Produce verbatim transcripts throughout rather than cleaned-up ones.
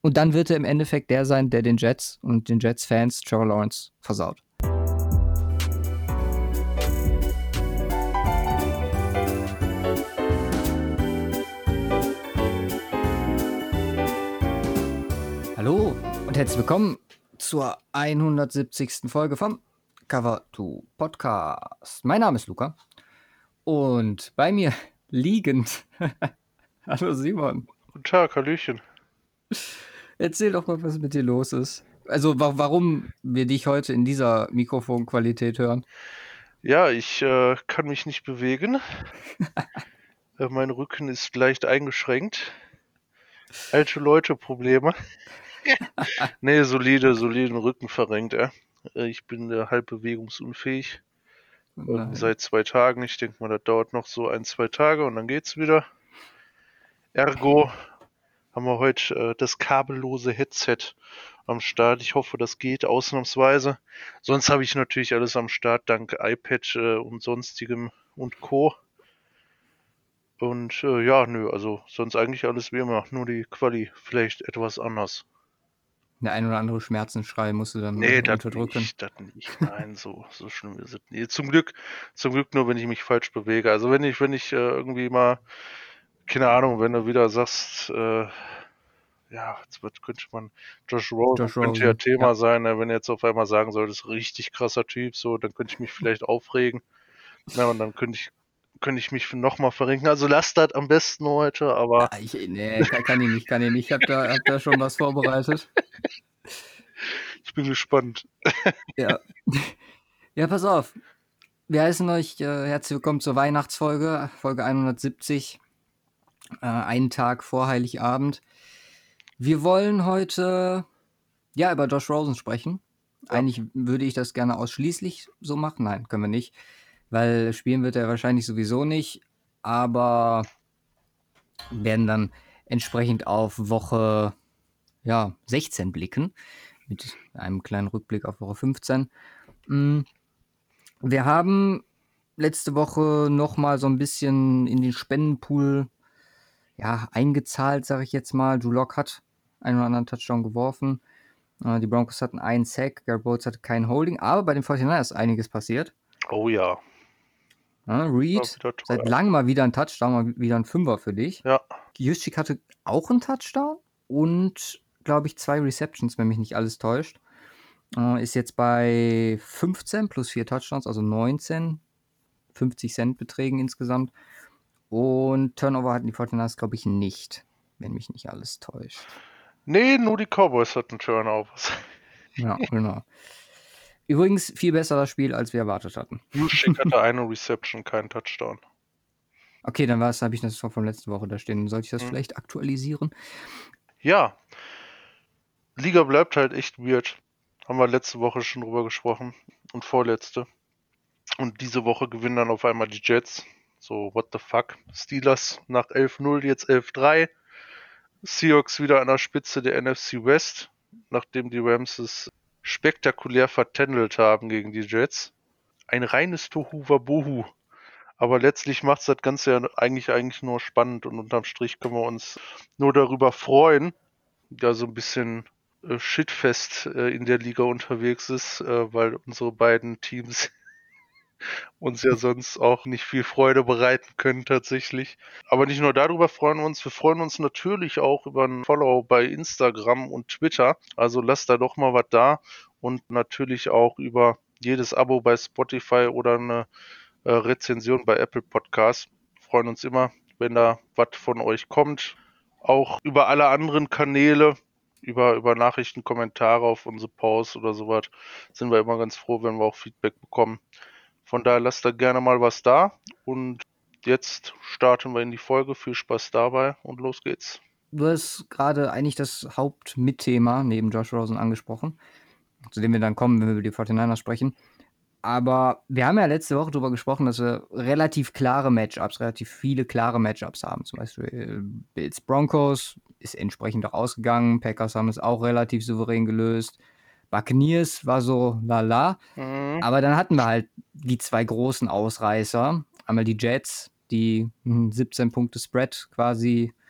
Und dann wird er im Endeffekt der sein, der den Jets und den Jets-Fans Trevor Lawrence versaut. Hallo und herzlich willkommen zur hundertsiebzigsten Folge vom Cover two Podcast. Mein Name ist Luca und bei mir liegend, hallo Simon. Guten Tag, Hallöchen. Erzähl doch mal, was mit dir los ist. Also wa- warum wir dich heute in dieser Mikrofonqualität hören. Ja, ich äh, kann mich nicht bewegen. äh, mein Rücken ist leicht eingeschränkt. Alte Leute-Probleme. Nee, solide, soliden Rücken verrenkt, ja. Äh, ich bin äh, halb bewegungsunfähig. Ähm, Nein. seit zwei Tagen. Ich denke mal, das dauert noch so ein, zwei Tage und dann geht's wieder. Ergo haben wir heute äh, das kabellose Headset am Start. Ich hoffe, das geht ausnahmsweise. Sonst habe ich natürlich alles am Start, dank iPad äh, und sonstigem und Co. Und äh, ja, nö, also sonst eigentlich alles wie immer, nur die Quali vielleicht etwas anders. Der ein oder andere Schmerzensschrei musst du dann Nee, äh, das unterdrücken. nicht, das nicht. Nein, so, so schlimm ist es nicht. Zum Glück, zum Glück nur, wenn ich mich falsch bewege. Also wenn ich, wenn ich äh, irgendwie mal, keine Ahnung, wenn du wieder sagst, äh, ja, jetzt wird, könnte man, Josh Rosen Josh könnte ja Rosen, Thema ja. sein, ne, wenn er jetzt auf einmal sagen soll, das ist ein richtig krasser Typ, so, dann könnte ich mich vielleicht aufregen. Na, und dann könnte ich, könnte ich mich nochmal verrenken. Also lasst das am besten heute, aber. Ah, ich, nee, kann, kann ich nicht, kann ich nicht. Ich hab da, hab da schon was vorbereitet. Ich bin gespannt. Ja. Ja, pass auf. Wir heißen euch äh, herzlich willkommen zur Weihnachtsfolge, Folge hundertsiebzig, äh, einen Tag vor Heiligabend. Wir wollen heute ja über Josh Rosen sprechen. Ja. Eigentlich würde ich das gerne ausschließlich so machen. Nein, können wir nicht, weil spielen wird er wahrscheinlich sowieso nicht. Aber werden dann entsprechend auf Woche ja, sechzehn blicken, mit einem kleinen Rückblick auf Woche fünfzehn. Wir haben letzte Woche nochmal so ein bisschen in den Spendenpool ja, eingezahlt, sage ich jetzt mal. Drew Lock hat einen oder anderen Touchdown geworfen. Äh, die Broncos hatten einen Sack, Garrett Bowles hatte kein Holding, aber bei den forty-niners ist einiges passiert. Oh ja. Ja, Reed, seit langem mal wieder ein Touchdown, mal wieder ein Fünfer für dich. Ja. Juszczyk hatte auch einen Touchdown und, glaube ich, zwei Receptions, wenn mich nicht alles täuscht. Äh, ist jetzt bei fünfzehn plus vier Touchdowns, also neunzehn, fünfzig Cent Beträgen insgesamt. Und Turnover hatten die forty-niners, glaube ich, nicht, wenn mich nicht alles täuscht. Nee, nur die Cowboys hatten Turnovers. Ja, genau. Übrigens viel besser das Spiel, als wir erwartet hatten. Juszczyk hatte eine Reception, keinen Touchdown. Okay, dann war es, habe ich das von letzter Woche da stehen. Sollte ich das hm. vielleicht aktualisieren? Ja. Liga bleibt halt echt weird. Haben wir letzte Woche schon drüber gesprochen. Und vorletzte. Und diese Woche gewinnen dann auf einmal die Jets. So, what the fuck? Steelers nach elf null, jetzt elf drei. Seahawks wieder an der Spitze der N F C West, nachdem die Rams es spektakulär vertändelt haben gegen die Jets. Ein reines Tohu-Wabohu. Aber letztlich macht es das Ganze ja eigentlich, eigentlich nur spannend und unterm Strich können wir uns nur darüber freuen, da so ein bisschen äh, Shitfest äh, in der Liga unterwegs ist, äh, weil unsere beiden Teams uns ja sonst auch nicht viel Freude bereiten können tatsächlich. Aber nicht nur darüber freuen wir uns, wir freuen uns natürlich auch über ein Follow bei Instagram und Twitter. Also lasst da doch mal was da und natürlich auch über jedes Abo bei Spotify oder eine äh, Rezension bei Apple Podcasts. Wir freuen uns immer, wenn da was von euch kommt. Auch über alle anderen Kanäle, über, über Nachrichten, Kommentare auf unsere Posts oder sowas, sind wir immer ganz froh, wenn wir auch Feedback bekommen. Von daher lasst da gerne mal was da und jetzt starten wir in die Folge. Viel Spaß dabei und los geht's. Du hast gerade eigentlich das Hauptmitthema neben Josh Rosen angesprochen, zu dem wir dann kommen, wenn wir über die forty-niners sprechen. Aber wir haben ja letzte Woche darüber gesprochen, dass wir relativ klare Matchups, relativ viele klare Matchups haben. Zum Beispiel Bills Broncos ist entsprechend auch ausgegangen. Packers haben es auch relativ souverän gelöst. Buccaneers war so lala. Mhm. Aber dann hatten wir halt die zwei großen Ausreißer. Einmal die Jets, die siebzehn Punkte Spread quasi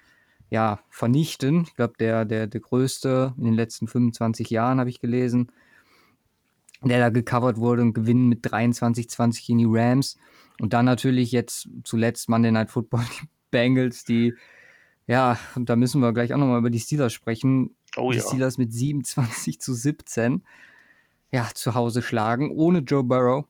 ja, vernichten. Ich glaube, der, der, der größte in den letzten fünfundzwanzig Jahren, habe ich gelesen, der da gecovert wurde und gewinnen mit dreiundzwanzig zwanzig gegen die Rams. Und dann natürlich jetzt zuletzt Monday Night Football, die Bengals, die, ja, und da müssen wir gleich auch nochmal über die Steelers sprechen. Oh Die ja. Steelers mit siebenundzwanzig zu siebzehn, ja, zu Hause schlagen, ohne Joe Burrow.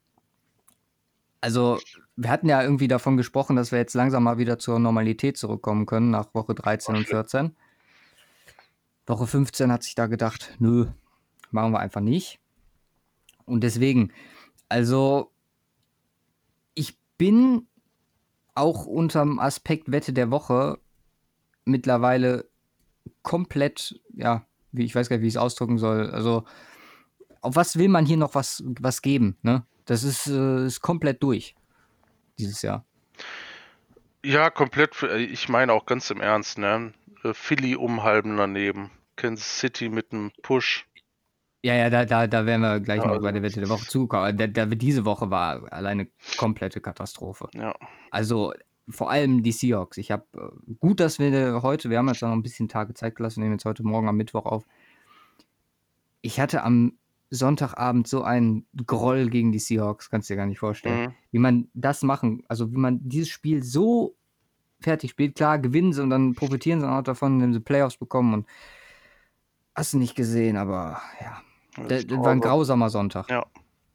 Also, wir hatten ja irgendwie davon gesprochen, dass wir jetzt langsam mal wieder zur Normalität zurückkommen können, nach Woche dreizehn und vierzehn. Woche fünfzehn hat sich da gedacht, nö, machen wir einfach nicht. Und deswegen, also, ich bin auch unterm Aspekt Wette der Woche mittlerweile komplett, ja, wie ich weiß gar nicht, wie ich es ausdrücken soll. Also, auf was will man hier noch was, was geben, ne? Das ist, äh, ist komplett durch dieses Jahr. Ja, komplett. für- äh, Ich meine auch ganz im Ernst, ne? Äh, Philly um halben daneben. Kansas City mit einem Push. Ja, ja, da, da, da werden wir gleich Ja, noch also bei der Wette der Woche zukommen. Aber da, da, diese Woche war alleine komplette Katastrophe. ja. Also vor allem die Seahawks. Ich habe äh, gut, dass wir heute, wir haben jetzt noch ein bisschen Tage Zeit gelassen, nehmen jetzt heute Morgen am Mittwoch auf. Ich hatte am Sonntagabend so einen Groll gegen die Seahawks, kannst du dir gar nicht vorstellen. Mhm. Wie man das machen, also wie man dieses Spiel so fertig spielt. Klar, gewinnen sie und dann profitieren sie auch davon, wenn sie Playoffs bekommen. Und hast du nicht gesehen, aber ja, Das das, ist das war ein grausam. grausamer Sonntag. Ja.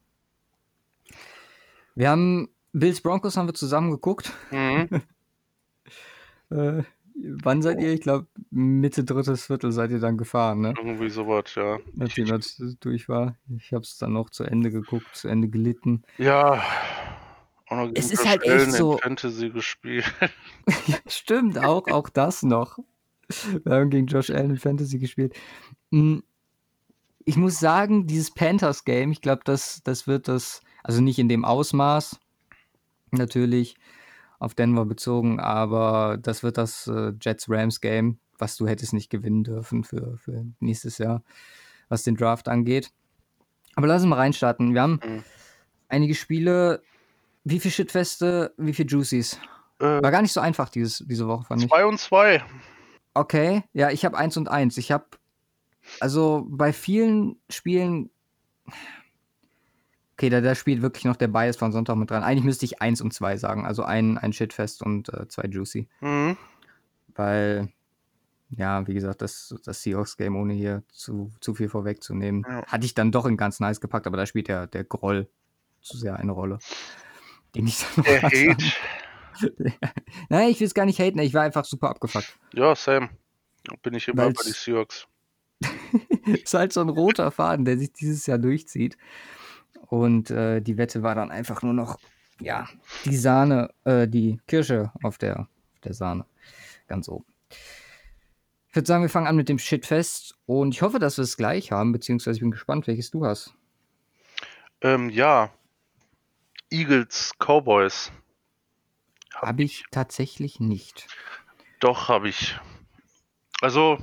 Wir haben Bills Broncos haben wir zusammen geguckt. Mhm. Äh, wann seid ihr? Ich glaube, Mitte drittes Viertel seid ihr dann gefahren, ne? Irgendwie sowas, ja. Nachdem das durch war. Ich habe es dann noch zu Ende geguckt, zu Ende gelitten. Ja. Auch noch Es gegen ist Josh halt echt Allen in so. Fantasy gespielt. Stimmt, auch, auch das noch. Wir haben gegen Josh Allen in Fantasy gespielt. Hm, Ich muss sagen, dieses Panthers-Game, ich glaube, das, das wird das, also nicht in dem Ausmaß, natürlich, auf Denver bezogen, aber das wird das äh, Jets-Rams-Game, was du hättest nicht gewinnen dürfen für, für nächstes Jahr, was den Draft angeht. Aber lass uns mal reinstarten. Wir haben Mhm. einige Spiele. Wie viel Shitfeste, wie viel Juicies? Äh, War gar nicht so einfach dieses, diese Woche, fand ich. zwei und zwei. Okay, ja, ich habe eins und eins. Ich habe, also bei vielen Spielen, okay, da, da spielt wirklich noch der Bias von Sonntag mit dran. Eigentlich müsste ich eins und zwei sagen. Also ein, ein Shitfest und äh, zwei Juicy. Mhm. Weil, ja, wie gesagt, das, das Seahawks-Game, ohne hier zu, zu viel vorwegzunehmen, Ja. hatte ich dann doch in ganz nice gepackt, aber da spielt der, der Groll zu sehr eine Rolle. Den ich dann noch Der hatte. Hate. Nein, ich will es gar nicht haten, ich war einfach super abgefuckt. Ja, Sam. Bin ich immer Weil's- bei den Seahawks. Ist halt so ein roter Faden, der sich dieses Jahr durchzieht. Und äh, die Wette war dann einfach nur noch, ja, die Sahne, äh, die Kirsche auf der, auf der Sahne. Ganz oben. Ich würde sagen, wir fangen an mit dem Shitfest und ich hoffe, dass wir es gleich haben, beziehungsweise ich bin gespannt, welches du hast. Ähm, ja. Eagles, Cowboys. Habe ich tatsächlich nicht. Doch, habe ich. Also,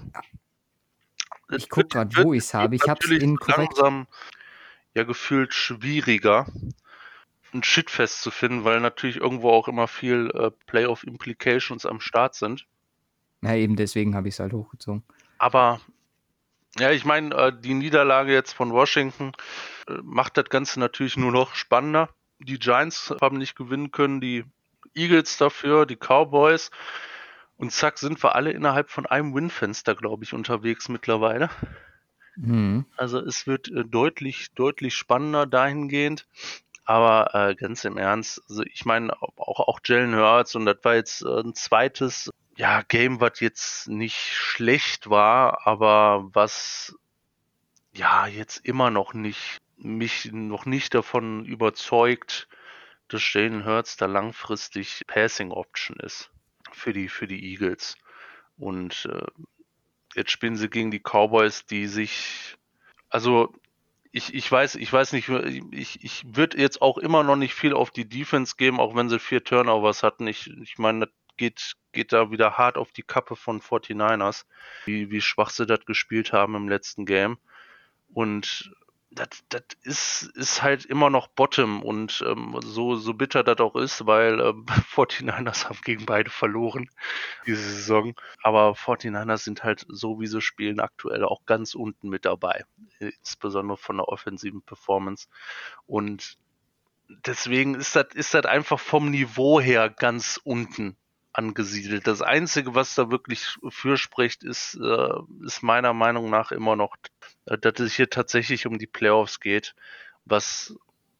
es Ich gucke wird, gerade, wird, wo ich es habe. wird Ich habe es natürlich in korrekt. langsam ja gefühlt schwieriger, ein Shitfest zu finden, weil natürlich irgendwo auch immer viel äh, Playoff-Implications am Start sind. Ja, eben deswegen habe ich es halt hochgezogen. Aber ja, ich meine, äh, die Niederlage jetzt von Washington äh, macht das Ganze natürlich nur noch spannender. Die Giants haben nicht gewinnen können, die Eagles dafür, die Cowboys. Und zack, sind wir alle innerhalb von einem Win-Fenster, glaube ich, unterwegs mittlerweile. Mhm. Also es wird äh, deutlich, deutlich spannender dahingehend. Aber äh, ganz im Ernst, also ich meine, auch, auch Jalen Hurts, und das war jetzt äh, ein zweites ja, Game, was jetzt nicht schlecht war, aber was ja jetzt immer noch nicht mich noch nicht davon überzeugt, dass Jalen Hurts da langfristig Passing Option ist für die für die Eagles. Und äh, jetzt spielen sie gegen die Cowboys, die sich also ich, ich weiß, ich weiß nicht, ich, ich würde jetzt auch immer noch nicht viel auf die Defense geben, auch wenn sie vier Turnovers hatten. Ich, ich meine, das geht, geht da wieder hart auf die Kappe von forty-niners, wie, wie schwach sie das gespielt haben im letzten Game. Und das, das ist, ist halt immer noch Bottom und ähm, so, so bitter das auch ist, weil ähm, forty-niners haben gegen beide verloren diese Saison. Aber forty-niners sind halt so, wie sie spielen, aktuell auch ganz unten mit dabei, insbesondere von der offensiven Performance. Und deswegen ist das, ist das einfach vom Niveau her ganz unten angesiedelt. Das Einzige, was da wirklich für spricht, ist, äh, ist meiner Meinung nach immer noch, äh, dass es hier tatsächlich um die Playoffs geht, was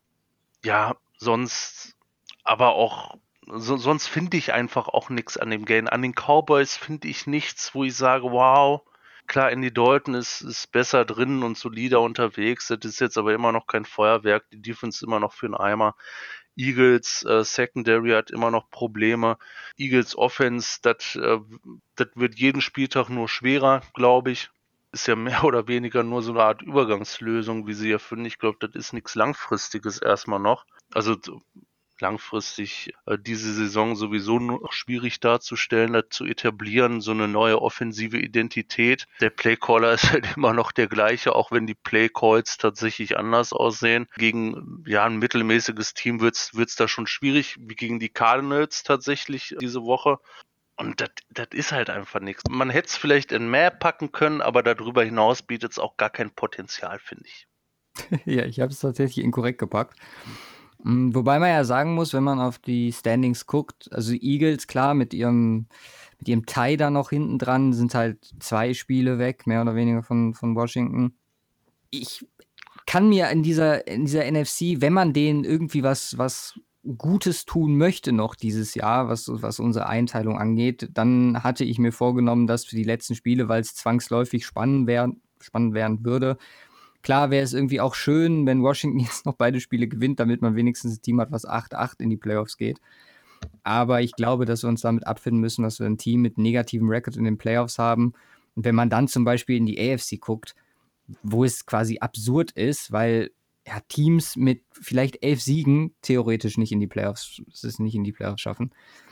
ja sonst aber auch, so, sonst finde ich einfach auch nichts an dem Game. An den Cowboys finde ich nichts, wo ich sage, wow, klar, Andy Dalton ist, ist besser drin und solider unterwegs. Das ist jetzt aber immer noch kein Feuerwerk. Die Defense ist immer noch für einen Eimer. Eagles äh, Secondary hat immer noch Probleme. Eagles Offense, das äh, das wird jeden Spieltag nur schwerer, glaube ich. Ist ja mehr oder weniger nur so eine Art Übergangslösung, wie sie ja finden. Ich glaube, das ist nichts Langfristiges erstmal noch. Also langfristig äh, diese Saison sowieso noch schwierig darzustellen, das zu etablieren, so eine neue offensive Identität. Der Playcaller ist halt immer noch der gleiche, auch wenn die Playcalls tatsächlich anders aussehen. Gegen ja ein mittelmäßiges Team wird's wird's da schon schwierig, wie gegen die Cardinals tatsächlich diese Woche. Und das das ist halt einfach nichts. Man hätte es vielleicht in mehr packen können, aber darüber hinaus bietet es auch gar kein Potenzial, finde ich. Ja, ich habe es tatsächlich inkorrekt gepackt. Mm, Wobei man ja sagen muss, wenn man auf die Standings guckt, also die Eagles, klar, mit ihrem, mit ihrem Tie da noch hinten dran, sind halt zwei Spiele weg, mehr oder weniger von, von Washington. Ich kann mir in dieser, in dieser N F C, wenn man denen irgendwie was, was Gutes tun möchte noch dieses Jahr, was, was unsere Einteilung angeht, dann hatte ich mir vorgenommen, dass für die letzten Spiele, weil es zwangsläufig spannend, wär, spannend werden würde, klar wäre es irgendwie auch schön, wenn Washington jetzt noch beide Spiele gewinnt, damit man wenigstens ein Team hat, was acht acht in die Playoffs geht. Aber ich glaube, dass wir uns damit abfinden müssen, dass wir ein Team mit negativem Record in den Playoffs haben. Und wenn man dann zum Beispiel in die A F C guckt, wo es quasi absurd ist, weil ja, Teams mit vielleicht elf Siegen theoretisch nicht in die Playoffs, es nicht in die Playoffs schaffen,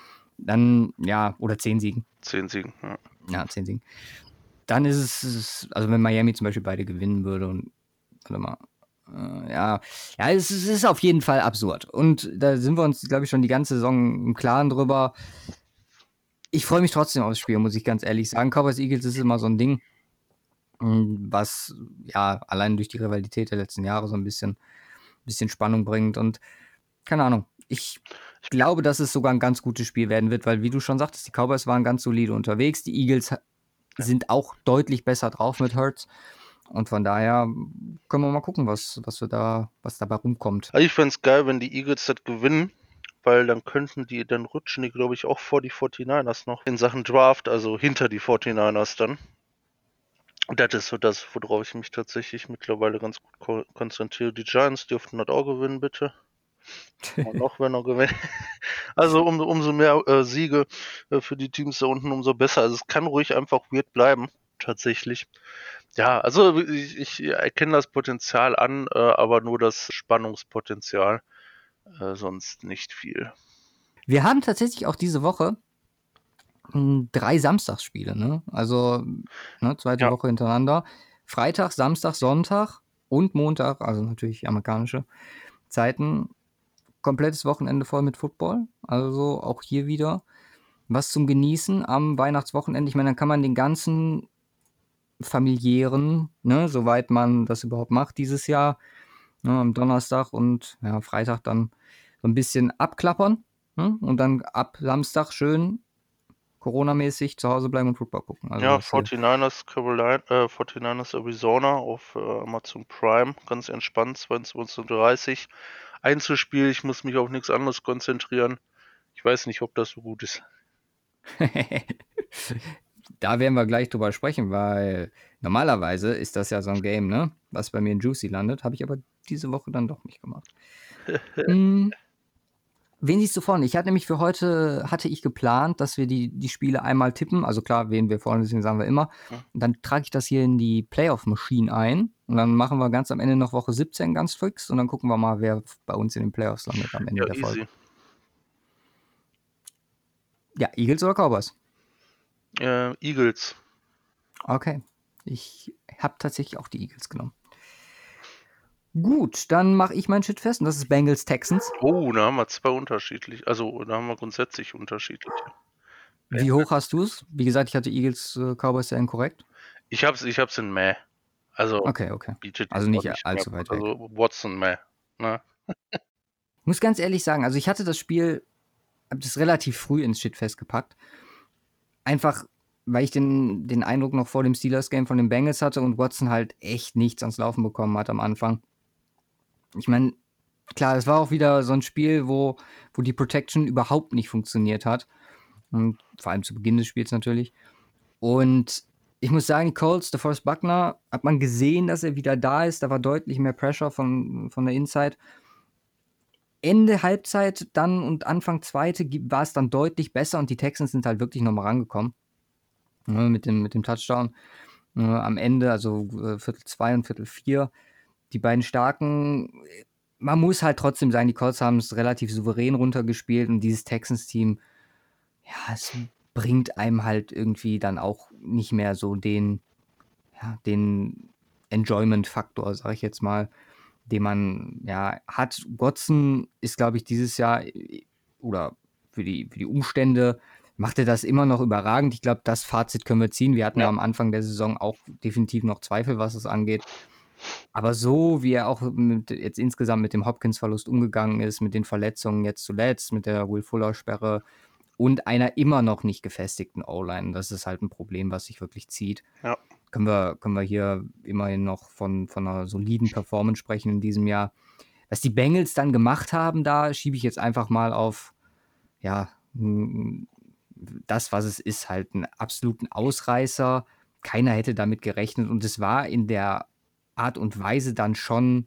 dann, ja, oder zehn Siegen. Zehn Siegen, ja. Ja, zehn Siegen. Dann ist es, also wenn Miami zum Beispiel beide gewinnen würde und, warte mal, äh, ja, ja, es, es ist auf jeden Fall absurd. Und da sind wir uns, glaube ich, schon die ganze Saison im Klaren drüber. Ich freue mich trotzdem aufs Spiel, muss ich ganz ehrlich sagen. Cowboys Eagles ist immer so ein Ding, was ja allein durch die Rivalität der letzten Jahre so ein bisschen, bisschen Spannung bringt. Und keine Ahnung, ich glaube, dass es sogar ein ganz gutes Spiel werden wird, weil, wie du schon sagtest, die Cowboys waren ganz solide unterwegs. Die Eagles sind auch deutlich besser drauf mit Hurts. Und von daher können wir mal gucken, was, was wir da, was dabei rumkommt. Also ich fände es geil, wenn die Eagles das gewinnen, weil dann könnten die, dann rutschen die, glaube ich, auch vor die forty-niners noch in Sachen Draft, also hinter die forty-niners dann. Und das ist so das, worauf ich mich tatsächlich mittlerweile ganz gut ko- konzentriere. Die Giants dürften das auch gewinnen, bitte. Und noch, wenn er gewinnt. Also um, umso mehr äh, Siege äh, für die Teams da unten, umso besser. Also es kann ruhig einfach weird bleiben, tatsächlich. Ja, also ich, ich erkenne das Potenzial an, äh, aber nur das Spannungspotenzial, äh, sonst nicht viel. Wir haben tatsächlich auch diese Woche mh, drei Samstagsspiele, ne? Also ne, zweite Ja. Woche hintereinander. Freitag, Samstag, Sonntag und Montag, also natürlich amerikanische Zeiten. Komplettes Wochenende voll mit Football. Also auch hier wieder was zum Genießen am Weihnachtswochenende. Ich meine, dann kann man den ganzen familiären, ne, soweit man das überhaupt macht dieses Jahr, ne, am Donnerstag und ja, Freitag dann so ein bisschen abklappern, ne, und dann ab Samstag schön Corona-mäßig zu Hause bleiben und Football gucken. Also Ja, das hier. forty-niners Carolina, äh, forty-niners Arizona auf äh, Amazon Prime, ganz entspannt, zweiundzwanzig Uhr dreißig. Einzelspiel, ich muss mich auf nichts anderes konzentrieren. Ich weiß nicht, ob das so gut ist. Da werden wir gleich drüber sprechen, weil normalerweise ist das ja so ein Game, ne, was bei mir in Juicy landet, habe ich aber diese Woche dann doch nicht gemacht. Hm, wen siehst du vorne? Ich hatte nämlich für heute, hatte ich geplant, dass wir die, die Spiele einmal tippen. Also klar, wen wir vorne sind, sagen wir immer. Und dann trage ich das hier in die Playoff-Machine ein. Und dann machen wir ganz am Ende noch Woche siebzehn ganz fix. Und dann gucken wir mal, wer bei uns in den Playoffs landet am Ende Ja, der easy. Folge. Ja, Eagles oder Cowboys? Äh, Eagles. Okay. Ich habe tatsächlich auch die Eagles genommen. Gut, dann mache ich mein Shit fest und das ist Bengals Texans. Oh, da haben wir zwei unterschiedlich. Also, da haben wir grundsätzlich unterschiedliche. Wie hoch hast du es? Wie gesagt, ich hatte Eagles äh, Cowboys ja inkorrekt. Ich hab's, ich hab's in Meh. Also, Okay, okay. bietet Also jetzt auch nicht nicht mehr. allzu weit weg. Also, Watson Meh. Ne? Ich muss ganz ehrlich sagen, also ich hatte das Spiel, habe das relativ früh ins Shit festgepackt. Einfach, weil ich den, den Eindruck noch vor dem Steelers-Game von den Bengals hatte und Watson halt echt nichts ans Laufen bekommen hat am Anfang. Ich meine, klar, es war auch wieder so ein Spiel, wo, wo die Protection überhaupt nicht funktioniert hat. Und vor allem zu Beginn des Spiels natürlich. Und ich muss sagen, die Colts, der Forrest Buckner, hat man gesehen, dass er wieder da ist. Da war deutlich mehr Pressure von, von der Inside. Ende Halbzeit dann und Anfang zweite war es dann deutlich besser und die Texans sind halt wirklich nochmal rangekommen. Ne, mit, dem, mit dem Touchdown. Ne, am Ende, also äh, Viertel zwei und Viertel vier. Die beiden starken, man muss halt trotzdem sagen, die Colts haben es relativ souverän runtergespielt und dieses Texans-Team, ja, es bringt einem halt irgendwie dann auch nicht mehr so den, ja, den Enjoyment-Faktor, sag ich jetzt mal, den man ja hat. Watson ist, glaube ich, dieses Jahr oder für die, für die Umstände macht er das immer noch überragend. Ich glaube, das Fazit können wir ziehen. Wir hatten ja. ja am Anfang der Saison auch definitiv noch Zweifel, was es angeht. Aber so, wie er auch mit, jetzt insgesamt mit dem Hopkins-Verlust umgegangen ist, mit den Verletzungen jetzt zuletzt, mit der Will Fuller-Sperre und einer immer noch nicht gefestigten O-Line, das ist halt ein Problem, was sich wirklich zieht. Ja. Können wir, können wir hier immerhin noch von, von einer soliden Performance sprechen in diesem Jahr. Was die Bengals dann gemacht haben, da schiebe ich jetzt einfach mal auf, ja, das, was es ist, halt einen absoluten Ausreißer. Keiner hätte damit gerechnet und es war in der Art und Weise dann schon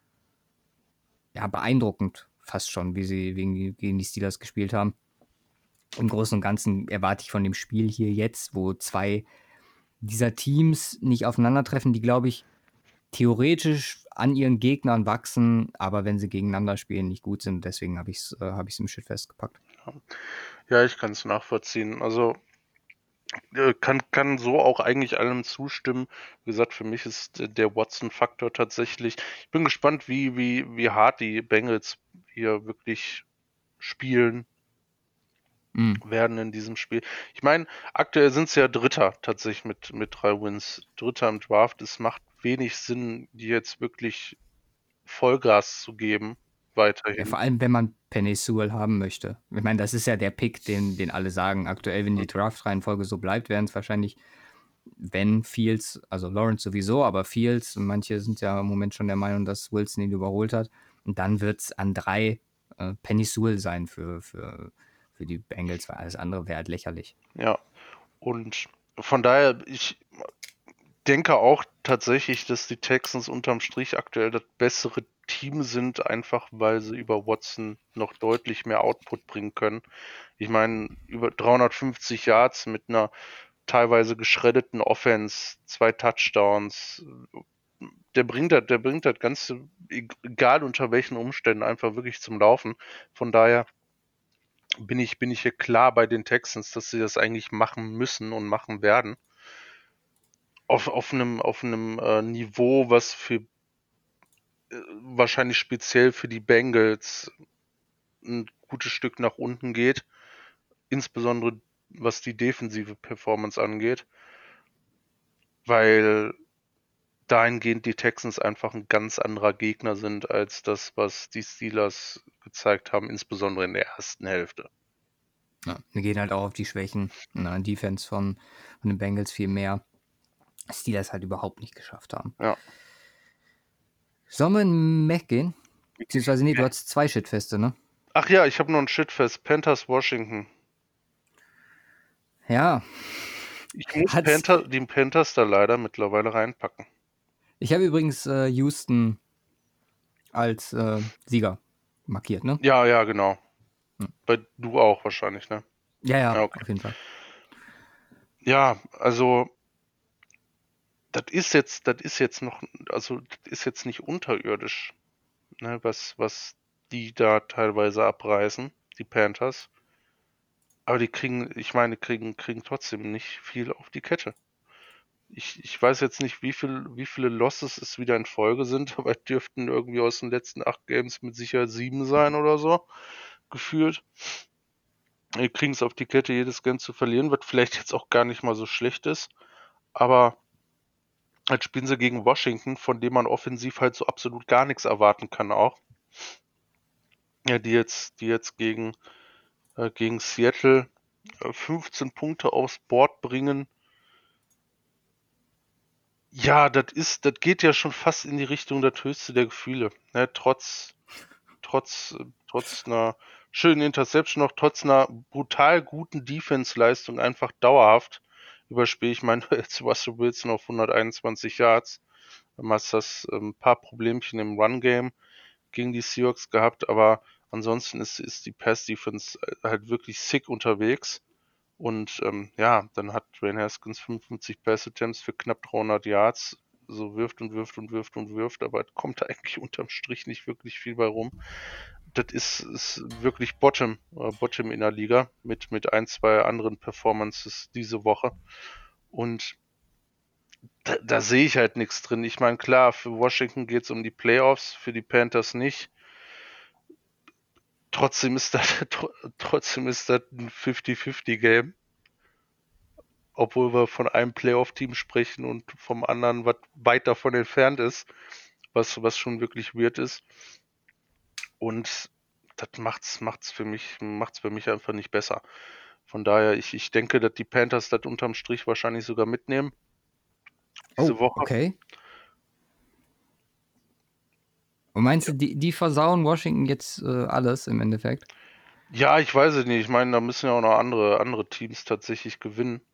ja, beeindruckend, fast schon, wie sie gegen, gegen die Steelers gespielt haben. Im Großen und Ganzen erwarte ich von dem Spiel hier jetzt, wo zwei dieser Teams nicht aufeinandertreffen, die, glaube ich, theoretisch an ihren Gegnern wachsen, aber wenn sie gegeneinander spielen, nicht gut sind. Deswegen habe ich es äh, hab im Shit festgepackt. Ja, ich kann es nachvollziehen. Also äh, kann, kann so auch eigentlich allem zustimmen. Wie gesagt, für mich ist der Watson-Faktor tatsächlich. Ich bin gespannt, wie, wie, wie hart die Bengals hier wirklich spielen mm. werden in diesem Spiel. Ich meine, aktuell sind es ja Dritter tatsächlich mit, mit drei Wins. Dritter im Draft. Es macht wenig Sinn, die jetzt wirklich Vollgas zu geben. Weiterhin. Ja, vor allem, wenn man Penei Sewell haben möchte. Ich meine, das ist ja der Pick, den, den alle sagen. Aktuell, wenn die Draft-Reihenfolge so bleibt, werden es wahrscheinlich, wenn Fields, also Lawrence sowieso, aber Fields, und manche sind ja im Moment schon der Meinung, dass Wilson ihn überholt hat. Und dann wird es an drei äh, Penei Sewell sein für, für, für die Bengals, weil alles andere wäre halt lächerlich. Ja, und von daher, ich denke auch tatsächlich, dass die Texans unterm Strich aktuell das bessere Team sind, einfach weil sie über Watson noch deutlich mehr Output bringen können. Ich meine, über dreihundertfünfzig Yards mit einer teilweise geschreddeten Offense, zwei Touchdowns. Der bringt das, der bringt das Ganze, egal unter welchen Umständen, einfach wirklich zum Laufen. Von daher bin ich, bin ich hier klar bei den Texans, dass sie das eigentlich machen müssen und machen werden. Auf, auf einem, auf einem äh, Niveau, was für äh, wahrscheinlich speziell für die Bengals ein gutes Stück nach unten geht. Insbesondere was die defensive Performance angeht. Weil dahingehend die Texans einfach ein ganz anderer Gegner sind als das, was die Steelers gezeigt haben, insbesondere in der ersten Hälfte. Ja, wir gehen halt auch auf die Schwächen in der Defense von, von den Bengals viel mehr. Steelers halt überhaupt nicht geschafft haben. Ja. Sollen wir in Mac gehen? Beziehungsweise, nee, du hast zwei Shitfeste, ne? Ach ja, ich habe noch ein Shitfest. Panthers Washington. Ja. Ich muss Panther, die Panthers da leider mittlerweile reinpacken. Ich habe übrigens äh, Houston als äh, Sieger markiert, ne? Ja, ja, genau. Hm. Bei du auch wahrscheinlich, ne? Ja, ja, ja okay. Auf jeden Fall. Ja, also das ist jetzt, das ist jetzt noch, also das ist jetzt nicht unterirdisch, ne, was, was die da teilweise abreißen, die Panthers. Aber die kriegen, ich meine, kriegen, kriegen trotzdem nicht viel auf die Kette. ich, ich weiß jetzt nicht, wie viel, wie viele Losses es wieder in Folge sind, aber es dürften irgendwie aus den letzten acht Games mit Sicherheit sieben sein oder so, gefühlt. Wir kriegen es auf die Kette, jedes Game zu verlieren, was vielleicht jetzt auch gar nicht mal so schlecht ist. Aber jetzt spielen sie gegen Washington, von dem man offensiv halt so absolut gar nichts erwarten kann auch. Ja, die jetzt, die jetzt gegen, äh, gegen Seattle äh, fünfzehn Punkte aufs Board bringen. Ja, das ist, das geht ja schon fast in die Richtung das höchste der Gefühle. Ne? Trotz, trotz, trotz einer schönen Interception noch, trotz einer brutal guten Defense-Leistung einfach dauerhaft überspiele. Ich meine, jetzt Russell Wilson auf hunderteinundzwanzig Yards. Du hast das ein ähm, paar Problemchen im Run-Game gegen die Seahawks gehabt, aber ansonsten ist, ist die Pass-Defense halt wirklich sick unterwegs. Und ähm, ja, dann hat Dwayne Haskins fünfundfünfzig Pass-Attempts für knapp dreihundert Yards. So wirft und wirft und wirft und wirft, aber es kommt eigentlich unterm Strich nicht wirklich viel bei rum. Das ist, ist wirklich Bottom, äh, Bottom in der Liga mit, mit ein, zwei anderen Performances diese Woche. Und da, da sehe ich halt nichts drin. Ich meine, klar, für Washington geht es um die Playoffs, für die Panthers nicht. Trotzdem ist das, trotzdem ist das ein fünfzig fünfzig Game. Obwohl wir von einem Playoff-Team sprechen und vom anderen, was weit davon entfernt ist, was, was schon wirklich weird ist. Und das macht's, macht's für mich, macht's für mich einfach nicht besser. Von daher, ich, ich denke, dass die Panthers das unterm Strich wahrscheinlich sogar mitnehmen. Diese Oh, Woche. okay. Und meinst du, die, die versauen Washington jetzt äh, alles im Endeffekt? Ja, ich weiß es nicht. Ich meine, da müssen ja auch noch andere, andere Teams tatsächlich gewinnen.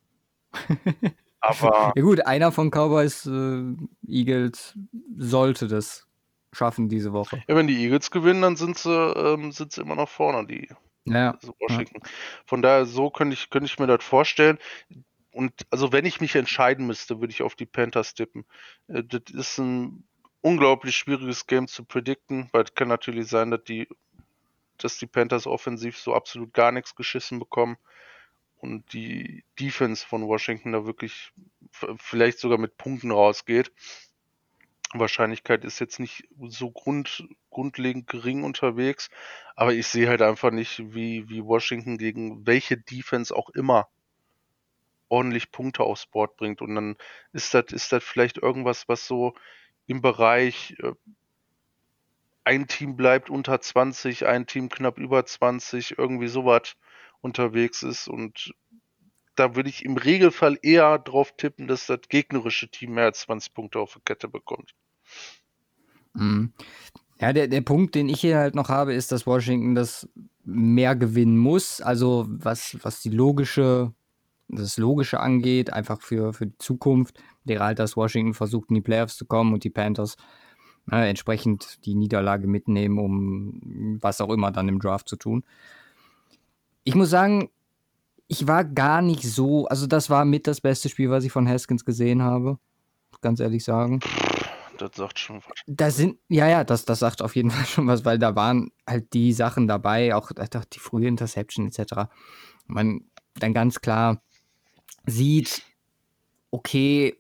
Aber Ja gut, einer von Cowboys äh, Eagles sollte das schaffen diese Woche. ja, wenn die Eagles gewinnen, dann sind sie, ähm, sind sie immer noch vorne, die Ja. also Washington. Ja. Von daher, so könnte ich, könnte ich mir das vorstellen. Und also wenn ich mich entscheiden müsste, würde ich auf die Panthers tippen. Äh, das ist ein unglaublich schwieriges Game zu predikten, weil es kann natürlich sein, dass die, dass die Panthers offensiv so absolut gar nichts geschissen bekommen und die Defense von Washington da wirklich vielleicht sogar mit Punkten rausgeht. Wahrscheinlichkeit ist jetzt nicht so grund, grundlegend gering unterwegs, aber ich sehe halt einfach nicht, wie, wie Washington gegen welche Defense auch immer ordentlich Punkte aufs Board bringt. Und dann ist das, ist das vielleicht irgendwas, was so im Bereich äh, ein Team bleibt unter zwanzig, ein Team knapp über zwanzig, irgendwie sowas unterwegs ist. Und da würde ich im Regelfall eher drauf tippen, dass das gegnerische Team mehr als zwanzig Punkte auf der Kette bekommt. Mhm. Ja, der, der Punkt, den ich hier halt noch habe, ist, dass Washington das mehr gewinnen muss. Also was, was die logische, das Logische angeht, einfach für, für die Zukunft, wäre halt, dass Washington versucht, in die Playoffs zu kommen und die Panthers äh, entsprechend die Niederlage mitnehmen, um was auch immer dann im Draft zu tun. Ich muss sagen, ich war gar nicht so, also das war mit das beste Spiel, was ich von Haskins gesehen habe, ganz ehrlich sagen. Das sagt schon was. Da sind, ja, ja, das, das sagt auf jeden Fall schon was, weil da waren halt die Sachen dabei, auch die frühe Interception et cetera. Man dann ganz klar sieht, okay,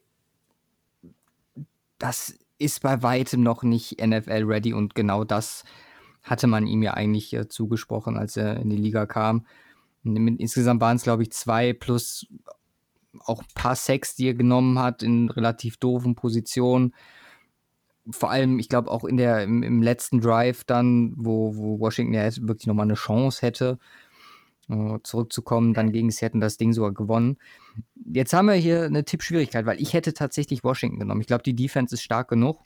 das ist bei weitem noch nicht N F L-ready und genau das hatte man ihm ja eigentlich äh, zugesprochen, als er in die Liga kam. Insgesamt waren es, glaube ich, zwei plus auch ein paar Sacks, die er genommen hat in relativ doofen Positionen. Vor allem, ich glaube, auch in der, im, im letzten Drive dann, wo, wo Washington ja wirklich nochmal eine Chance hätte, äh, zurückzukommen, dann gegen Seattle das Ding sogar gewonnen. Jetzt haben wir hier eine Tippschwierigkeit, weil ich hätte tatsächlich Washington genommen. Ich glaube, die Defense ist stark genug.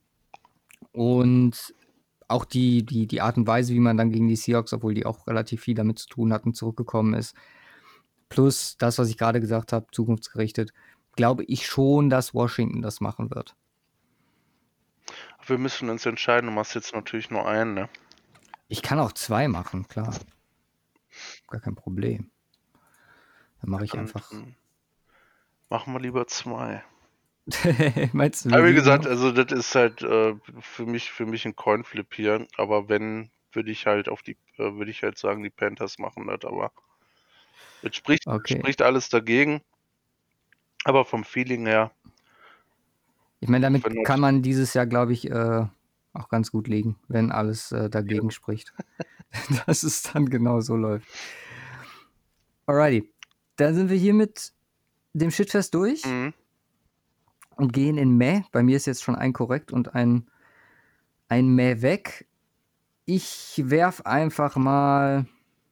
Und auch die, die, die Art und Weise, wie man dann gegen die Seahawks, obwohl die auch relativ viel damit zu tun hatten, zurückgekommen ist. Plus das, was ich gerade gesagt habe, zukunftsgerichtet, glaube ich schon, dass Washington das machen wird. Wir müssen uns entscheiden, du machst jetzt natürlich nur einen, ne? Ich kann auch zwei machen, klar. Gar kein Problem. Dann mache ich Dann, einfach. dann machen wir lieber zwei. Meinst du? Aber wie gesagt, also das ist halt äh, für mich für mich ein Coinflip hier. Aber wenn, würde ich halt auf die, äh, würde ich halt sagen, die Panthers machen das. Aber es spricht, Okay. spricht alles dagegen. Aber vom Feeling her. Ich meine, damit kann man dieses Jahr, glaube ich, äh, auch ganz gut liegen, wenn alles äh, dagegen ja. spricht. Dass es dann genau so läuft. Alrighty. Dann sind wir hier mit dem Shitfest durch Mhm. und gehen in Meh. Bei mir ist jetzt schon ein korrekt und ein, ein Meh weg. Ich werf einfach mal,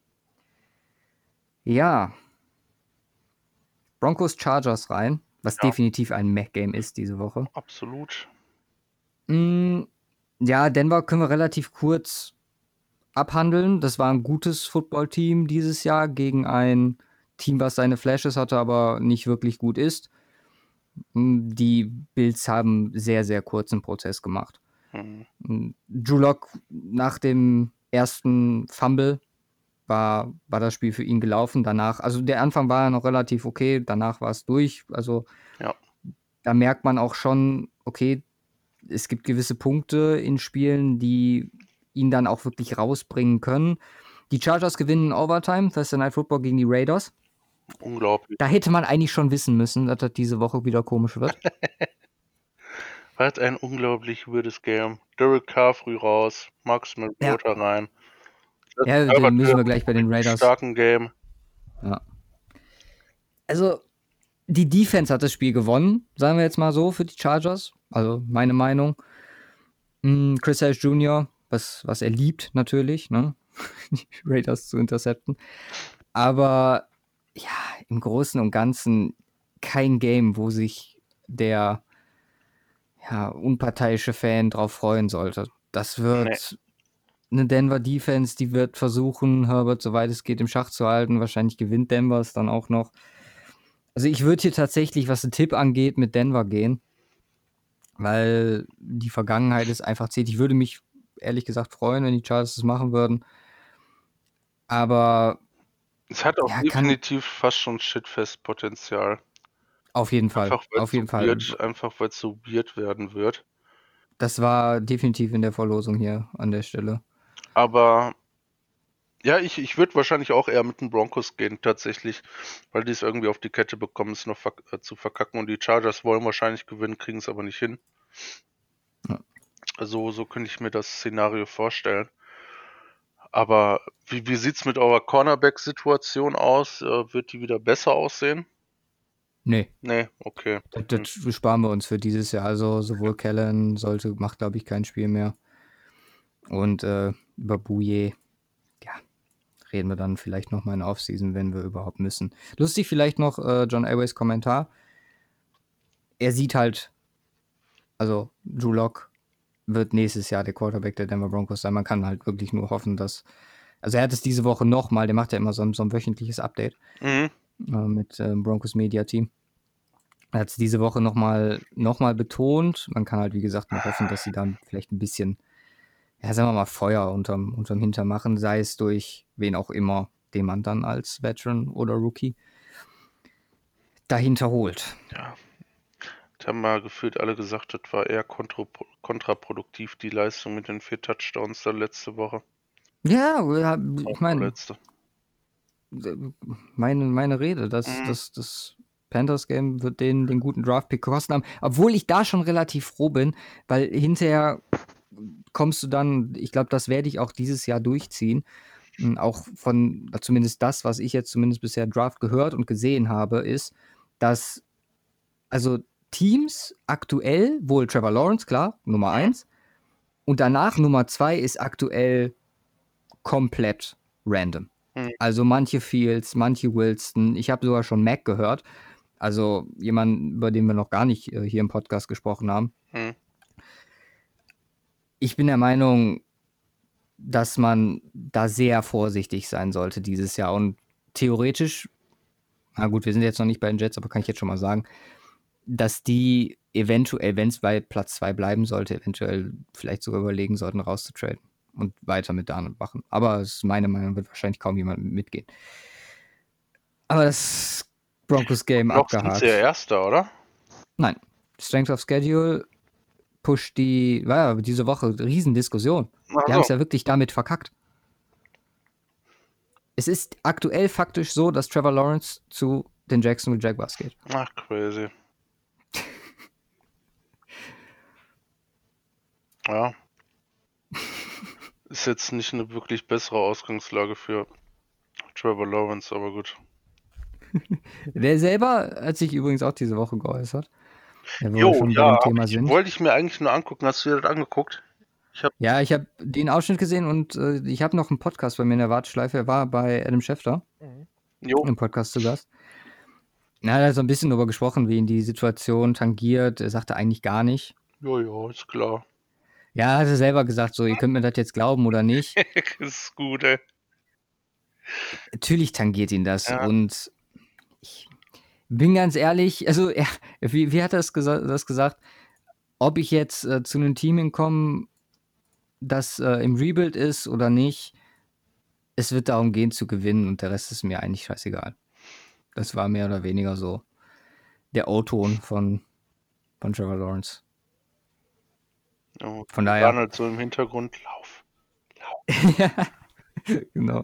ja, Broncos Chargers rein, was Ja. definitiv ein Meh-Game ist diese Woche. Absolut. Mm, ja, Denver können wir relativ kurz abhandeln. Das war ein gutes Footballteam dieses Jahr gegen ein Team, was seine Flashes hatte, aber nicht wirklich gut ist. Die Bills haben sehr, sehr kurzen Prozess gemacht. Mhm. Drew Lock nach dem ersten Fumble war, war das Spiel für ihn gelaufen. Danach, also der Anfang war ja noch relativ okay, danach war es durch. Also ja. Da merkt man auch schon, okay, es gibt gewisse Punkte in Spielen, die ihn dann auch wirklich rausbringen können. Die Chargers gewinnen in Overtime, Thursday Night Football gegen die Raiders. Unglaublich. Da hätte man eigentlich schon wissen müssen, dass das diese Woche wieder komisch wird. Was ein unglaublich weirdes Game. Derek Carr früh raus, Max Mariota ja. rein. Das ja, den müssen wir gleich bei den Raiders. Starken Game. Ja. Also, die Defense hat das Spiel gewonnen, sagen wir jetzt mal so, für die Chargers. Also, meine Meinung. Chris Harris Junior, was, was er liebt natürlich, ne? Die Raiders zu intercepten. Aber ja, im Großen und Ganzen kein Game, wo sich der ja, unparteiische Fan drauf freuen sollte. Das wird nee. eine Denver Defense, die wird versuchen, Herbert, soweit es geht, im Schach zu halten. Wahrscheinlich gewinnt Denver es dann auch noch. Also ich würde hier tatsächlich, was den Tipp angeht, mit Denver gehen, weil die Vergangenheit ist einfach zählt. Ich würde mich ehrlich gesagt freuen, wenn die Chargers das machen würden. Aber es hat auch ja, definitiv fast schon Shitfest-Potenzial. Auf jeden Fall. Einfach, auf jeden so Fall. Weird, einfach weil es so weird werden wird. Das war definitiv in der Verlosung hier an der Stelle. Aber ja, ich, ich würde wahrscheinlich auch eher mit den Broncos gehen, tatsächlich, weil die es irgendwie auf die Kette bekommen, es noch verk- äh, zu verkacken. Und die Chargers wollen wahrscheinlich gewinnen, kriegen es aber nicht hin. Ja. Also so könnte ich mir das Szenario vorstellen. Aber wie, wie sieht es mit eurer Cornerback-Situation aus? Äh, wird die wieder besser aussehen? Nee. Nee, okay. Das, das sparen wir uns für dieses Jahr. Also sowohl Kellen sollte, macht glaube ich kein Spiel mehr. Und äh, über Bouye, ja, reden wir dann vielleicht nochmal in der Offseason, wenn wir überhaupt müssen. Lustig vielleicht noch äh, John Elways Kommentar. Er sieht halt, also Drew Lock wird nächstes Jahr der Quarterback der Denver Broncos sein. Man kann halt wirklich nur hoffen, dass, also er hat es diese Woche nochmal, der macht ja immer so ein, so ein wöchentliches Update mhm. äh, mit äh, Broncos Media Team. Er hat es diese Woche nochmal noch mal betont. Man kann halt, wie gesagt, nur hoffen, dass sie dann vielleicht ein bisschen, ja, sagen wir mal, Feuer unterm, unterm Hintern machen, sei es durch wen auch immer, den man dann als Veteran oder Rookie dahinter holt. Ja, da haben wir gefühlt alle gesagt, das war eher kontra- kontraproduktiv, die Leistung mit den vier Touchdowns da letzte Woche. Ja, ich meine, meine, meine Rede, dass mhm. das, das Panthers-Game wird denen den guten Draft-Pick kosten haben, obwohl ich da schon relativ froh bin, weil hinterher kommst du dann, ich glaube, das werde ich auch dieses Jahr durchziehen, auch von, zumindest das, was ich jetzt zumindest bisher Draft gehört und gesehen habe, ist, dass also Teams aktuell, wohl Trevor Lawrence, klar, Nummer eins, und danach Nummer zwei ist aktuell komplett random. Mhm. Also manche Fields, manche Wilson, ich habe sogar schon Mac gehört, also jemand, über den wir noch gar nicht äh, hier im Podcast gesprochen haben. Mhm. Ich bin der Meinung, dass man da sehr vorsichtig sein sollte dieses Jahr. Und theoretisch, na gut, wir sind jetzt noch nicht bei den Jets, aber kann ich jetzt schon mal sagen, dass die eventuell, wenn es bei Platz zwei bleiben sollte, eventuell vielleicht sogar überlegen sollten, rauszutraden und weiter mit Darnold machen. Aber es ist meine Meinung, wird wahrscheinlich kaum jemand mitgehen. Aber das Broncos-Game abgehakt. Noch sind sie ja Erster, oder? Nein. Strength of Schedule pusht die, war ja diese Woche Riesendiskussion. Also. Die haben es ja wirklich damit verkackt. Es ist aktuell faktisch so, dass Trevor Lawrence zu den Jacksonville Jaguars geht. Ach, crazy. Ja. Ist jetzt nicht eine wirklich bessere Ausgangslage für Trevor Lawrence, aber gut. Der selber hat sich übrigens auch diese Woche geäußert. Ja, wo Jo, wir schon ja, bei dem Thema ich, sind. wollte ich mir eigentlich nur angucken. Hast du dir das angeguckt? Ich hab, Ja, ich habe den Ausschnitt gesehen und äh, ich habe noch einen Podcast bei mir in der Warteschleife. Er war bei Adam Schefter jo, im Podcast zu Gast. Na, er hat so ein bisschen darüber gesprochen, wie ihn die Situation tangiert. Er sagte eigentlich gar nicht. jo, jo, ist klar. Ja, hat er selber gesagt, so, ihr könnt mir das jetzt glauben oder nicht. Ist gut, ey. Natürlich tangiert ihn das. Ja. Und ich bin ganz ehrlich, also er, wie, wie hat er das, gesa- das gesagt? Ob ich jetzt äh, zu einem Team hinkomme, das äh, im Rebuild ist oder nicht, es wird darum gehen zu gewinnen und der Rest ist mir eigentlich scheißegal. Das war mehr oder weniger so der O-Ton von, von Trevor Lawrence. Ja, Von die daher. waren halt so im Hintergrund. Lauf. Lauf. Ja, genau.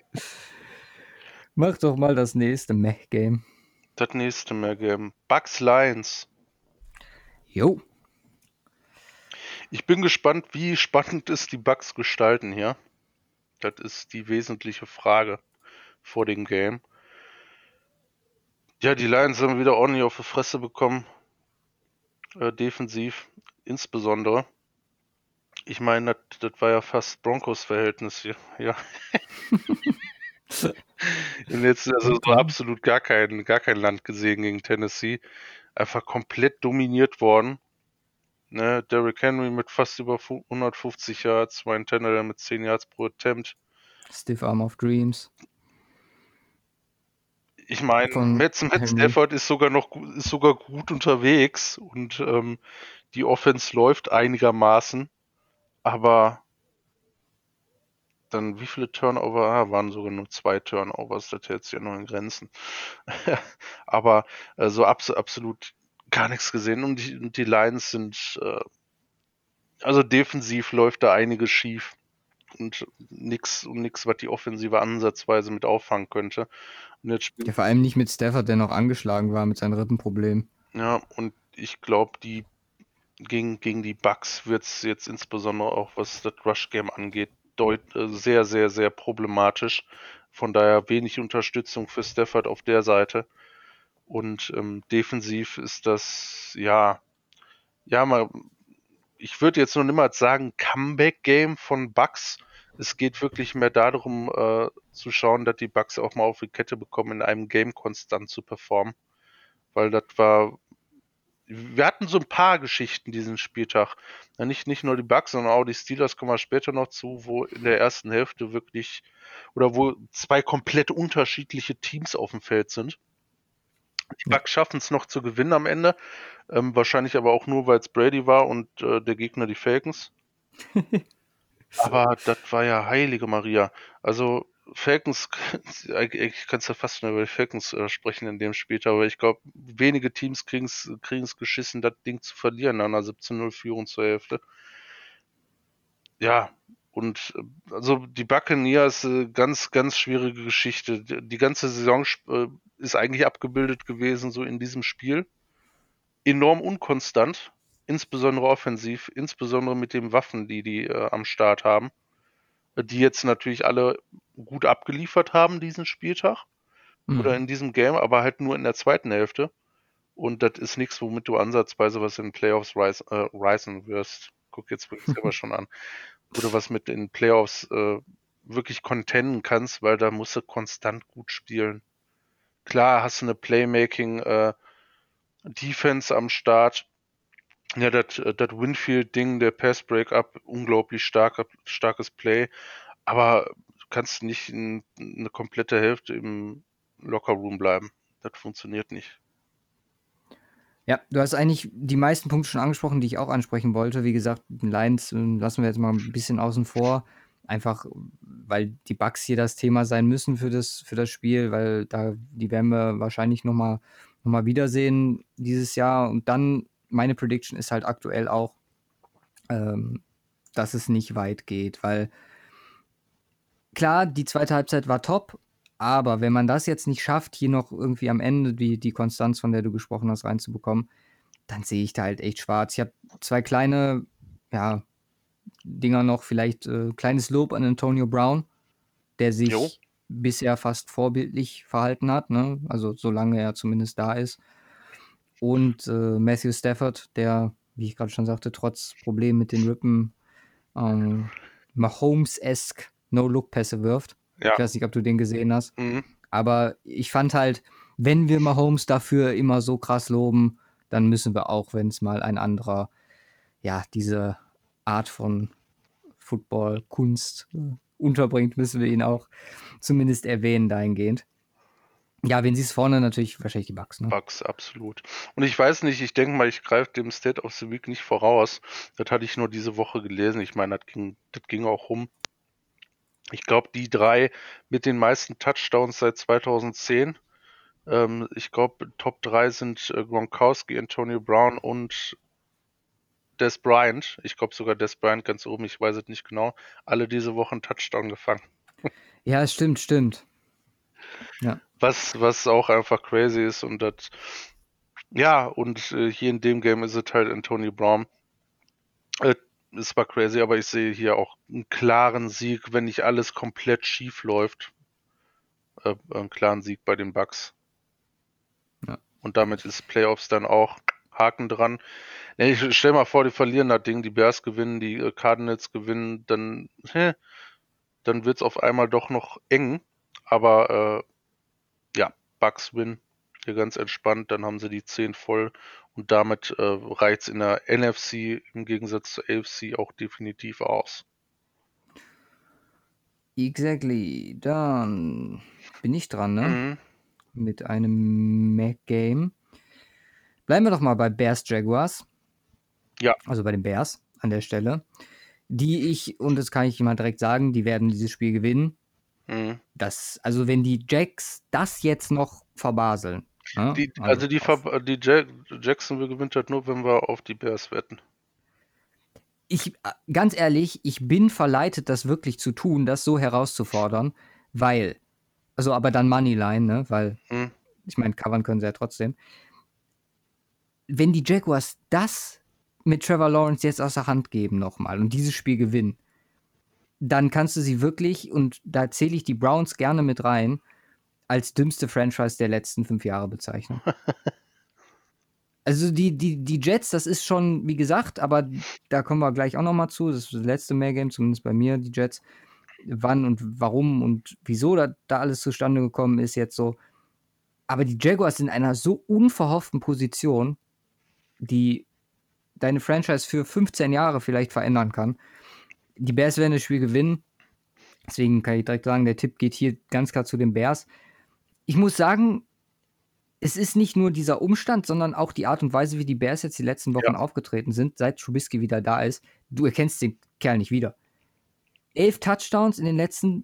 Mach doch mal das nächste Mech-Game. Das nächste mehr geben. Bucks Lions. Jo. Ich bin gespannt, wie spannend es die Bucks gestalten hier. Das ist die wesentliche Frage vor dem Game. Ja, die Lions haben wieder ordentlich auf die Fresse bekommen. Äh, defensiv insbesondere. Ich meine, das, das war ja fast Broncos-Verhältnis hier. Ja. Und jetzt also so absolut gar kein, gar kein Land gesehen gegen Tennessee. Einfach komplett dominiert worden. Ne, Derrick Henry mit fast über hundertfünfzig Yards, Ryan Tannehill mit zehn Yards pro Attempt. Stiff Arm of Dreams. Ich meine, Matt, Matt Stafford ist sogar noch ist sogar gut unterwegs und ähm, die Offense läuft einigermaßen, aber dann wie viele Turnover? Ah, waren sogar nur zwei Turnovers, das hält sich ja noch in Grenzen. aber äh, so abs absolut gar nichts gesehen und die, und die Lions sind äh, also defensiv läuft da einiges schief und nix und nix, was die Offensive ansatzweise mit auffangen könnte. Und jetzt ja, vor allem nicht mit Stafford, der noch angeschlagen war mit seinem Rippenproblem. Ja, und ich glaube, die gegen, gegen die Bucks wird es jetzt insbesondere auch, was das Rush-Game angeht, deut sehr, sehr, sehr problematisch. Von daher wenig Unterstützung für Stafford auf der Seite. Und ähm, defensiv ist das, ja, ja, mal, ich würde jetzt noch niemals sagen, Comeback-Game von Bucks. Es geht wirklich mehr darum, äh, zu schauen, dass die Bucks auch mal auf die Kette bekommen, in einem Game konstant zu performen. Weil das war, wir hatten so ein paar Geschichten diesen Spieltag. Ja, nicht, nicht nur die Bucks, sondern auch die Steelers, kommen wir später noch zu, wo in der ersten Hälfte wirklich, oder wo zwei komplett unterschiedliche Teams auf dem Feld sind. Die Bucks schaffen es noch zu gewinnen am Ende. Ähm, wahrscheinlich aber auch nur, weil es Brady war und äh, der Gegner die Falcons. Aber das war ja heilige Maria. Also Falcons, ich kann es ja fast nur über die Falcons äh, sprechen in dem Spieltag, aber ich glaube, wenige Teams kriegen es geschissen, das Ding zu verlieren an einer siebzehn null Führung zur Hälfte. Ja, und äh, also die Buccaneers, äh, ganz, ganz schwierige Geschichte. Die, die ganze Saison äh, ist eigentlich abgebildet gewesen, so in diesem Spiel. Enorm unkonstant, insbesondere offensiv, insbesondere mit den Waffen, die die äh, am Start haben, die jetzt natürlich alle gut abgeliefert haben diesen Spieltag Mhm. oder in diesem Game, aber halt nur in der zweiten Hälfte. Und das ist nichts, womit du ansatzweise was in den Playoffs reis, äh, reisen wirst. Guck, jetzt bringst du selber schon an. Wo du was mit den Playoffs äh, wirklich contenden kannst, weil da musst du konstant gut spielen. Klar hast du eine Playmaking äh, Defense am Start. Ja, das Winfield-Ding, der Pass-Breakup, unglaublich stark, starkes Play. Aber du kannst nicht in, eine komplette Hälfte im Lockerroom bleiben. Das funktioniert nicht. Ja, du hast eigentlich die meisten Punkte schon angesprochen, die ich auch ansprechen wollte. Wie gesagt, den Lions äh, lassen wir jetzt mal ein bisschen außen vor. Einfach, weil die Bucks hier das Thema sein müssen für das, für das Spiel, weil da die werden wir wahrscheinlich nochmal noch mal wiedersehen dieses Jahr. Und dann, meine Prediction ist halt aktuell auch, ähm, dass es nicht weit geht, weil klar, die zweite Halbzeit war top, Aber wenn man das jetzt nicht schafft, hier noch irgendwie am Ende die, die Konstanz, von der du gesprochen hast, reinzubekommen, dann sehe ich da halt echt schwarz. Ich habe zwei kleine, ja, Dinger noch, vielleicht äh, kleines Lob an Antonio Brown, der sich Jo. bisher fast vorbildlich verhalten hat, ne? Also solange er zumindest da ist. Und äh, Matthew Stafford, der, wie ich gerade schon sagte, trotz Problemen mit den Rippen ähm, Mahomes-esque No-Look-Pässe wirft. Ja. Ich weiß nicht, ob du den gesehen hast. Mhm. Aber ich fand halt, wenn wir Mahomes dafür immer so krass loben, dann müssen wir auch, wenn es mal ein anderer, ja, diese Art von Football, Kunst äh, unterbringt, müssen wir ihn auch zumindest erwähnen dahingehend. Ja, wen siehst vorne natürlich wahrscheinlich die Bucks, ne? Bucks, absolut. Und ich weiß nicht, ich denke mal, ich greife dem State of the Week nicht voraus. Das hatte ich nur diese Woche gelesen. Ich meine, das ging, das ging auch rum. Ich glaube, die drei mit den meisten Touchdowns seit zweitausendzehn. Ähm, ich glaube, Top drei sind äh, Gronkowski, Antonio Brown und Des Bryant. Ich glaube sogar Des Bryant ganz oben, ich weiß es nicht genau. Alle diese Woche einen Touchdown gefangen. Ja, es stimmt, stimmt. Ja. Was, was auch einfach crazy ist und das, ja, und äh, hier in dem Game ist es halt Antonio Brown. Äh, es war crazy, aber ich sehe hier auch einen klaren Sieg, wenn nicht alles komplett schief läuft. Äh, einen klaren Sieg bei den Bucks. Ja. Und damit ist Playoffs dann auch Haken dran. Nee, ich stell mal vor, die verlieren das Ding, die Bears gewinnen, die äh, Cardinals gewinnen, dann, hä, dann wird's auf einmal doch noch eng. Aber äh, ja, Bucks win hier ganz entspannt, dann haben sie die zehn voll und damit äh, reicht's in der N F C im Gegensatz zur A F C auch definitiv aus. Exactly. Dann bin ich dran, ne? Mhm. Mit einem Mac-Game. Bleiben wir doch mal bei Bears Jaguars. Ja. Also bei den Bears an der Stelle. Die ich, und das kann ich mal direkt sagen, die werden dieses Spiel gewinnen. Mhm. Das, also wenn die Jacks das jetzt noch verbaseln. Ne? Die, also die, Ver die Jack Jacksonville gewinnt halt nur, wenn wir auf die Bears wetten. Ich, ganz ehrlich, ich bin verleitet, das wirklich zu tun, das so herauszufordern, weil, also aber dann Moneyline, ne, weil, hm. ich meine, covern können sie ja trotzdem. Wenn die Jaguars das mit Trevor Lawrence jetzt aus der Hand geben nochmal und dieses Spiel gewinnen, dann kannst du sie wirklich, und da zähle ich die Browns gerne mit rein, als dümmste Franchise der letzten fünf Jahre bezeichnen. Also die, die, die Jets, das ist schon, wie gesagt, aber da kommen wir gleich auch nochmal zu. Das ist das letzte Mail-Game, zumindest bei mir, die Jets. Wann und warum und wieso da, da alles zustande gekommen ist jetzt so. Aber die Jaguars sind in einer so unverhofften Position, die deine Franchise für fünfzehn Jahre vielleicht verändern kann. Die Bears werden das Spiel gewinnen. Deswegen kann ich direkt sagen, der Tipp geht hier ganz klar zu den Bears. Ich muss sagen, es ist nicht nur dieser Umstand, sondern auch die Art und Weise, wie die Bears jetzt die letzten Wochen ja. aufgetreten sind, seit Trubisky wieder da ist. Du erkennst den Kerl nicht wieder. Elf Touchdowns in den letzten,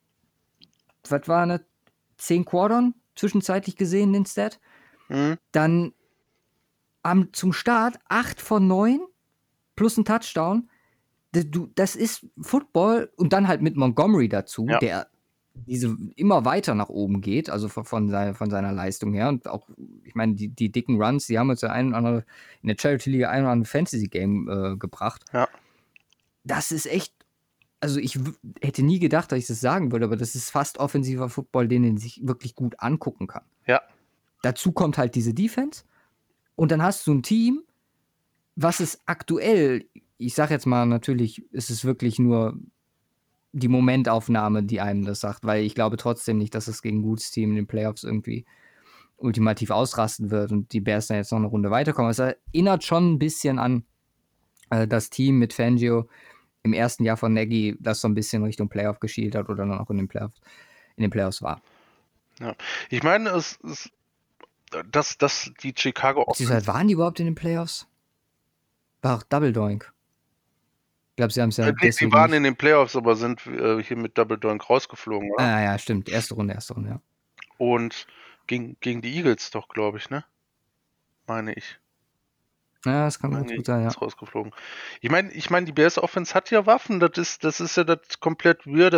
was war das, zehn Quartern zwischenzeitlich gesehen, den Stat. Mhm. Dann am, zum Start acht von neun plus ein Touchdown. Das, du, das ist Football und dann halt mit Montgomery dazu, ja. der diese immer weiter nach oben geht, also von, von, seiner, von seiner Leistung her. Und auch, ich meine, die, die dicken Runs, die haben uns ja ein oder andere in der Charity-Liga ein oder andere Fantasy-Game äh, gebracht. Ja. Das ist echt, also ich w- hätte nie gedacht, dass ich das sagen würde, aber das ist fast offensiver Football, den man sich wirklich gut angucken kann. Ja. Dazu kommt halt diese Defense und dann hast du ein Team, was es aktuell, ich sag jetzt mal natürlich, ist es wirklich nur die Momentaufnahme, die einem das sagt, weil ich glaube trotzdem nicht, dass es gegen ein gutes Team in den Playoffs irgendwie ultimativ ausrasten wird und die Bears dann jetzt noch eine Runde weiterkommen. Es erinnert schon ein bisschen an äh, das Team mit Fangio im ersten Jahr von Nagy, das so ein bisschen Richtung Playoff geschielt hat oder dann auch in den Playoffs, in den Playoffs war. Ja. Ich meine, es ist, dass, dass die Chicago Offense... Waren die überhaupt in den Playoffs? War auch Double Doink. Ich glaube, sie haben es ja äh, nee, die waren nicht in den Playoffs, aber sind äh, hier mit Double Doink rausgeflogen, oder? Ah ja, stimmt. Erste Runde, erste Runde, ja. Und gegen, gegen die Eagles doch, glaube ich, ne? Meine ich. Ja, das kann gut sein, ja. Rausgeflogen. Ich meine, ich meine, die Bears Offense hat ja Waffen, das ist, das ist ja das komplett Weirde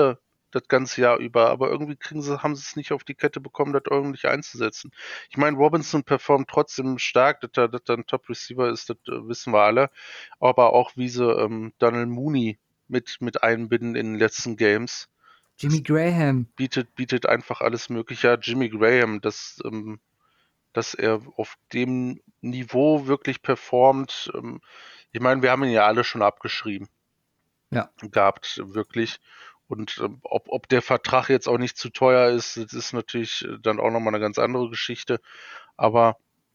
das ganze Jahr über, aber irgendwie kriegen sie, haben sie es nicht auf die Kette bekommen, das ordentlich einzusetzen. Ich meine, Robinson performt trotzdem stark, dass er, dass er ein Top-Receiver ist, das äh, wissen wir alle, aber auch wie sie ähm, Donald Mooney mit, mit einbinden in den letzten Games. Jimmy Graham. Bietet, bietet einfach alles Mögliche. Ja, Jimmy Graham, das, ähm, dass er auf dem Niveau wirklich performt. Ähm, ich meine, wir haben ihn ja alle schon abgeschrieben. Ja. Gehabt, wirklich. Und ähm, ob, ob der Vertrag jetzt auch nicht zu teuer ist, das ist natürlich dann auch nochmal eine ganz andere Geschichte. Aber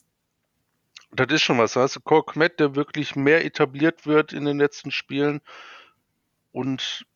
das ist schon was. Da hast du Cole Kmet, der wirklich mehr etabliert wird in den letzten Spielen. Und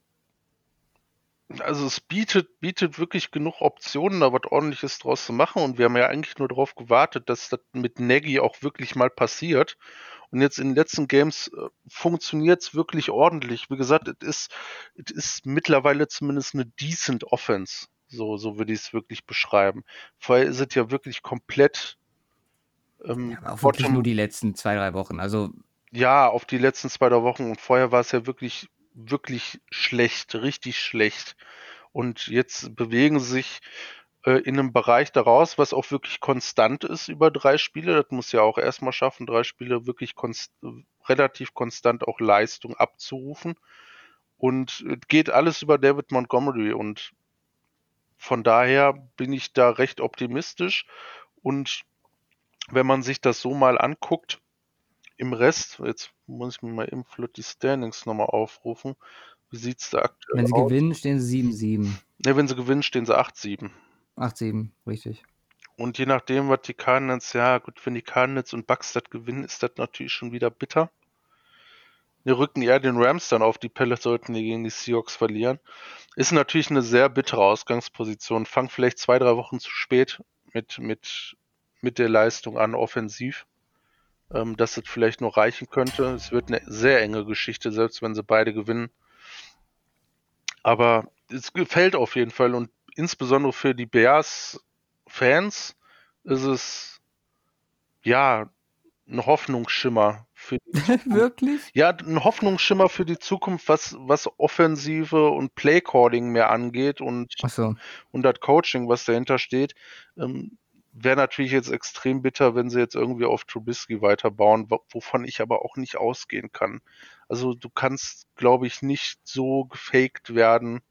also es bietet, bietet wirklich genug Optionen, da was Ordentliches draus zu machen. Und wir haben ja eigentlich nur darauf gewartet, dass das mit Nagy auch wirklich mal passiert. Und jetzt in den letzten Games äh, funktioniert es wirklich ordentlich. Wie gesagt, es ist, es ist mittlerweile zumindest eine decent Offense. So, so würde ich es wirklich beschreiben. Vorher ist es ja wirklich komplett ähm, Ja, aber auch wirklich bottom, nur die letzten zwei, drei Wochen. Also ja, auf die letzten zwei, drei Wochen. Und vorher war es ja wirklich, wirklich schlecht, richtig schlecht. Und jetzt bewegen sie sich äh, in einem Bereich daraus, was auch wirklich konstant ist über drei Spiele. Das muss ja auch erstmal schaffen, drei Spiele wirklich konst relativ konstant auch Leistung abzurufen. Und es geht alles über David Montgomery. Und von daher bin ich da recht optimistisch. Und wenn man sich das so mal anguckt, im Rest, jetzt muss ich mir mal eben flott die Standings nochmal aufrufen. Wie sieht es da aktuell wenn sie aus? gewinnen, stehen sie sieben sieben. Ne, wenn sie gewinnen, stehen sie acht sieben. acht sieben, richtig. Und je nachdem, was die Cardinals, ja gut, wenn die Cardinals und Bucks das gewinnen, ist das natürlich schon wieder bitter. Die rücken eher den Rams dann auf die Pelle, sollten die gegen die Seahawks verlieren. Ist natürlich eine sehr bittere Ausgangsposition. Fang vielleicht zwei, drei Wochen zu spät mit, mit, mit der Leistung an, offensiv. Ähm, dass es vielleicht nur reichen könnte. Es wird eine sehr enge Geschichte, selbst wenn sie beide gewinnen. Aber es gefällt auf jeden Fall und insbesondere für die Bears-Fans ist es ja ein Hoffnungsschimmer für die Zukunft. Wirklich? Ja, ein Hoffnungsschimmer für die Zukunft, was, was Offensive und Playcalling mehr angeht und, Ach so. und das Coaching, was dahinter steht. Ähm, Wäre natürlich jetzt extrem bitter, wenn sie jetzt irgendwie auf Trubisky weiterbauen, wovon ich aber auch nicht ausgehen kann. Also du kannst, glaube ich, nicht so gefaked werden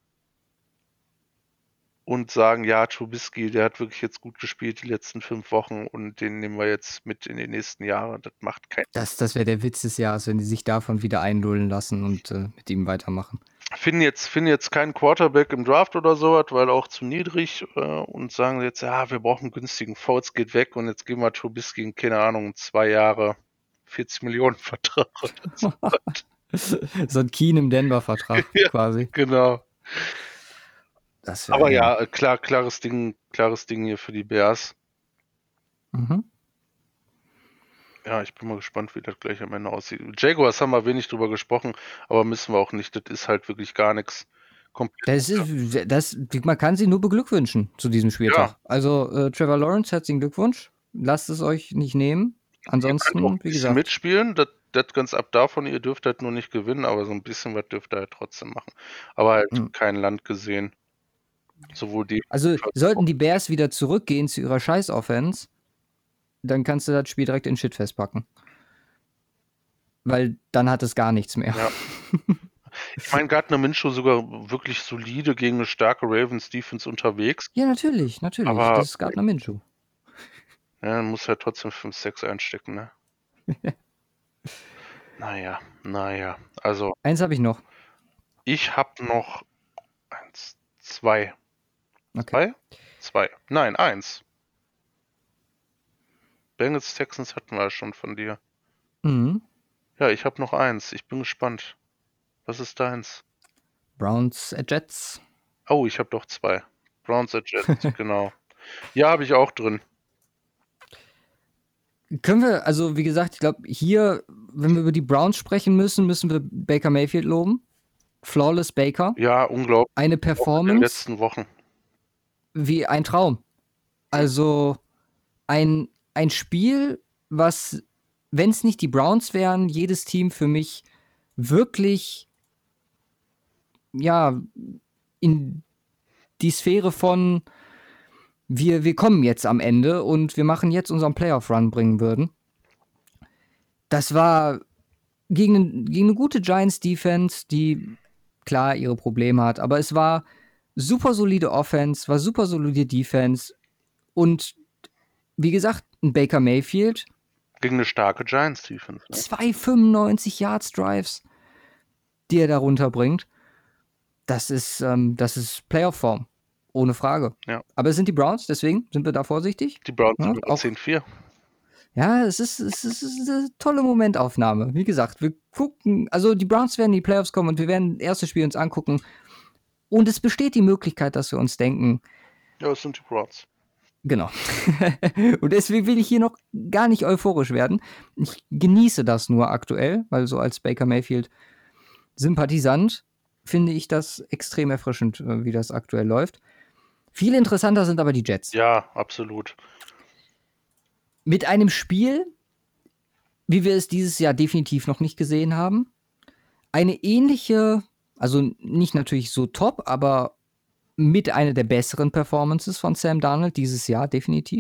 und sagen, ja, Trubisky, der hat wirklich jetzt gut gespielt die letzten fünf Wochen und den nehmen wir jetzt mit in die nächsten Jahre. Das macht keinen Sinn. Das, das wäre der Witz des Jahres, wenn die sich davon wieder einlullen lassen und äh, mit ihm weitermachen. Finden jetzt, finden jetzt keinen Quarterback im Draft oder sowas, weil auch zu niedrig äh, und sagen jetzt, ja, wir brauchen einen günstigen Fouts, geht weg und jetzt geben wir Trubisky in, keine Ahnung, zwei Jahre vierzig Millionen Vertrag. So ein Keen im Denver-Vertrag Ja, quasi. genau. Das wär Aber eng. ja, klar, klares Ding, klares Ding hier für die Bears. Mhm. Ja, ich bin mal gespannt, wie das gleich am Ende aussieht. Jaguars haben wir wenig drüber gesprochen, aber müssen wir auch nicht. Das ist halt wirklich gar nichts. Komplett. Das ist, das, man kann sie nur beglückwünschen zu diesem Spieltag. Ja. Also äh, Trevor Lawrence, herzlichen Glückwunsch. Lasst es euch nicht nehmen. Ansonsten, Ihr könnt auch ein wie bisschen gesagt. mitspielen, das, das ganz ab davon, ihr dürft halt nur nicht gewinnen, aber so ein bisschen was dürft ihr halt trotzdem machen. Aber halt Mhm. kein Land gesehen. Sowohl die. Also sollten die Bears wieder zurückgehen zu ihrer Scheiß-Offense, dann kannst du das Spiel direkt in Shit festpacken. Weil dann hat es gar nichts mehr. Ja. Ich meine, Gardner Minshew sogar wirklich solide gegen eine starke Ravens-Defense unterwegs. Ja, natürlich, natürlich. Aber das ist Gardner Minshew. ja, man muss halt trotzdem fünf sechs einstecken, ne? Naja, naja. Also, Eins habe ich noch. ich habe noch eins, zwei. Okay. Zwei? Zwei. Nein, eins. Bengals Texans hatten wir ja schon von dir. Mhm. Ja, ich habe noch eins. Ich bin gespannt. Was ist deins? Browns at Jets. Oh, ich habe doch zwei. Browns at Jets, genau. Ja, habe ich auch drin. Können wir, also wie gesagt, ich glaube, hier, wenn wir über die Browns sprechen müssen, müssen wir Baker Mayfield loben. Flawless Baker. Ja, unglaublich. Eine Auch in den Performance letzten Wochen. wie ein Traum. Also ein, ein Spiel, was, wenn es nicht die Browns wären, jedes Team für mich wirklich, ja, in die Sphäre von wir, wir kommen jetzt am Ende und wir machen jetzt unseren Playoff-Run bringen würden. Das war gegen, gegen eine gute Giants-Defense, die klar ihre Probleme hat, aber es war super solide Offense, war super solide Defense und wie gesagt, ein Baker Mayfield. Gegen eine starke Giants-Defense. Ne? Zwei fünfundneunzig Yards Drives, die er da runterbringt. Das ist, ähm, das ist Playoff-Form. Ohne Frage. Ja. Aber es sind die Browns, deswegen sind wir da vorsichtig. Die Browns ja, sind auch zehn vier. Ja, es ist, es, ist, es ist eine tolle Momentaufnahme. Wie gesagt, wir gucken, also die Browns werden in die Playoffs kommen und wir werden das erste Spiel uns angucken. Und es besteht die Möglichkeit, dass wir uns denken. Ja, es sind die Browns. Genau. Und deswegen will ich hier noch gar nicht euphorisch werden. Ich genieße das nur aktuell, weil so als Baker Mayfield Sympathisant finde ich das extrem erfrischend, wie das aktuell läuft. Viel interessanter sind aber die Jets. Ja, absolut. Mit einem Spiel, wie wir es dieses Jahr definitiv noch nicht gesehen haben. Eine ähnliche, also nicht natürlich so top, aber mit einer der besseren Performances von Sam Darnold dieses Jahr definitiv.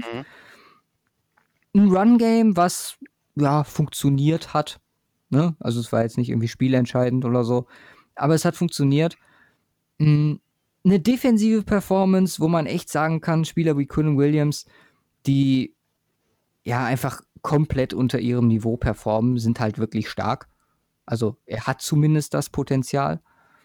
Mhm. Ein Run-Game, was ja funktioniert hat. Ne? Also es war jetzt nicht irgendwie spielentscheidend oder so, aber es hat funktioniert. Eine defensive Performance, wo man echt sagen kann, Spieler wie Quinnen Williams, die ja einfach komplett unter ihrem Niveau performen, sind halt wirklich stark. Also er hat zumindest das Potenzial.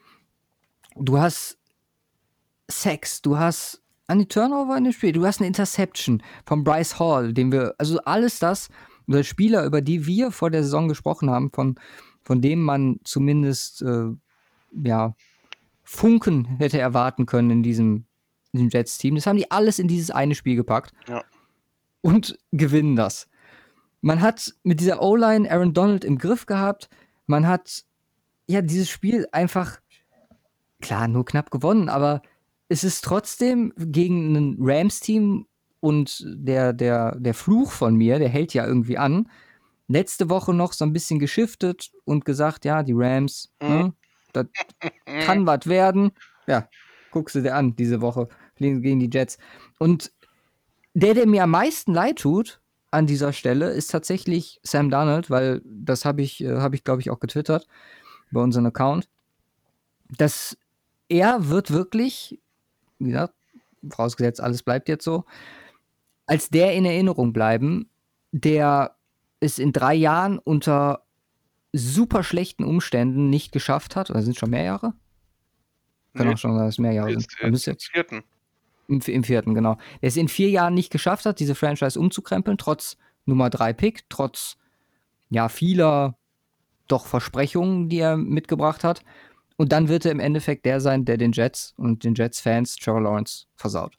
Du hast Sacks, du hast eine Turnover in dem Spiel, du hast eine Interception von Bryce Hall, den wir, also alles das, oder Spieler, über die wir vor der Saison gesprochen haben, von, von dem man zumindest äh, ja, Funken hätte erwarten können in diesem, in diesem Jets-Team. Das haben die alles in dieses eine Spiel gepackt. Ja. Und gewinnen das. Man hat mit dieser O-Line Aaron Donald im Griff gehabt. Man hat ja dieses Spiel einfach, klar, nur knapp gewonnen, aber es ist trotzdem gegen ein Rams-Team und der, der, der Fluch von mir, der hält ja irgendwie an. Letzte Woche noch so ein bisschen geschiftet und gesagt, ja, die Rams, mhm. ne, das kann was werden. Ja, guckst du dir an, diese Woche gegen die Jets. Und der, der mir am meisten leid tut an dieser Stelle, ist tatsächlich Sam Darnold, weil das habe ich, äh, habe ich, glaube ich, auch getwittert bei unserem Account, dass er wird wirklich, wie gesagt, vorausgesetzt, alles bleibt jetzt so, als der in Erinnerung bleiben, der es in drei Jahren unter super schlechten Umständen nicht geschafft hat, oder sind schon mehr Jahre? Kann nee, auch schon sein, dass es mehr Jahre sind. Im vierten. Im, Im vierten, genau. Der es in vier Jahren nicht geschafft hat, diese Franchise umzukrempeln, trotz Nummer drei Pick, trotz ja vieler doch Versprechungen, die er mitgebracht hat. Und dann wird er im Endeffekt der sein, der den Jets und den Jets-Fans Trevor Lawrence versaut.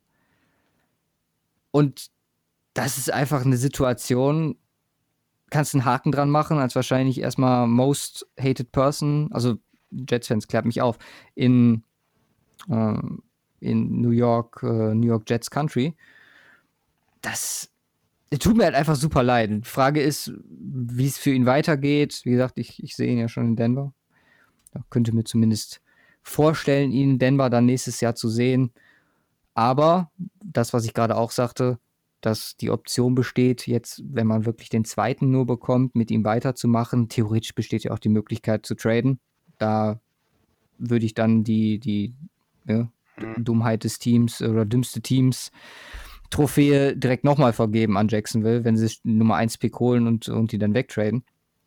Und das ist einfach eine Situation, kannst einen Haken dran machen, als wahrscheinlich erstmal most hated person, also Jets-Fans, klärt mich auf, in, äh, in New York, äh, New York Jets Country. Das tut mir halt einfach super leid. Die Frage ist, wie es für ihn weitergeht. Wie gesagt, ich, ich sehe ihn ja schon in Denver. Da könnte mir zumindest vorstellen, ihn in Denver dann nächstes Jahr zu sehen. Aber das, was ich gerade auch sagte, dass die Option besteht, jetzt, wenn man wirklich den zweiten nur bekommt, mit ihm weiterzumachen. Theoretisch besteht ja auch die Möglichkeit zu traden. Da würde ich dann die, die ja, mhm. Dummheit des Teams oder dümmste Teams Trophäe direkt nochmal vergeben an Jacksonville, wenn sie Nummer eins Pick holen und, und die dann wegtraden.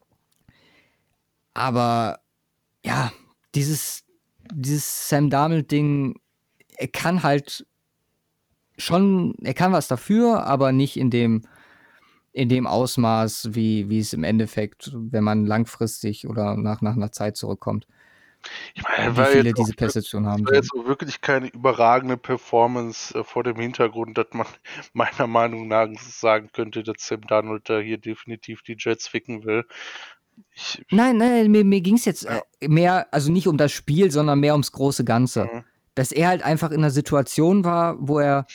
Aber ja, dieses, dieses Sam Darnold-Ding, er kann halt schon, er kann was dafür, aber nicht in dem, in dem Ausmaß, wie, wie es im Endeffekt, wenn man langfristig oder nach, nach einer Zeit zurückkommt. Ich meine, wie viele diese Perception haben. Das war jetzt auch wirklich keine überragende Performance äh, vor dem Hintergrund, dass man meiner Meinung nach sagen könnte, dass Sam Darnold da hier definitiv die Jets ficken will. Ich, nein, nein, mir, mir ging es jetzt ja. äh, mehr, also nicht um das Spiel, sondern mehr ums große Ganze. Mhm. Dass er halt einfach in einer Situation war, wo er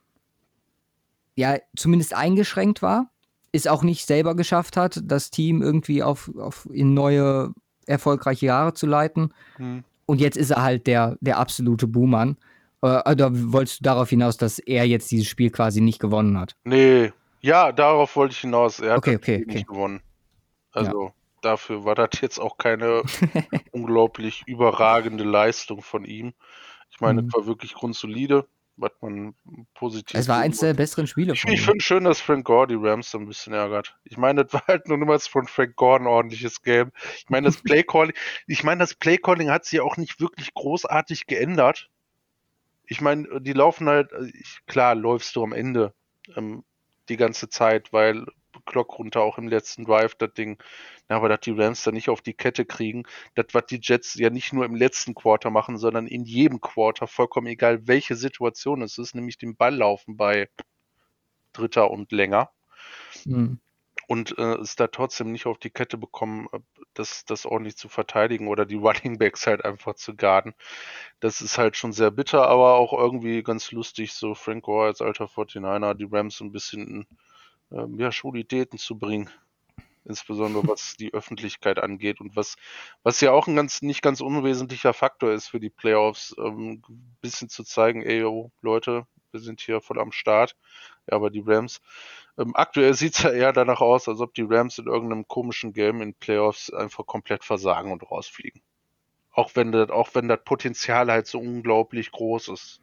ja zumindest eingeschränkt war, es auch nicht selber geschafft hat, das Team irgendwie auf, auf in neue erfolgreiche Jahre zu leiten. Mhm. Und jetzt ist er halt der, der absolute Buhmann. Äh, oder wolltest du darauf hinaus, dass er jetzt dieses Spiel quasi nicht gewonnen hat? Nee, ja, darauf wollte ich hinaus. Er hat Okay, das okay, Spiel nicht okay. gewonnen. Ja. Also dafür war das jetzt auch keine unglaublich überragende Leistung von ihm. Ich meine, es Mhm. war wirklich grundsolide, was man positiv Es war sehen eins muss. der besseren Spiele Ich, von ich ihm. finde schön, dass Frank Gore die Rams so ein bisschen ärgert. Ich meine, das war halt nur niemals von Frank Gore ein ordentliches Game. Ich meine, das Playcalling, ich meine, das Playcalling hat sich ja auch nicht wirklich großartig geändert. Ich meine, die laufen halt, ich, klar, läufst du am Ende ähm, die ganze Zeit, weil Clock runter auch im letzten Drive, das Ding, na, aber dass die Rams da nicht auf die Kette kriegen, das, was die Jets ja nicht nur im letzten Quarter machen, sondern in jedem Quarter, vollkommen egal, welche Situation es ist, nämlich den Ball laufen bei Dritter und länger. Mhm. Und äh, es da trotzdem nicht auf die Kette bekommen, das, das ordentlich zu verteidigen oder die Running Backs halt einfach zu garden. Das ist halt schon sehr bitter, aber auch irgendwie ganz lustig, so Frank Gore als alter forty-niner, die Rams so ein bisschen in ähm, ja, Schwulitäten zu bringen. Insbesondere was die Öffentlichkeit angeht und was, was ja auch ein ganz nicht ganz unwesentlicher Faktor ist für die Playoffs, ähm, ein bisschen zu zeigen, ey, yo, Leute, wir sind hier voll am Start. Ja, aber die Rams, ähm, aktuell sieht es ja eher danach aus, als ob die Rams in irgendeinem komischen Game in Playoffs einfach komplett versagen und rausfliegen. Auch wenn das, auch wenn das Potenzial halt so unglaublich groß ist.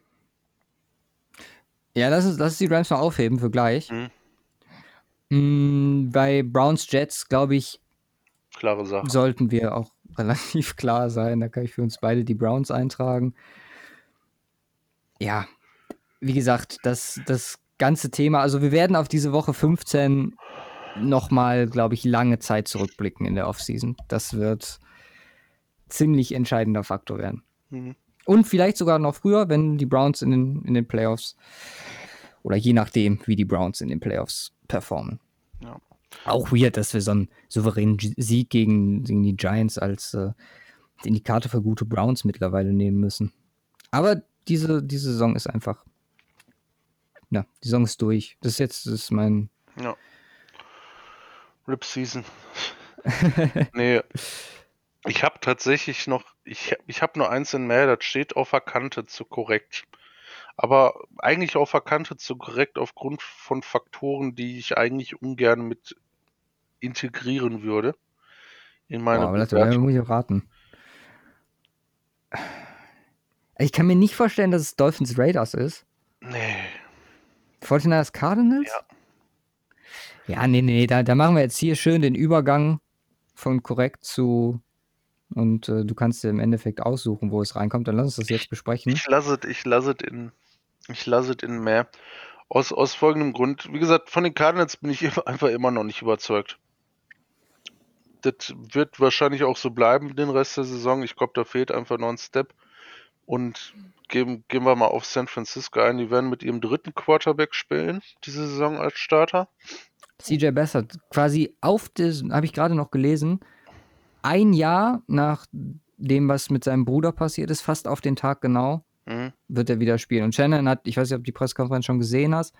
Ja, lass uns, lass uns die Rams mal aufheben für gleich. Hm, Mm, bei Browns Jets, glaube ich, klare Sache. sollten wir auch relativ klar sein. Da kann ich für uns beide die Browns eintragen. Ja, wie gesagt, das, das ganze Thema, also wir werden auf diese Woche fünfzehn nochmal, glaube ich, lange Zeit zurückblicken in der Offseason. Das wird ziemlich entscheidender Faktor werden. Hm. Und vielleicht sogar noch früher, wenn die Browns in den, in den Playoffs oder je nachdem, wie die Browns in den Playoffs performen. Ja. Auch weird, dass wir so einen souveränen Sieg gegen, gegen die Giants als äh, Indikator für gute Browns mittlerweile nehmen müssen. Aber diese, diese Saison ist einfach, ja, die Saison ist durch. Das ist jetzt das ist mein... Ja. Rip Season. Nee, ich habe tatsächlich noch, ich, ich habe nur eins in mehr, das steht auf der Kante zu korrekt. Aber eigentlich auf der Kante zu korrekt aufgrund von Faktoren, die ich eigentlich ungern mit integrieren würde in meine Boah, aber Leute, da Bewertung. muss ich auch raten. Ich kann mir nicht vorstellen, dass es Dolphins Raiders ist. Nee. forty-niners Cardinals? Ja. Ja, nee, nee, da, da machen wir jetzt hier schön den Übergang von korrekt zu und äh, du kannst dir im Endeffekt aussuchen, wo es reinkommt. Dann lass uns das jetzt besprechen. Ich lasse es, ich lasse es in, ich lasse es in mehr. Aus, aus folgendem Grund. Wie gesagt, von den Cardinals bin ich immer, einfach immer noch nicht überzeugt. Das wird wahrscheinlich auch so bleiben den Rest der Saison. Ich glaube, da fehlt einfach noch ein Step. Und gehen, gehen wir mal auf San Francisco ein. Die werden mit ihrem dritten Quarterback spielen, diese Saison als Starter. C J Beathard, quasi auf das, habe ich gerade noch gelesen, ein Jahr nach dem, was mit seinem Bruder passiert ist, fast auf den Tag genau, Mhm. wird er wieder spielen. Und Shannon hat, ich weiß nicht, ob du die Pressekonferenz schon gesehen hast,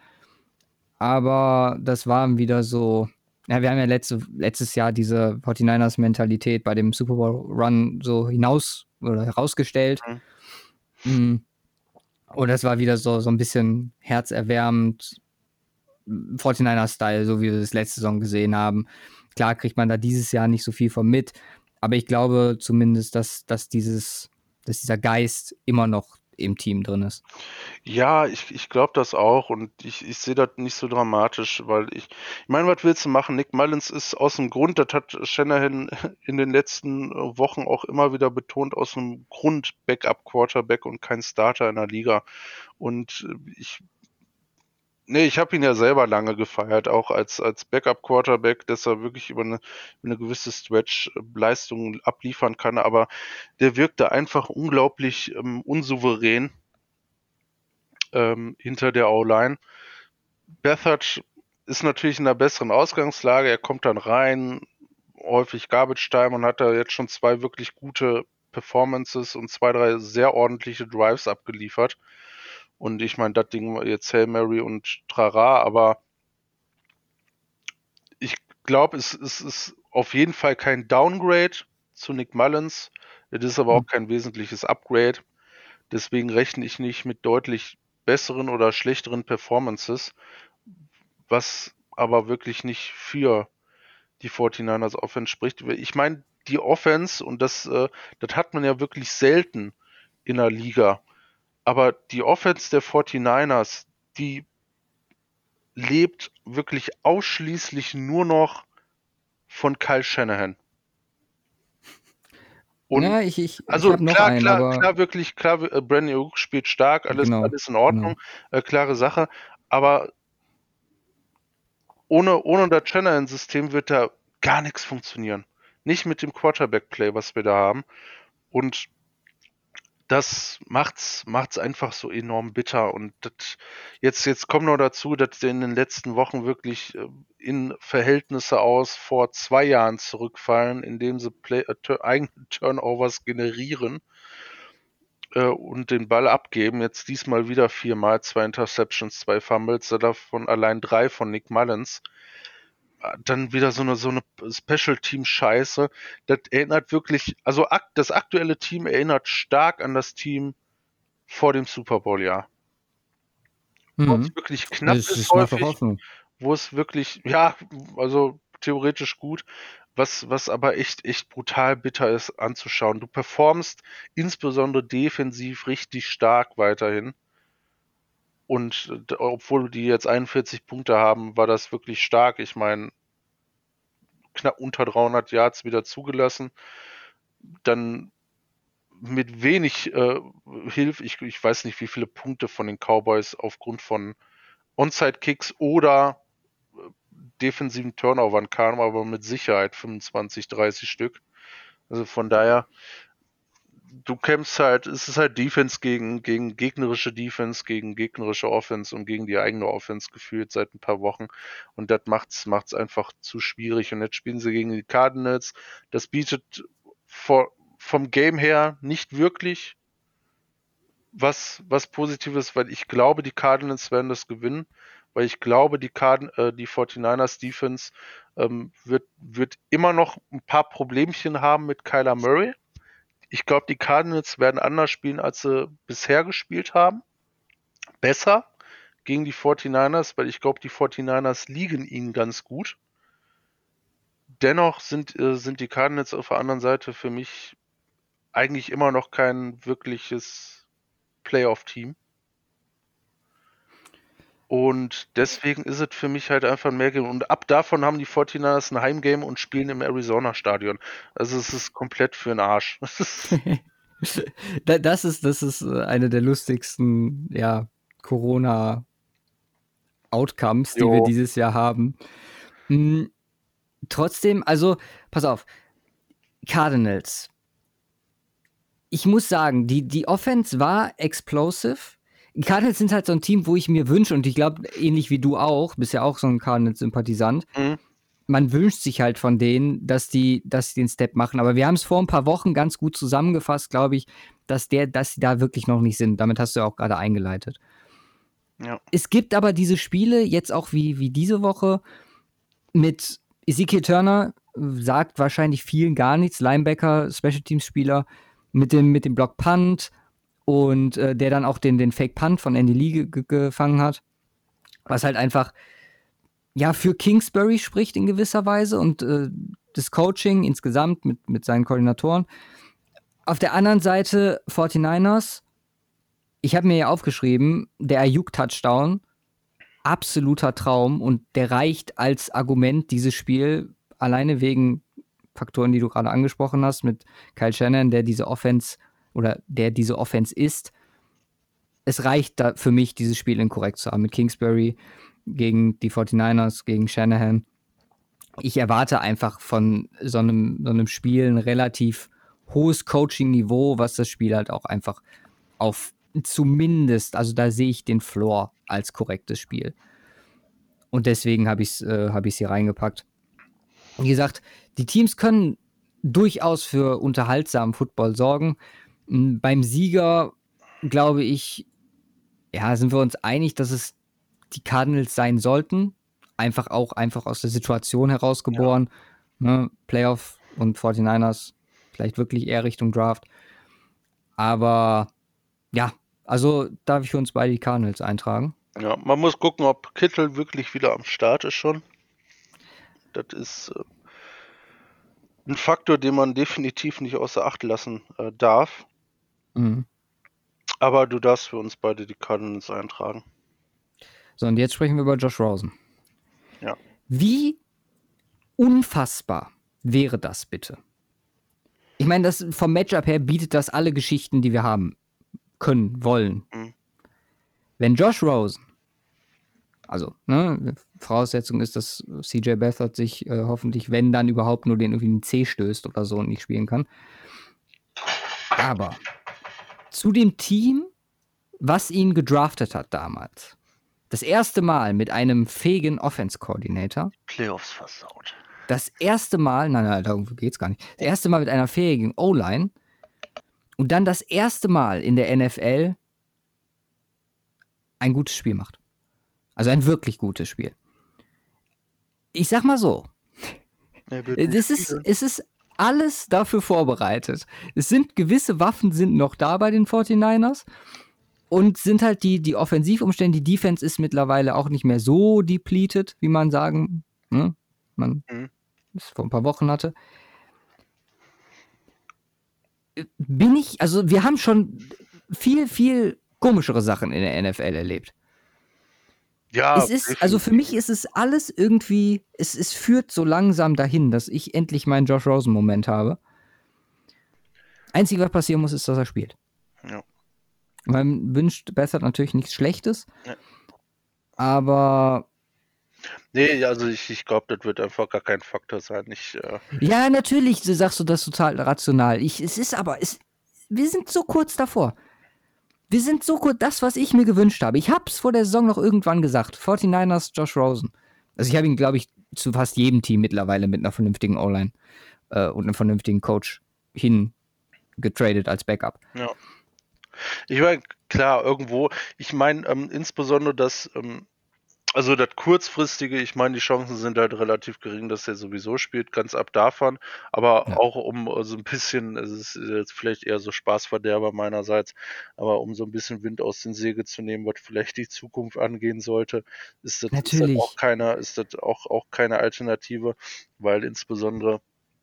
aber das war wieder so, ja, wir haben ja letzte, letztes Jahr diese forty-niners-Mentalität bei dem Super Bowl-Run so hinaus oder herausgestellt. Mhm. Und das war wieder so, so ein bisschen herzerwärmend, forty-niners-Style, so wie wir das letzte Saison gesehen haben. Klar kriegt man da dieses Jahr nicht so viel von mit, aber ich glaube zumindest, dass, dass, dieses, dass dieser Geist immer noch im Team drin ist. Ja, ich, ich glaube das auch und ich, ich sehe das nicht so dramatisch, weil ich, ich meine, was willst du machen? Nick Mullins ist aus dem Grund, das hat Shanahan in den letzten Wochen auch immer wieder betont, aus dem Grund Backup-Quarterback und kein Starter in der Liga. Und ich Nee, ich habe ihn ja selber lange gefeiert, auch als, als Backup-Quarterback, dass er wirklich über eine, eine gewisse Stretch-Leistung abliefern kann, aber der wirkte einfach unglaublich ähm, unsouverän ähm, hinter der O-Line. Beathard ist natürlich in einer besseren Ausgangslage, er kommt dann rein, häufig Garbage-Time und hat da jetzt schon zwei wirklich gute Performances und zwei, drei sehr ordentliche Drives abgeliefert. Und ich meine, das Ding jetzt Hail Mary und Trara, aber ich glaube, es, es ist auf jeden Fall kein Downgrade zu Nick Mullins. Es ist aber auch kein wesentliches Upgrade. Deswegen rechne ich nicht mit deutlich besseren oder schlechteren Performances, was aber wirklich nicht für die forty-niners Offense spricht. Ich meine, die Offense, und das, äh, das hat man ja wirklich selten in der Liga, aber die Offense der forty-niners, die lebt wirklich ausschließlich nur noch von Kyle Shanahan. Und Ja, ich, ich, also ich habe noch klar, einen, klar, aber klar, wirklich, klar, äh, Brandon Ayuk spielt stark, alles, genau, alles in Ordnung, äh, klare Sache, aber ohne, ohne das Shanahan-System wird da gar nichts funktionieren. Nicht mit dem Quarterback-Play, was wir da haben. Und das macht's, macht's einfach so enorm bitter. Und das, jetzt, jetzt kommt noch dazu, dass sie in den letzten Wochen wirklich äh, in Verhältnisse aus vor zwei Jahren zurückfallen, indem sie Play, äh, tu- eigene Turnovers generieren äh, und den Ball abgeben. Jetzt diesmal wieder viermal, zwei Interceptions, zwei Fumbles, davon allein drei von Nick Mullins. Äh, Dann wieder so eine, so eine Special-Team-Scheiße. Das erinnert wirklich, also ak das aktuelle Team erinnert stark an das Team vor dem Super Bowl-Jahr. Wo es mhm. wirklich knapp Es, ist es macht doch häufig, Hoffnung. wo es wirklich, ja, also theoretisch gut, was, was aber echt, echt brutal bitter ist anzuschauen. Du performst insbesondere defensiv richtig stark weiterhin. Und d- obwohl die jetzt einundvierzig Punkte haben, war das wirklich stark. Ich meine, knapp unter dreihundert Yards wieder zugelassen. Dann mit wenig äh, Hilfe, ich, ich weiß nicht, wie viele Punkte von den Cowboys aufgrund von Onside-Kicks oder äh, defensiven Turnovern kamen, aber mit Sicherheit fünfundzwanzig, dreißig Stück. Also von daher, du kämpfst halt, es ist halt Defense gegen, gegen gegnerische Defense, gegen gegnerische Offense und gegen die eigene Offense gefühlt seit ein paar Wochen. Und das macht's, macht's einfach zu schwierig. Und jetzt spielen sie gegen die Cardinals. Das bietet vor, vom Game her nicht wirklich was, was Positives, weil ich glaube, die Cardinals werden das gewinnen, weil ich glaube, die, Card äh, die forty-niners Defense ähm, wird, wird immer noch ein paar Problemchen haben mit Kyler Murray. Ich glaube, die Cardinals werden anders spielen, als sie bisher gespielt haben. Besser gegen die forty-niners, weil ich glaube, die forty-niners liegen ihnen ganz gut. Dennoch sind, äh, sind die Cardinals auf der anderen Seite für mich eigentlich immer noch kein wirkliches Playoff-Team. Und deswegen ist es für mich halt einfach ein mehr Game. Und ab davon haben die forty-niners ein Heimgame und spielen im Arizona-Stadion. Also es ist komplett für den Arsch. Da- das ist, das ist äh, eine der lustigsten, ja, Corona-Outcomes, die wir Jo. dieses Jahr haben. Hm, trotzdem, also, pass auf, Cardinals. Ich muss sagen, die, die Offense war explosive. Die Cardinals sind halt so ein Team, wo ich mir wünsche, und ich glaube, ähnlich wie du auch, bist ja auch so ein Cardinals-Sympathisant, Mhm. man wünscht sich halt von denen, dass die, dass sie den Step machen. Aber wir haben es vor ein paar Wochen ganz gut zusammengefasst, glaube ich, dass der, dass sie da wirklich noch nicht sind. Damit hast du ja auch gerade eingeleitet. Ja. Es gibt aber diese Spiele, jetzt auch wie, wie diese Woche, mit Ezekiel Turner, sagt wahrscheinlich vielen gar nichts, Linebacker, Special Teams Spieler, mit dem, mit dem Block Punt und äh, der dann auch den, den Fake Punt von Andy Lee ge- ge- gefangen hat. Was halt einfach ja für Kingsbury spricht in gewisser Weise und äh, das Coaching insgesamt mit, mit seinen Koordinatoren. Auf der anderen Seite forty-niners, ich habe mir ja aufgeschrieben, der Ayuk-Touchdown, absoluter Traum und der reicht als Argument, dieses Spiel alleine wegen Faktoren, die du gerade angesprochen hast, mit Kyle Shanahan, der diese Offense oder der diese Offense ist. Es reicht da für mich, dieses Spiel inkorrekt zu haben mit Kingsbury gegen die forty-niners, gegen Shanahan. Ich erwarte einfach von so einem, so einem Spiel ein relativ hohes Coaching-Niveau, was das Spiel halt auch einfach auf zumindest, also da sehe ich den Floor als korrektes Spiel. Und deswegen habe ich es äh, hab ich's hier reingepackt. Wie gesagt, die Teams können durchaus für unterhaltsamen Football sorgen. M, Beim Sieger, glaube ich, ja, sind wir uns einig, dass es die Cardinals sein sollten. Einfach auch einfach aus der Situation heraus geboren. Ne? Playoff und forty-niners, vielleicht wirklich eher Richtung Draft. Aber ja, also darf ich für uns beide die Cardinals eintragen. Ja, man muss gucken, ob Kittel wirklich wieder am Start ist schon. Das ist äh, ein Faktor, den man definitiv nicht außer Acht lassen äh, darf. Mhm. Aber du darfst für uns beide die Cardinals eintragen. So, und jetzt sprechen wir über Josh Rosen. Ja. Wie unfassbar wäre das bitte? Ich meine, das vom Matchup her bietet das alle Geschichten, die wir haben können, wollen. Mhm. Wenn Josh Rosen, also, ne, Voraussetzung ist, dass C J Beathard sich äh, hoffentlich, wenn dann überhaupt, nur den irgendwie einen C stößt oder so und nicht spielen kann. Aber zu dem Team, was ihn gedraftet hat damals, das erste Mal mit einem fähigen Offense-Coordinator, Playoffs versaut. das erste Mal, nein, nein, darum geht's gar nicht, das erste Mal mit einer fähigen O-Line und dann das erste Mal in der N F L ein gutes Spiel macht. Also ein wirklich gutes Spiel. Ich sag mal so, es ist, es ist alles dafür vorbereitet. Es sind gewisse Waffen sind noch da bei den forty-niners und sind halt die, die Offensivumstände, die Defense ist mittlerweile auch nicht mehr so depleted, wie man sagen, ne? man Mhm. es vor ein paar Wochen hatte. Bin ich, also wir haben schon viel, viel komischere Sachen in der N F L erlebt. Ja, es ist, also für mich ist es alles irgendwie, es, es führt so langsam dahin, dass ich endlich meinen Josh Rosen-Moment habe. Einzige, was passieren muss, ist, dass er spielt. Ja. Man wünscht Beathard natürlich nichts Schlechtes, Ja. aber Nee, also ich, ich glaube, das wird einfach gar kein Faktor sein. Ich, äh ja, natürlich sagst du das total rational. Ich, es ist aber, es, wir sind so kurz davor. Wir sind so kurz, das, was ich mir gewünscht habe. Ich habe es vor der Saison noch irgendwann gesagt. forty-niners, Josh Rosen. Also ich habe ihn, glaube ich, zu fast jedem Team mittlerweile mit einer vernünftigen O-Line äh, und einem vernünftigen Coach hingetradet als Backup. Ja. Ich meine, klar, irgendwo, ich meine, ähm, insbesondere das, ähm, also das kurzfristige, ich meine, die Chancen sind halt relativ gering, dass er sowieso spielt, ganz ab davon, aber Ja. auch um äh, so ein bisschen, es ist jetzt vielleicht eher so Spaßverderber meinerseits, aber um so ein bisschen Wind aus den Segeln zu nehmen, was vielleicht die Zukunft angehen sollte, ist das, ist das Natürlich. auch keine, ist das auch, auch keine Alternative, weil insbesondere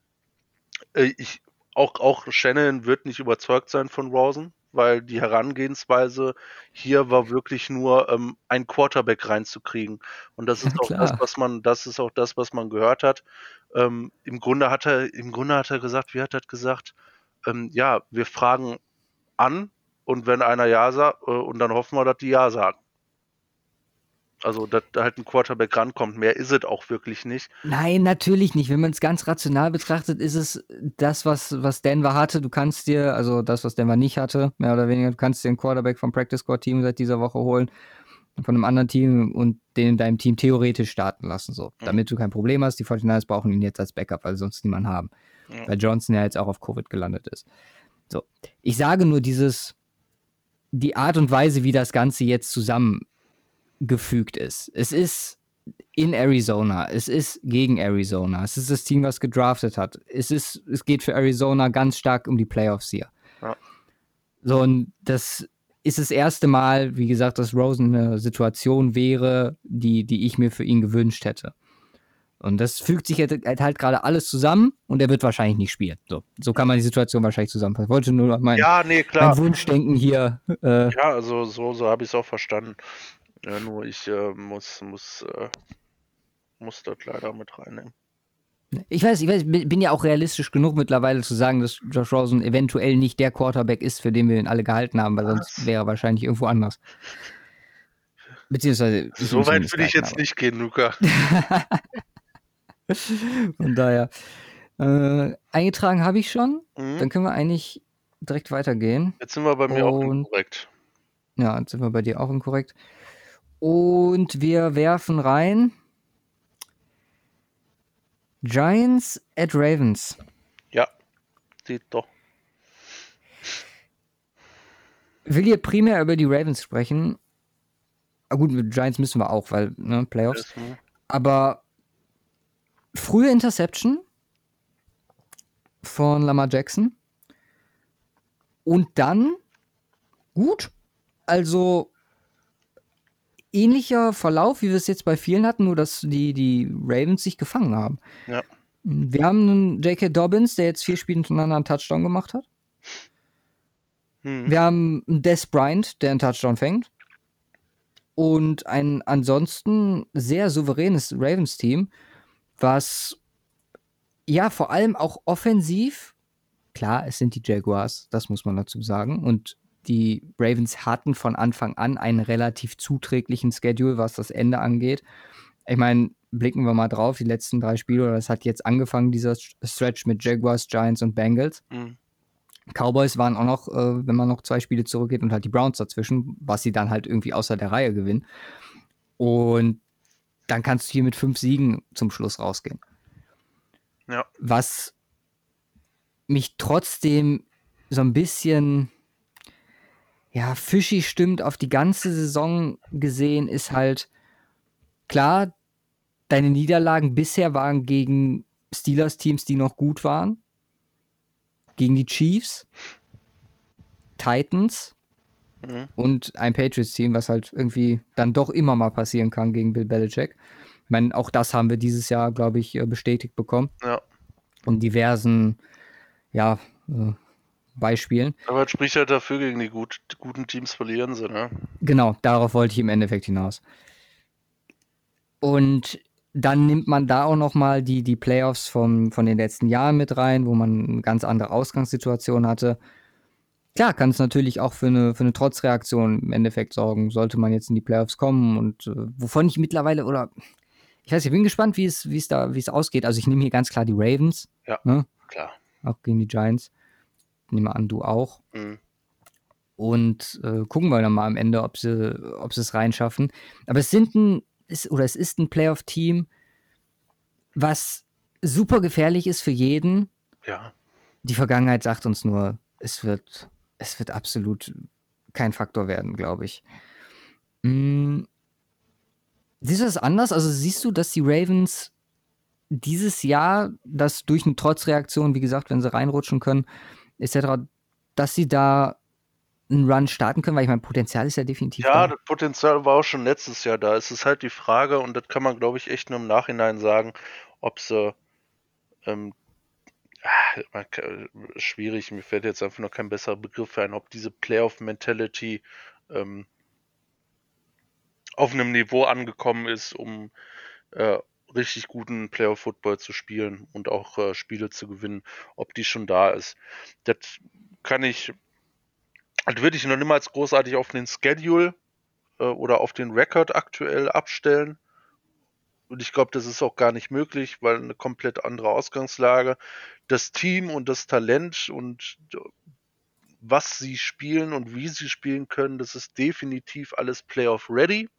äh, ich auch, auch Shannon wird nicht überzeugt sein von Rosen, weil die Herangehensweise hier war wirklich nur, ähm, einen Quarterback reinzukriegen. Und das ist Ja, auch das, klar. was man, das ist auch das, was man gehört hat. Ähm, im Grunde hat er, im Grunde hat er gesagt, wie hat er gesagt? Ähm, ja, wir fragen an und wenn einer Ja sagt, äh, und dann hoffen wir, dass die Ja sagen. Also, dass da halt ein Quarterback rankommt. Mehr ist es auch wirklich nicht. Nein, natürlich nicht. Wenn man es ganz rational betrachtet, ist es das, was, was Denver hatte. Du kannst dir, also das, was Denver nicht hatte, mehr oder weniger, du kannst dir einen Quarterback vom Practice Squad Team seit dieser Woche holen, von einem anderen Team und den in deinem Team theoretisch starten lassen, so. Mhm. Damit du kein Problem hast. Die forty-niners brauchen ihn jetzt als Backup, weil sie sonst niemanden haben. Ja. Weil Johnson ja jetzt auch auf Covid gelandet ist. So. Ich sage nur dieses, die Art und Weise, wie das Ganze jetzt zusammengefügt ist. Es ist in Arizona. Es ist gegen Arizona. Es ist das Team, was gedraftet hat. Es ist, es geht für Arizona ganz stark um die Playoffs hier. Ja. So, und das ist das erste Mal, wie gesagt, dass Rosen eine Situation wäre, die, die ich mir für ihn gewünscht hätte. Und das fügt sich halt, halt gerade alles zusammen und er wird wahrscheinlich nicht spielen. So, so kann man die Situation wahrscheinlich zusammenfassen. Ich wollte nur mein, Ja, nee, klar. mein Wunschdenken hier. Äh, Ja, also so, so habe ich es auch verstanden. Ja, nur ich äh, muss, muss, äh, muss das leider mit reinnehmen. Ich weiß, ich weiß, ich bin ja auch realistisch genug mittlerweile zu sagen, dass Josh Rosen eventuell nicht der Quarterback ist, für den wir ihn alle gehalten haben, weil sonst Was? wäre er wahrscheinlich irgendwo anders. Beziehungsweise ich So ihn weit zumindest will ich gehalten jetzt habe. nicht gehen, Luca. Von daher. Äh, eingetragen habe ich schon. Mhm. Dann können wir eigentlich direkt weitergehen. Jetzt sind wir bei mir auch Und inkorrekt. ja, jetzt sind wir bei dir auch inkorrekt. Und wir werfen rein Giants at Ravens. Ja, sieht doch. Ich will hier primär über die Ravens sprechen. Ah, gut, mit Giants müssen wir auch, weil, ne, Playoffs. Das, hm. Aber frühe Interception von Lamar Jackson. Und dann, gut, also ähnlicher Verlauf, wie wir es jetzt bei vielen hatten, nur dass die, die Ravens sich gefangen haben. Ja. Wir haben einen J K. Dobbins, der jetzt vier Spiele hintereinander einen Touchdown gemacht hat. Hm. Wir haben einen Des Bryant, der einen Touchdown fängt. Und ein ansonsten sehr souveränes Ravens-Team, was ja vor allem auch offensiv, klar, es sind die Jaguars, das muss man dazu sagen. Und die Ravens hatten von Anfang an einen relativ zuträglichen Schedule, was das Ende angeht. Ich meine, blicken wir mal drauf, die letzten drei Spiele, das hat jetzt angefangen, dieser Stretch mit Jaguars, Giants und Bengals. Hm. Cowboys waren auch noch, äh, wenn man noch zwei Spiele zurückgeht und halt die Browns dazwischen, was sie dann halt irgendwie außer der Reihe gewinnen. Und dann kannst du hier mit fünf Siegen zum Schluss rausgehen. Ja. Was mich trotzdem so ein bisschen ja, fishy stimmt auf die ganze Saison gesehen, ist halt klar, deine Niederlagen bisher waren gegen Steelers-Teams, die noch gut waren. Gegen die Chiefs, Titans Mhm. und ein Patriots-Team, was halt irgendwie dann doch immer mal passieren kann gegen Bill Belichick. Ich meine, auch das haben wir dieses Jahr, glaube ich, bestätigt bekommen. Ja. Und diversen, ja, äh, Beispielen. Aber es spricht halt dafür, gegen die gut, guten Teams verlieren sie, ne? Genau, darauf wollte ich im Endeffekt hinaus. Und dann nimmt man da auch nochmal die, die Playoffs von, von den letzten Jahren mit rein, wo man eine ganz andere Ausgangssituation hatte. Klar, kann es natürlich auch für eine, für eine Trotzreaktion im Endeffekt sorgen, sollte man jetzt in die Playoffs kommen. Und äh, wovon ich mittlerweile, oder ich weiß, ich bin gespannt, wie es, wie es da, wie es ausgeht. Also ich nehme hier ganz klar die Ravens. Ja, ne? klar. Auch gegen die Giants. Ich nehme an, du auch. Mhm. Und äh, gucken wir dann mal am Ende, ob sie, ob sie es reinschaffen. Aber es sind ein, ist, oder es ist ein Playoff-Team, was super gefährlich ist für jeden. Ja. Die Vergangenheit sagt uns nur, es wird, es wird absolut kein Faktor werden, glaube ich. Hm. Siehst du das anders? Also siehst du, dass die Ravens dieses Jahr, das durch eine Trotzreaktion, wie gesagt, wenn sie reinrutschen können, et cetera, dass sie da einen Run starten können? Weil ich meine, Potenzial ist ja definitiv Ja, da. das Potenzial war auch schon letztes Jahr da. Es ist halt die Frage, und das kann man, glaube ich, echt nur im Nachhinein sagen, ob sie ähm, ah, man kann- schwierig, mir fällt jetzt einfach noch kein besserer Begriff ein, ob diese Playoff-Mentality ähm, auf einem Niveau angekommen ist, um äh, richtig guten Playoff-Football zu spielen und auch äh, Spiele zu gewinnen, ob die schon da ist. Das kann ich, das würde ich noch niemals großartig auf den Schedule äh, oder auf den Record aktuell abstellen. Und ich glaube, das ist auch gar nicht möglich, weil eine komplett andere Ausgangslage. Das Team und das Talent und äh, was sie spielen und wie sie spielen können, das ist definitiv alles Playoff-ready.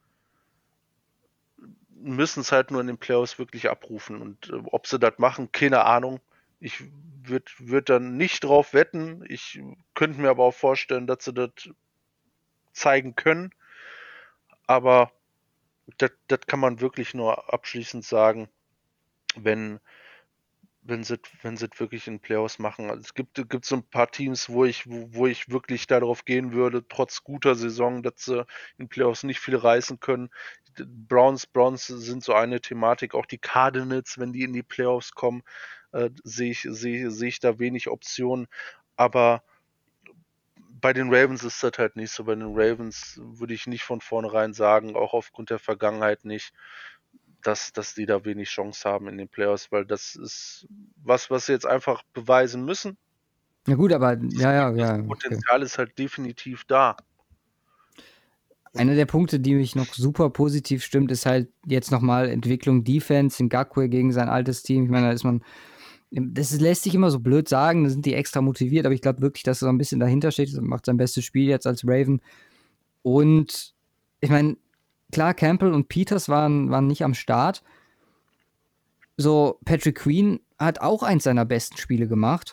Müssen es halt nur in den Playoffs wirklich abrufen. Und äh, ob sie das machen, keine Ahnung. Ich würde würd dann nicht drauf wetten. Ich könnte mir aber auch vorstellen, dass sie das zeigen können. Aber das das kann man wirklich nur abschließend sagen, wenn wenn sie wenn sie wirklich in Playoffs machen. Also, es gibt gibt so ein paar Teams, wo ich wo wo ich wirklich darauf gehen würde, trotz guter Saison, dass sie in Playoffs nicht viel reißen können. D Browns Browns sind so eine Thematik, auch die Cardinals, wenn die in die Playoffs kommen, äh, sehe ich sehe sehe ich da wenig Optionen. Aber bei den Ravens ist das halt nicht so. Bei den Ravens würde ich nicht von vornherein sagen, auch aufgrund der Vergangenheit nicht, dass dass die da wenig Chance haben in den Playoffs, weil das ist was, was sie jetzt einfach beweisen müssen. Ja gut, aber Das ja, ja, das ja. Okay. Potenzial ist halt definitiv da. Einer der Punkte, die mich noch super positiv stimmt, ist halt jetzt nochmal Entwicklung Defense, Ngakoue gegen sein altes Team. Ich meine, da ist man, das lässt sich immer so blöd sagen, da sind die extra motiviert, aber ich glaube wirklich, dass er so ein bisschen dahinter steht, macht sein bestes Spiel jetzt als Raven. Und ich meine, klar, Campbell und Peters waren, waren nicht am Start. So, Patrick Queen hat auch eins seiner besten Spiele gemacht.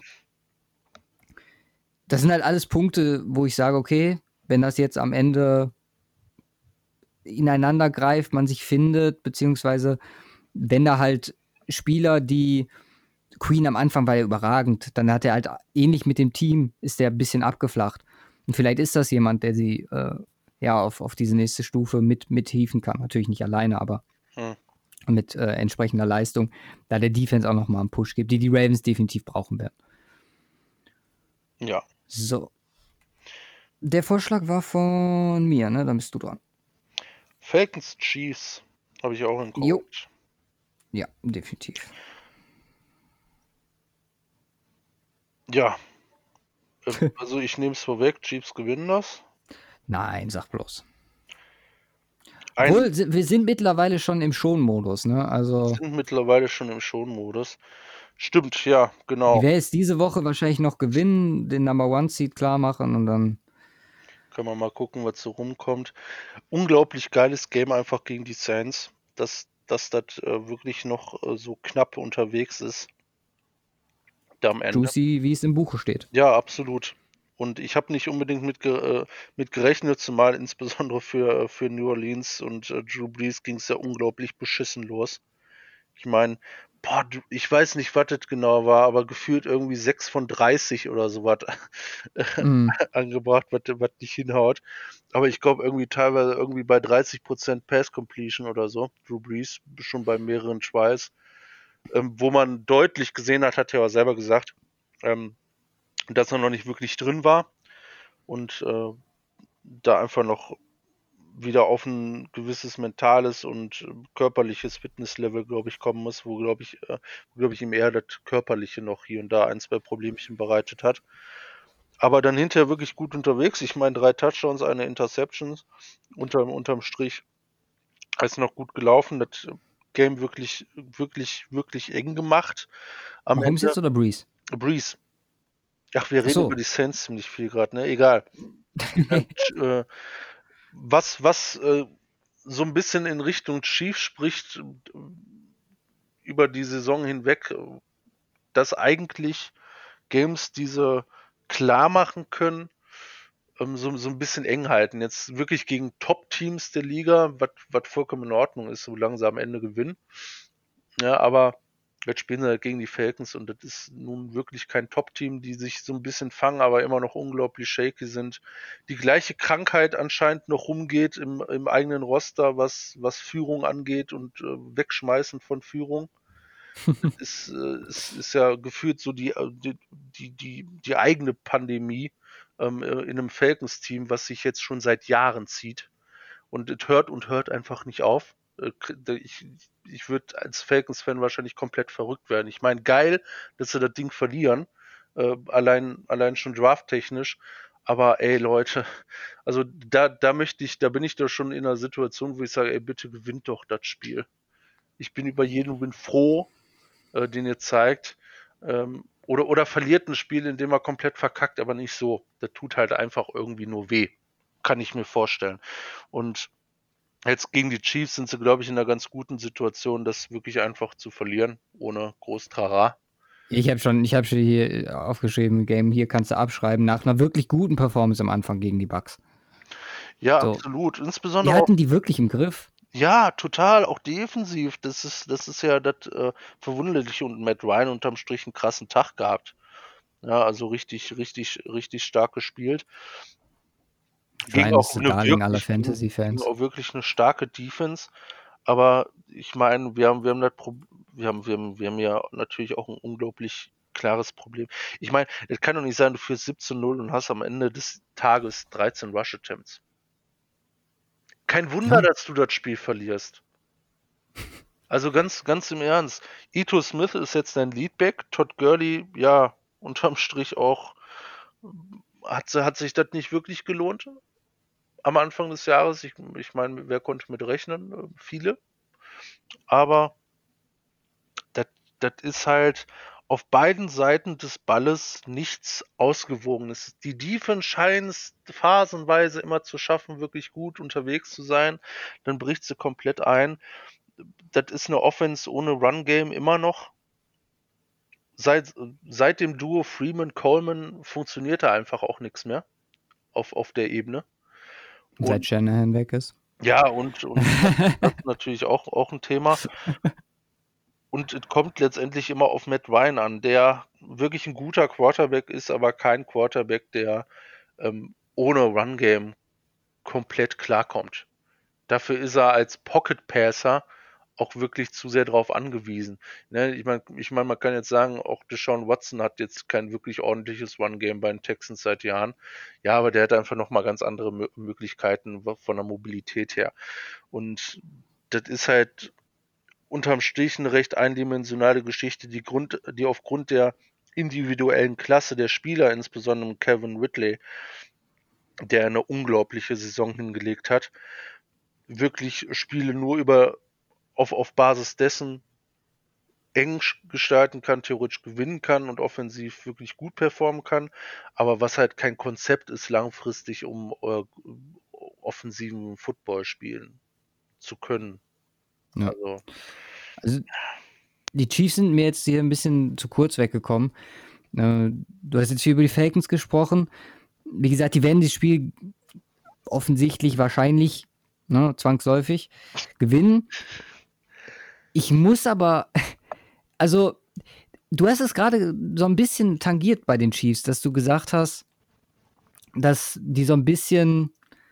Das sind halt alles Punkte, wo ich sage, okay, wenn das jetzt am Ende ineinander greift, man sich findet, beziehungsweise wenn da halt Spieler, die Queen am Anfang war ja überragend. Dann hat er halt ähnlich mit dem Team, ist der ein bisschen abgeflacht. Und vielleicht ist das jemand, der sie äh, ja auf, auf diese nächste Stufe mit, mithieven kann. Natürlich nicht alleine, aber Hm. mit äh, entsprechender Leistung, da der Defense auch nochmal einen Push gibt, die die Ravens definitiv brauchen werden. Ja. So. Der Vorschlag war von mir, ne? Dann bist du dran. Falcons Chiefs habe ich auch in Jo. Coach. Ja, definitiv. Ja. Ähm, also ich nehme es vorweg, Chiefs gewinnen das. Nein, sag bloß. Ein, Obwohl, si- wir sind mittlerweile schon im Schon-Modus, ne? Also, sind mittlerweile schon im Schon-Modus. Stimmt, ja, genau. ich werde jetzt diese Woche wahrscheinlich noch gewinnen, den Number One Seed klar machen und dann. Können wir mal gucken, was so rumkommt. Unglaublich geiles Game einfach gegen die Saints, dass dass das äh, wirklich noch äh, so knapp unterwegs ist. Da am Ende. Juicy, wie es im Buche steht. Ja, absolut. Und ich habe nicht unbedingt mit, ge äh, mit gerechnet, zumal insbesondere für, äh, für New Orleans und äh, Drew Brees ging es ja unglaublich beschissen los. Ich meine, boah, du, ich weiß nicht, was das genau war, aber gefühlt irgendwie sechs von dreißig oder so was Mm. angebracht, was was nicht hinhaut. Aber ich glaube irgendwie teilweise irgendwie bei dreißig Prozent Pass Completion oder so. Drew Brees schon bei mehreren Tries. Ähm, wo man deutlich gesehen hat, hat er ja selber gesagt, ähm, dass er noch nicht wirklich drin war und äh, da einfach noch wieder auf ein gewisses mentales und äh, körperliches Fitnesslevel, glaube ich, kommen muss, wo, glaube ich, äh, glaube ich, ihm eher das Körperliche noch hier und da ein, zwei Problemchen bereitet hat. Aber dann hinterher wirklich gut unterwegs. Ich meine, drei Touchdowns, eine Interception. Unterm, unterm Strich ist noch gut gelaufen. Das Game wirklich, wirklich, wirklich eng gemacht. Am Mahomes Ende jetzt oder Breeze? Breeze. Ach, wir Ach reden so. über die Saints ziemlich viel gerade, ne? Egal. äh, was was äh, so ein bisschen in Richtung Chiefs spricht äh, über die Saison hinweg, äh, dass eigentlich Games diese klar machen können, ähm, so, so ein bisschen eng halten. Jetzt wirklich gegen Top-Teams der Liga, was vollkommen in Ordnung ist, solange sie am Ende gewinnen. Ja, aber jetzt spielen sie halt gegen die Falcons und das ist nun wirklich kein Top-Team, die sich so ein bisschen fangen, aber immer noch unglaublich shaky sind. Die gleiche Krankheit anscheinend noch rumgeht im, im eigenen Roster, was, was Führung angeht und äh, Wegschmeißen von Führung. Es ist, äh, ist, ist ja gefühlt so die, äh, die, die, die, die eigene Pandemie ähm, äh, in einem Falcons-Team, was sich jetzt schon seit Jahren zieht. Und es hört und hört einfach nicht auf. Äh, Ich, ich würde als Falcons-Fan wahrscheinlich komplett verrückt werden. Ich meine, geil, dass sie das Ding verlieren. Äh, allein, allein schon drafttechnisch. Aber ey, Leute, also da, da möchte ich, da bin ich doch schon in einer Situation, wo ich sage, ey, bitte gewinnt doch das Spiel. Ich bin über jeden Win froh, äh, den ihr zeigt. Ähm, oder, oder verliert ein Spiel, in dem er komplett verkackt, aber nicht so. Das tut halt einfach irgendwie nur weh. Kann ich mir vorstellen. Und jetzt gegen die Chiefs sind sie, glaube ich, in einer ganz guten Situation, das wirklich einfach zu verlieren, ohne groß Trara. Ich habe schon, ich habe schon hier aufgeschrieben, Game hier kannst du abschreiben, nach einer wirklich guten Performance am Anfang gegen die Bucks. Ja, So. absolut. Die Insbesondere auch, hatten die wirklich im Griff. ja, total, auch defensiv. Das ist, das ist ja das äh, Verwunderliche und Matt Ryan unterm Strich einen krassen Tag gehabt. Ja, also richtig, richtig, richtig stark gespielt. Ging auch Kleinste eine Darling aller wirklich, ging, ging Fantasy-Fans. auch wirklich eine starke Defense. Aber ich meine, wir haben, wir haben das Pro wir haben, wir haben, wir haben ja natürlich auch ein unglaublich klares Problem. Ich meine, es kann doch nicht sein, du führst siebzehn null und hast am Ende des Tages dreizehn Rush Attempts. Kein Wunder, Ja. dass du das Spiel verlierst. Also ganz, ganz im Ernst. Ito Smith ist jetzt dein Leadback. Todd Gurley, ja, unterm Strich auch, hat, hat sich das nicht wirklich gelohnt am Anfang des Jahres. Ich, ich meine, wer konnte mit rechnen? Viele. Aber das ist halt auf beiden Seiten des Balles nichts Ausgewogenes. Die Defense scheint es phasenweise immer zu schaffen, wirklich gut unterwegs zu sein. Dann bricht sie komplett ein. Das ist eine Offense ohne Run-Game immer noch. Seit, seit dem Duo Freeman-Coleman funktioniert da einfach auch nichts mehr auf, auf der Ebene. Seit Und Shanahan weg ist. ja, und, und das ist natürlich auch, auch ein Thema. Und es kommt letztendlich immer auf Matt Ryan an, der wirklich ein guter Quarterback ist, aber kein Quarterback, der ähm, ohne Run-Game komplett klarkommt. Dafür ist er als Pocket-Passer auch wirklich zu sehr drauf angewiesen. Ne, ich meine, ich mein, man kann jetzt sagen, auch Deshaun Watson hat jetzt kein wirklich ordentliches Run-Game bei den Texans seit Jahren. Ja, aber der hat einfach nochmal ganz andere Mö- Möglichkeiten von der Mobilität her. Und das ist halt unterm Strich eine recht eindimensionale Geschichte, die, Grund, die aufgrund der individuellen Klasse der Spieler, insbesondere Kevin Ridley, der eine unglaubliche Saison hingelegt hat, wirklich Spiele nur über auf, auf Basis dessen eng gestalten kann, theoretisch gewinnen kann und offensiv wirklich gut performen kann, aber was halt kein Konzept ist langfristig, um äh, offensiven Football spielen zu können. Ja. Also Also die Chiefs sind mir jetzt hier ein bisschen zu kurz weggekommen. Äh, du hast jetzt viel über die Falcons gesprochen. Wie gesagt, die werden das Spiel offensichtlich wahrscheinlich, ne, zwangsläufig gewinnen. Ich muss aber, also du hast es gerade so ein bisschen tangiert bei den Chiefs, dass du gesagt hast, dass die so ein bisschen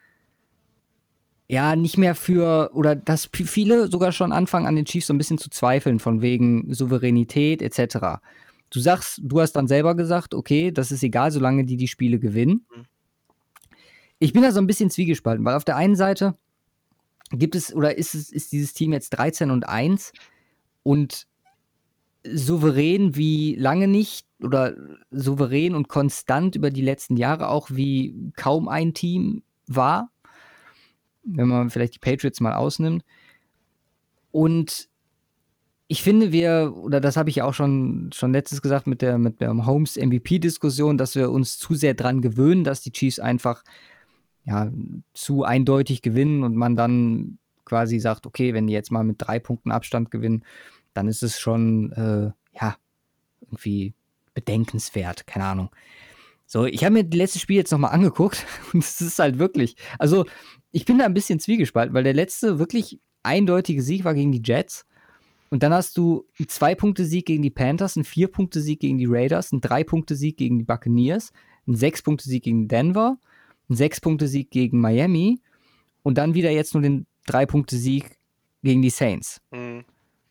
ja nicht mehr für, oder dass p- viele sogar schon anfangen an den Chiefs so ein bisschen zu zweifeln von wegen Souveränität et cetera. Du sagst, du hast dann selber gesagt, okay, das ist egal, solange die die Spiele gewinnen. Mhm. Ich bin da so ein bisschen zwiegespalten, weil auf der einen Seite gibt es oder ist es ist dieses Team jetzt dreizehn und eins und souverän wie lange nicht oder souverän und konstant über die letzten Jahre auch wie kaum ein Team war, wenn man vielleicht die Patriots mal ausnimmt. Und ich finde, wir, oder das habe ich ja auch schon, schon letztes gesagt mit der, mit der Holmes-M V P-Diskussion, dass wir uns zu sehr dran gewöhnen, dass die Chiefs einfach ja, zu eindeutig gewinnen und man dann quasi sagt, okay, wenn die jetzt mal mit drei Punkten Abstand gewinnen, dann ist es schon, äh, ja, irgendwie bedenkenswert, keine Ahnung. So, ich habe mir das letzte Spiel jetzt nochmal angeguckt und es ist halt wirklich, also ich bin da ein bisschen zwiegespalten, weil der letzte wirklich eindeutige Sieg war gegen die Jets und dann hast du einen Zwei-Punkte-Sieg gegen die Panthers, einen Vier-Punkte-Sieg gegen die Raiders, einen Drei-Punkte-Sieg gegen die Buccaneers, einen Sechs-Punkte-Sieg gegen Denver, einen Sechs-Punkte-Sieg gegen Miami und dann wieder jetzt nur den Drei-Punkte-Sieg gegen die Saints. Mhm.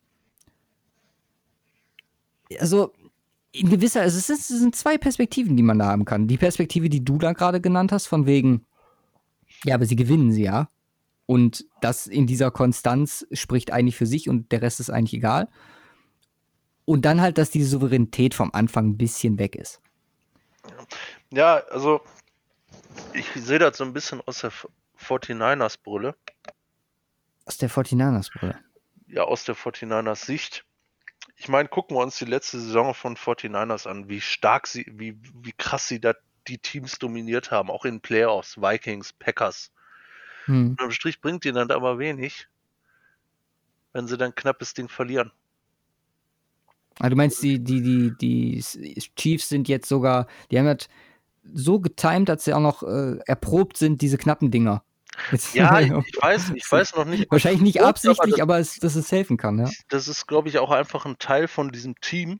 Also in gewisser, also es, ist, es sind zwei Perspektiven, die man da haben kann. Die Perspektive, die du da gerade genannt hast, von wegen, ja, aber sie gewinnen sie ja. Und das in dieser Konstanz spricht eigentlich für sich und der Rest ist eigentlich egal. Und dann halt, dass die Souveränität vom Anfang ein bisschen weg ist. Ja, also ich sehe das so ein bisschen aus der forty-niners-Brille. Aus der forty-niners-Brille. Ja, aus der forty-niners-Sicht. Ich meine, gucken wir uns die letzte Saison von forty-niners an, wie stark sie, wie, wie krass sie da die Teams dominiert haben, auch in Playoffs, Vikings, Packers. Hm. Unterm Strich bringt ihnen dann aber wenig, wenn sie dann knappes Ding verlieren. Ah, du meinst, die, die, die, die Chiefs sind jetzt sogar, die haben halt so getimed, dass sie auch noch äh, erprobt sind, diese knappen Dinger. Jetzt, Ja, ich weiß, ich weiß noch nicht, ob wahrscheinlich nicht erprobt, absichtlich, aber aber es, dass es helfen kann, ja. das, das ist, glaube ich, auch einfach ein Teil von diesem Team,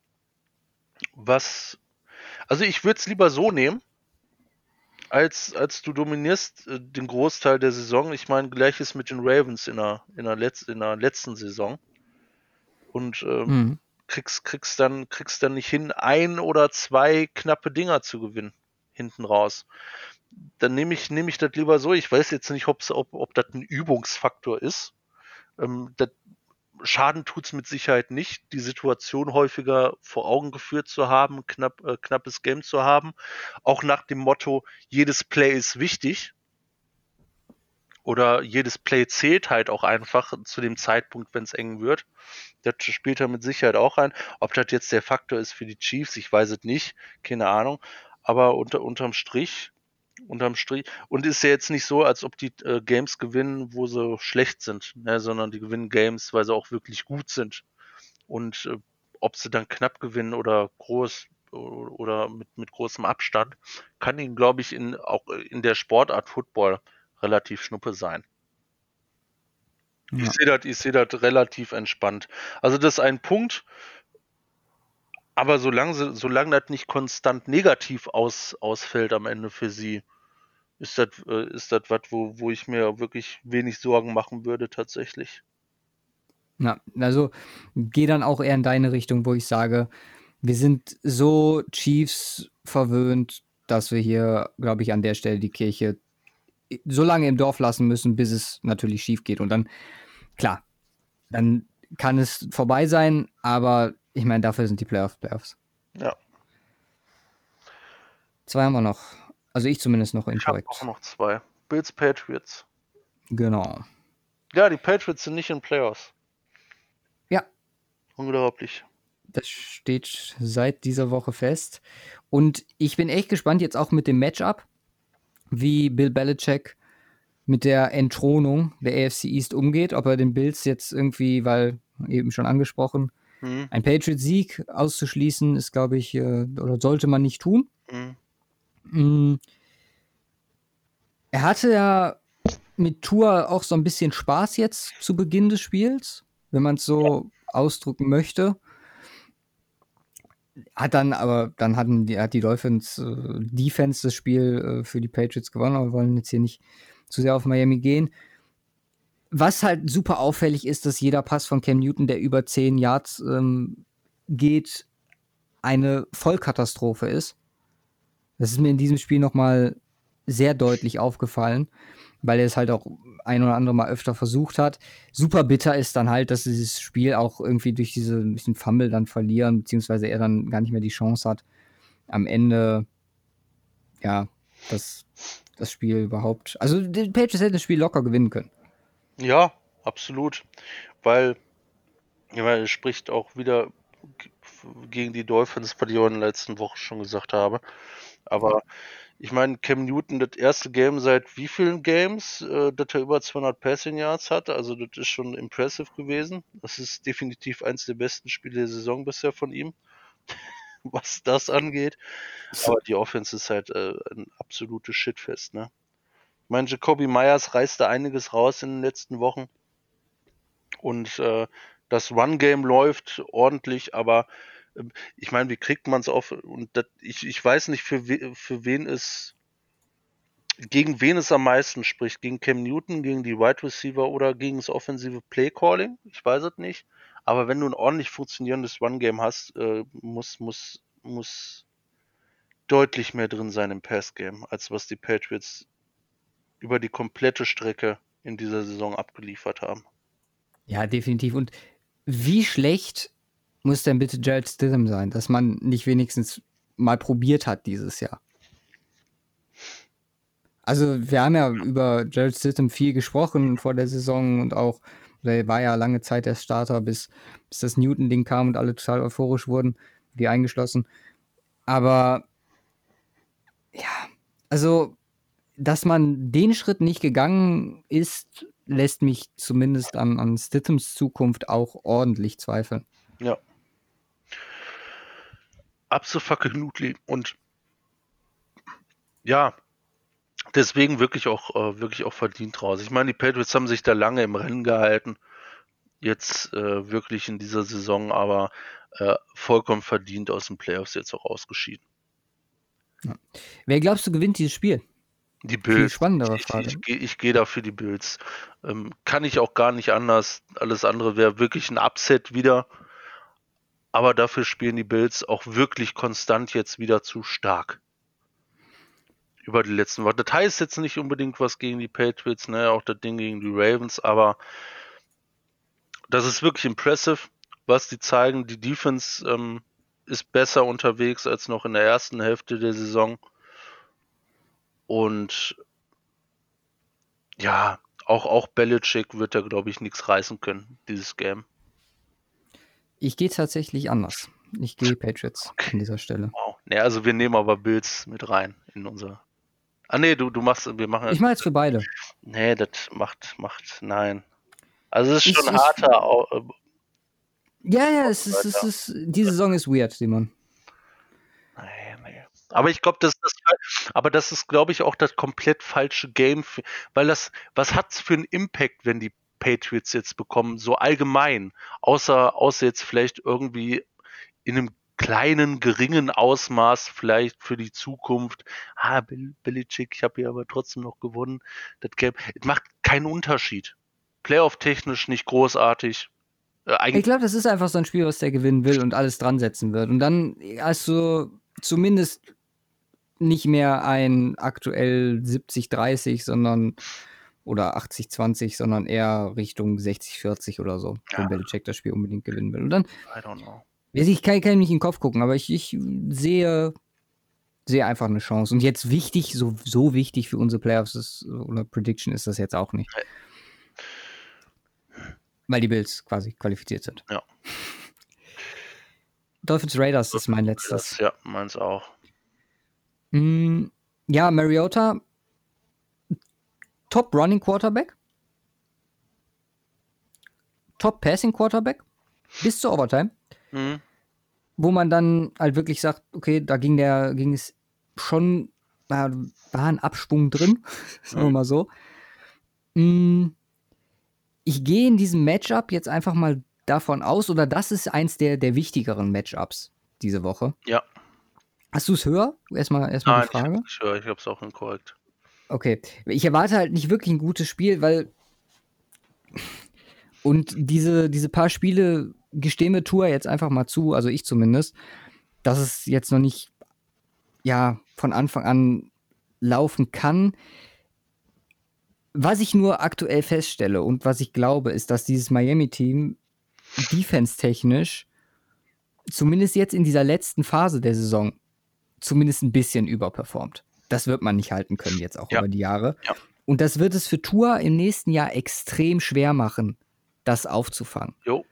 was, also ich würde es lieber so nehmen, als, als du dominierst äh, den Großteil der Saison. Ich meine, gleiches mit den Ravens in der, in der, Letz-, in der letzten Saison. Und ähm, Mhm. kriegst, kriegst, dann, kriegst dann nicht hin, ein oder zwei knappe Dinger zu gewinnen, hinten raus. Dann nehme ich, nehme ich das lieber so. Ich weiß jetzt nicht, ob's, ob, ob das ein Übungsfaktor ist. Ähm, das Schaden tut es mit Sicherheit nicht, die Situation häufiger vor Augen geführt zu haben, knapp, äh, knappes Game zu haben. Auch nach dem Motto, jedes Play ist wichtig. Oder jedes Play zählt halt auch einfach zu dem Zeitpunkt, wenn es eng wird. Das spielt da mit Sicherheit auch rein. Ob das jetzt der Faktor ist für die Chiefs, ich weiß es nicht, keine Ahnung. Aber unter, unterm Strich, unterm Strich, und ist ja jetzt nicht so, als ob die äh, Games gewinnen, wo sie schlecht sind, ne, sondern die gewinnen Games, weil sie auch wirklich gut sind. Und äh, ob sie dann knapp gewinnen oder groß oder mit, mit großem Abstand, kann ihnen, glaube ich, in, auch in der Sportart Football relativ schnuppe sein. Ich Ja. sehe das ich sehe das relativ entspannt. Also, das ist ein Punkt, aber solange sie solange das nicht konstant negativ aus ausfällt am Ende für sie, ist das äh, ist das was, wo wo ich mir wirklich wenig Sorgen machen würde tatsächlich. Ja, also gehe dann auch eher in deine Richtung, wo ich sage, wir sind so Chiefs verwöhnt, dass wir hier, glaube ich, an der Stelle die Kirche i so lange im Dorf lassen müssen, bis es natürlich schief geht. Und dann, klar, dann kann es vorbei sein, aber ich meine, dafür sind die Playoffs Playoffs. Ja. zwei haben wir noch. Also ich zumindest noch Ich habe auch inkorrekt. noch zwei. Bills, Patriots. Genau. Ja, die Patriots sind nicht in Playoffs. Ja. Unglaublich. Das steht seit dieser Woche fest. Und ich bin echt gespannt jetzt auch mit dem Matchup, wie Bill Belichick mit der Entthronung der A F C East umgeht, ob er den Bills jetzt irgendwie, weil eben schon angesprochen, Mhm. ein Patriots-Sieg auszuschließen, ist, glaube ich, äh, oder sollte man nicht tun. Mhm. Mm. Er hatte ja mit Tua auch so ein bisschen Spaß jetzt zu Beginn des Spiels, wenn man es so ausdrücken möchte. Hat dann aber, dann hatten die, hat die Dolphins äh, Defense das Spiel äh, für die Patriots gewonnen, aber wir wollen jetzt hier nicht zu sehr auf Miami gehen. Was halt super auffällig ist, dass jeder Pass von Cam Newton, der über zehn Yards ähm, geht, eine Vollkatastrophe ist. Das ist mir in diesem Spiel nochmal sehr deutlich aufgefallen, weil er es halt auch ein oder andere Mal öfter versucht hat. Super bitter ist dann halt, dass sie dieses Spiel auch irgendwie durch diese, durch den Fumble dann verlieren, beziehungsweise er dann gar nicht mehr die Chance hat, am Ende, ja, das, das Spiel überhaupt. Also, die Patriots hätten das Spiel locker gewinnen können. Ja, absolut. Weil, ich meine, es spricht auch wieder g- f- gegen die Dolphins, was ich auch in der letzten Woche schon gesagt habe. Aber ich meine, Cam Newton, das erste Game seit wie vielen Games, äh, dass er über zweihundert Passing Yards hat. Also, das ist schon impressive gewesen. Das ist definitiv eins der besten Spiele der Saison bisher von ihm, was das angeht. Aber die Offense ist halt äh, ein absolutes Shitfest, ne? Ich meine, Jacoby Myers reißt da einiges raus in den letzten Wochen. Und äh, das Run-Game läuft ordentlich, aber ähm, ich meine, wie kriegt man es auf? Und das, ich, ich weiß nicht, für, we, für wen es, gegen wen es am meisten spricht. Gegen Cam Newton, gegen die Wide Receiver oder gegen das offensive Play Calling? Ich weiß es nicht. Aber wenn du ein ordentlich funktionierendes Run-Game hast, äh, muss, muss, muss deutlich mehr drin sein im Pass-Game, als was die Patriots über die komplette Strecke in dieser Saison abgeliefert haben. Ja, definitiv. Und wie schlecht muss denn bitte Jared Stidham sein, dass man nicht wenigstens mal probiert hat dieses Jahr? Also, wir haben ja über Jared Stidham viel gesprochen vor der Saison und auch, er war ja lange Zeit der Starter, bis, bis das Newton-Ding kam und alle total euphorisch wurden, wie eingeschlossen. Aber ja, also, dass man den Schritt nicht gegangen ist, lässt mich zumindest an, an Stidhams Zukunft auch ordentlich zweifeln. Ja. Absolutely. Und ja, deswegen wirklich auch, äh, wirklich auch verdient raus. Ich meine, die Patriots haben sich da lange im Rennen gehalten. Jetzt äh, wirklich in dieser Saison, aber äh, vollkommen verdient aus den Playoffs jetzt auch ausgeschieden. Ja. Wer glaubst du gewinnt dieses Spiel? Die Viel Bills. spannendere Ich, Frage. ich, ich, ich gehe da für die Bills. Ähm, kann ich auch gar nicht anders. Alles andere wäre wirklich ein Upset wieder. Aber dafür spielen die Bills auch wirklich konstant jetzt wieder zu stark. Über die letzten Wochen. Das heißt jetzt nicht unbedingt was gegen die Patriots, ne, auch das Ding gegen die Ravens, aber das ist wirklich impressive, was die zeigen. Die Defense ähm, ist besser unterwegs als noch in der ersten Hälfte der Saison. Und ja, auch, auch Belichick wird da, glaube ich, nichts reißen können, dieses Game. Ich gehe tatsächlich anders. Ich gehe Patriots Okay. an dieser Stelle. Wow. Ne, also wir nehmen aber Bills mit rein in unser. Ah nee, du, du machst, wir machen. Ich mache jetzt für beide. Nee, das macht, macht, nein. Also es ist Ich, schon ich, harter. Äh, ja, ja, es ist, es ist, die Saison ist weird, Simon. Nee, nee. Aber ich glaube, das, das, aber das ist, glaube ich, auch das komplett falsche Game, für, weil das, was hat's für einen Impact, wenn die Patriots jetzt bekommen, so allgemein, außer, außer jetzt vielleicht irgendwie in einem kleinen, geringen Ausmaß vielleicht für die Zukunft. Ah, Bill, Belichick, ich habe hier aber trotzdem noch gewonnen. Das Game, es macht keinen Unterschied. Playoff-technisch nicht großartig. Äh, Ich glaube, das ist einfach so ein Spiel, was der gewinnen will und alles dran setzen wird. Und dann hast du zumindest nicht mehr ein aktuell siebzig dreißig, sondern oder achtzig zwanzig, sondern eher Richtung sechzig vierzig oder so, Ja. wenn Belichick das Spiel unbedingt gewinnen will. Und dann, I don't know. ich kann, kann nicht in den Kopf gucken, aber ich, ich sehe, sehe einfach eine Chance. Und jetzt wichtig, so, so wichtig für unsere Playoffs ist, oder Prediction ist das jetzt auch nicht. Weil die Bills quasi qualifiziert sind. Ja. Dolphins Raiders ist mein letztes. Das, ja, meins auch. Mm, ja, Mariota, Top Running Quarterback, Top Passing Quarterback, bis zur Overtime, Mhm. wo man dann halt wirklich sagt, okay, da ging der, ging es schon, war, war ein Abschwung drin, sagen wir mal so. Mm, ich gehe in diesem Matchup jetzt einfach mal davon aus, oder das ist eins der, der wichtigeren Matchups diese Woche. Ja. Hast du es höher? Erstmal, erstmal Nein, die Frage. ich, ich, ich habe es auch inkorrekt. Okay, ich erwarte halt nicht wirklich ein gutes Spiel, weil und diese, diese paar Spiele gestehen mir Tour jetzt einfach mal zu, also ich zumindest, dass es jetzt noch nicht ja von Anfang an laufen kann. Was ich nur aktuell feststelle und was ich glaube, ist, dass dieses Miami-Team defense-technisch zumindest jetzt in dieser letzten Phase der Saison zumindest ein bisschen überperformt. Das wird man nicht halten können jetzt auch Ja. über die Jahre. Ja. Und das wird es für Tua im nächsten Jahr extrem schwer machen, das aufzufangen. Jo.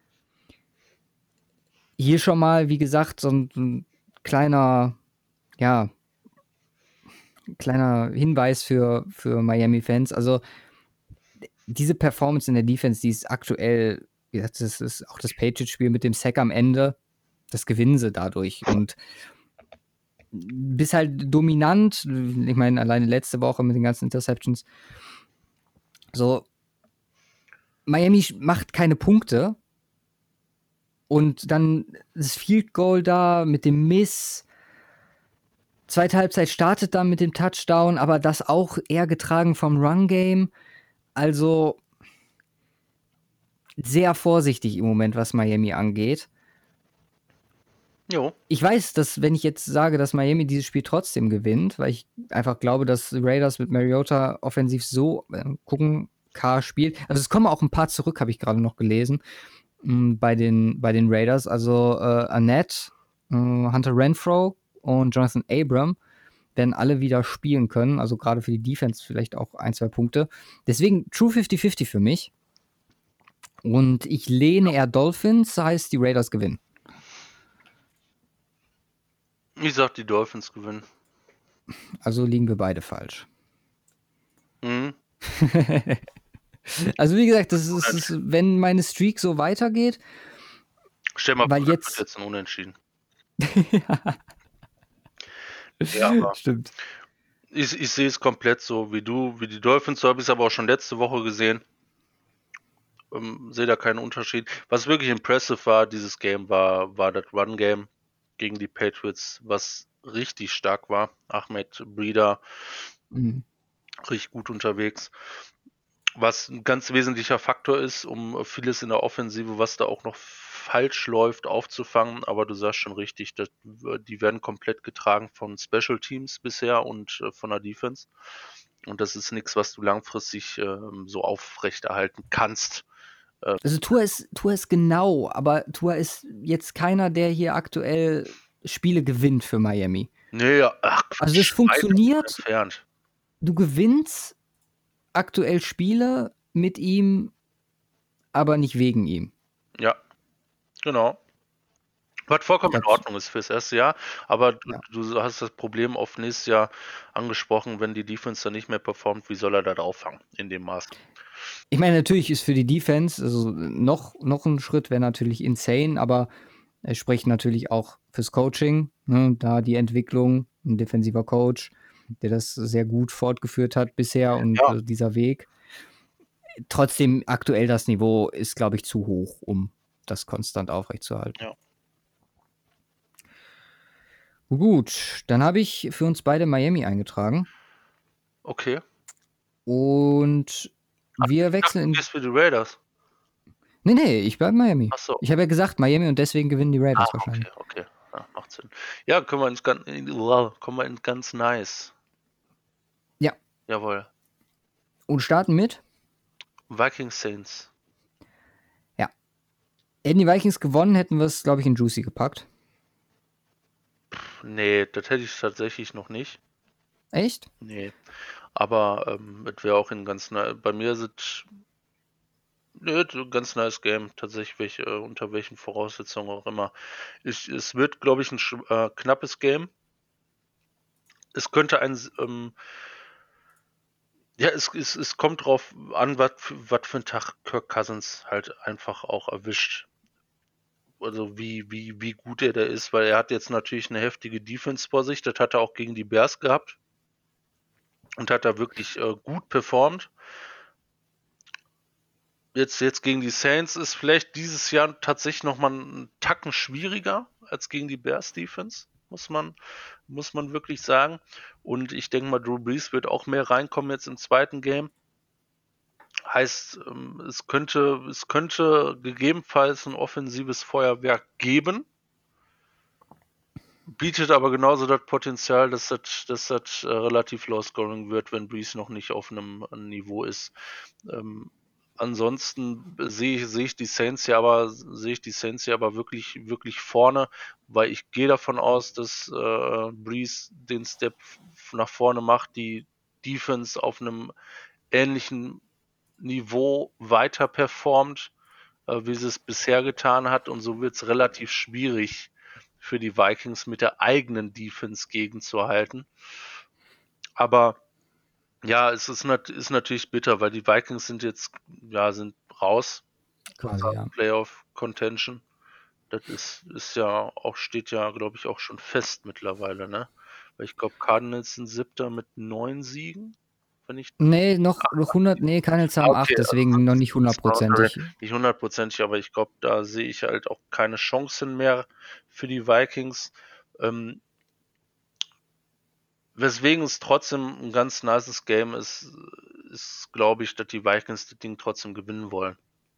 Hier schon mal, wie gesagt, so ein, ein kleiner, ja, kleiner Hinweis für, für Miami-Fans. Also diese Performance in der Defense, die ist aktuell, wie gesagt, das ist auch das Patriots-Spiel mit dem Sack am Ende, das gewinnen sie dadurch. Und bist halt dominant. Ich meine, alleine letzte Woche mit den ganzen Interceptions. So, Miami macht keine Punkte. Und dann das Field Goal da mit dem Miss. Zweite Halbzeit startet dann mit dem Touchdown, aber das auch eher getragen vom Run-Game. Also sehr vorsichtig im Moment, was Miami angeht. Jo. Ich weiß, dass wenn ich jetzt sage, dass Miami dieses Spiel trotzdem gewinnt, weil ich einfach glaube, dass Raiders mit Mariota offensiv so äh, gucken, K spielt. Also es kommen auch ein paar zurück, habe ich gerade noch gelesen, mh, bei den, bei den Raiders. Also äh, Annette, äh, Hunter Renfrow und Jonathan Abram werden alle wieder spielen können. Also gerade für die Defense vielleicht auch ein, zwei Punkte. Deswegen True fifty fifty für mich. Und ich lehne eher Dolphins, heißt die Raiders gewinnen. Ich sag, die Dolphins gewinnen. Also liegen wir beide falsch. Mhm. Also wie gesagt, das ist, ist, wenn meine Streak so weitergeht, Stell mal weil vor, das jetzt, wird jetzt ein Unentschieden. Ja, aber stimmt. ich, ich sehe es komplett so wie du, wie die Dolphins. So habe ich es aber auch schon letzte Woche gesehen. Ähm, sehe da keinen Unterschied. Was wirklich impressive war, dieses Game, war, war das Run-Game gegen die Patriots, was richtig stark war. Ahmed Breeder, Mhm. richtig gut unterwegs. Was ein ganz wesentlicher Faktor ist, um vieles in der Offensive, was da auch noch falsch läuft, aufzufangen. Aber du sagst schon richtig, dass, die werden komplett getragen von Special Teams bisher und äh, von der Defense. Und das ist nichts, was du langfristig äh, so aufrechterhalten kannst. Also Tua ist, Tua ist genau, aber Tua ist jetzt keiner, der hier aktuell Spiele gewinnt für Miami. Nee, ja, ach, Also es weit funktioniert, entfernt. du gewinnst aktuell Spiele mit ihm, aber nicht wegen ihm. Ja, genau. Was vollkommen in Das- Ordnung ist fürs erste Jahr, aber du, Ja. du hast das Problem oft nächstes Jahr angesprochen, wenn die Defense dann nicht mehr performt, wie soll er da drauffangen in dem Maß? Ich meine, natürlich ist für die Defense, also noch, noch ein Schritt wäre natürlich insane, aber er spricht natürlich auch fürs Coaching, ne, da die Entwicklung, ein defensiver Coach, der das sehr gut fortgeführt hat bisher und Ja. äh, dieser Weg. trotzdem aktuell das Niveau ist, glaube ich, zu hoch, um das konstant aufrechtzuerhalten. Ja. Gut, dann habe ich für uns beide Miami eingetragen. Okay. Und Ach, wir ich dachte, wechseln du in. gehst für die Raiders. Nee, nee, ich bleibe Miami. Ach so. Ich habe ja gesagt Miami und deswegen gewinnen die Raiders Ah, wahrscheinlich. okay, okay. Ja, macht Sinn. Ja, können wir ins ganz, wow, kommen wir in ganz nice. Ja. Jawohl. Und starten mit? Vikings Saints. Ja. Hätten die Vikings gewonnen, hätten wir es, glaube ich, in Juicy gepackt. Nee, das hätte ich tatsächlich noch nicht. Echt? Nee. Aber ähm, es wäre auch in ganz nice. Bei mir sind nee, ganz nice Game, tatsächlich, welche, äh, unter welchen Voraussetzungen auch immer. Ich, es wird, glaube ich, ein äh, knappes Game. Es könnte ein ähm, ja, es, es, es kommt drauf an, was für einen Tag Kirk Cousins halt einfach auch erwischt. Also wie, wie, wie gut er da ist, weil er hat jetzt natürlich eine heftige Defense vor sich. Das hat er auch gegen die Bears gehabt. Und hat da wirklich äh, gut performt. Jetzt, jetzt gegen die Saints ist vielleicht dieses Jahr tatsächlich nochmal einen Tacken schwieriger als gegen die Bears Defense, muss man, muss man wirklich sagen. Und ich denke mal, Drew Brees wird auch mehr reinkommen jetzt im zweiten Game. Heißt, ähm, es könnte, es könnte gegebenenfalls ein offensives Feuerwerk geben. Bietet aber genauso das Potenzial, dass das, dass das äh, relativ low scoring wird, wenn Brees noch nicht auf einem, einem Niveau ist. Ähm, ansonsten sehe ich, sehe ich die Saints ja aber, sehe ich die Saints ja aber wirklich, wirklich vorne, weil ich gehe davon aus, dass äh, Brees den Step nach vorne macht, die Defense auf einem ähnlichen Niveau weiter performt, äh, wie sie es bisher getan hat, und so wird es relativ schwierig für die Vikings mit der eigenen Defense gegenzuhalten. Aber ja, es ist, nat ist natürlich bitter, weil die Vikings sind jetzt, ja, sind raus. Quasi, ja. Playoff Contention. Das ist, ist ja auch, steht ja, glaube ich, auch schon fest mittlerweile, ne? Weil ich glaube, Cardinals sind siebter mit neun Siegen. Wenn ich Nee, noch, noch hundert, nee, Cardinals haben okay, acht, deswegen noch nicht hundertprozentig. Nicht hundertprozentig, aber ich glaube, da sehe ich halt auch keine Chancen mehr für die Vikings. Ähm, weswegen es trotzdem ein ganz nices Game ist, ist, glaube ich, dass die Vikings das Ding trotzdem gewinnen wollen.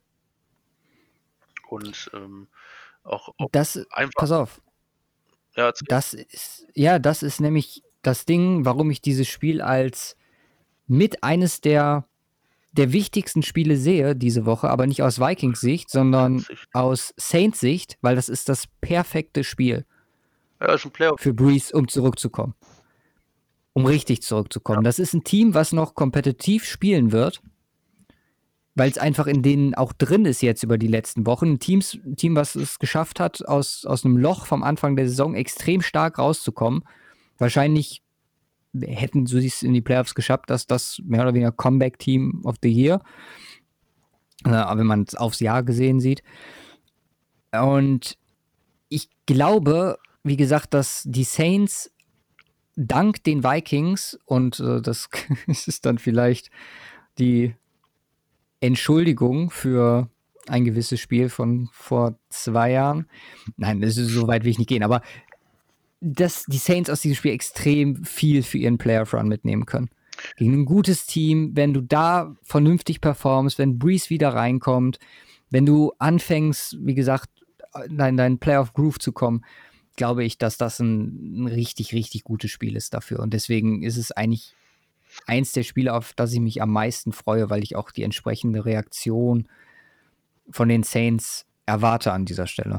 Und ähm, auch, auch Das, einfach. pass auf. Ja, das ist, ja, das ist nämlich das Ding, warum ich dieses Spiel als mit eines der, der wichtigsten Spiele sehe diese Woche, aber nicht aus Vikings Sicht, sondern aus Saints Sicht, weil das ist das perfekte Spiel ja, ist ein Playoff für Brees, um zurückzukommen. Um richtig zurückzukommen. Ja. Das ist ein Team, was noch kompetitiv spielen wird, weil es einfach in denen auch drin ist jetzt über die letzten Wochen. Ein, Teams, ein Team, was es geschafft hat, aus, aus einem Loch vom Anfang der Saison extrem stark rauszukommen. Wahrscheinlich hätten sie es in die Playoffs geschafft, dass das mehr oder weniger Comeback-Team of the Year, äh, wenn man es aufs Jahr gesehen sieht. Und ich glaube, wie gesagt, dass die Saints dank den Vikings, und äh, das ist dann vielleicht die Entschuldigung für ein gewisses Spiel von vor zwei Jahren. Nein, das ist, so weit will ich nicht gehen, aber dass die Saints aus diesem Spiel extrem viel für ihren Playoff-Run mitnehmen können. Gegen ein gutes Team, wenn du da vernünftig performst, wenn Brees wieder reinkommt, wenn du anfängst, wie gesagt, in deinen Playoff-Groove zu kommen, glaube ich, dass das ein, ein richtig, richtig gutes Spiel ist dafür. Und deswegen ist es eigentlich eins der Spiele, auf das ich mich am meisten freue, weil ich auch die entsprechende Reaktion von den Saints erwarte an dieser Stelle.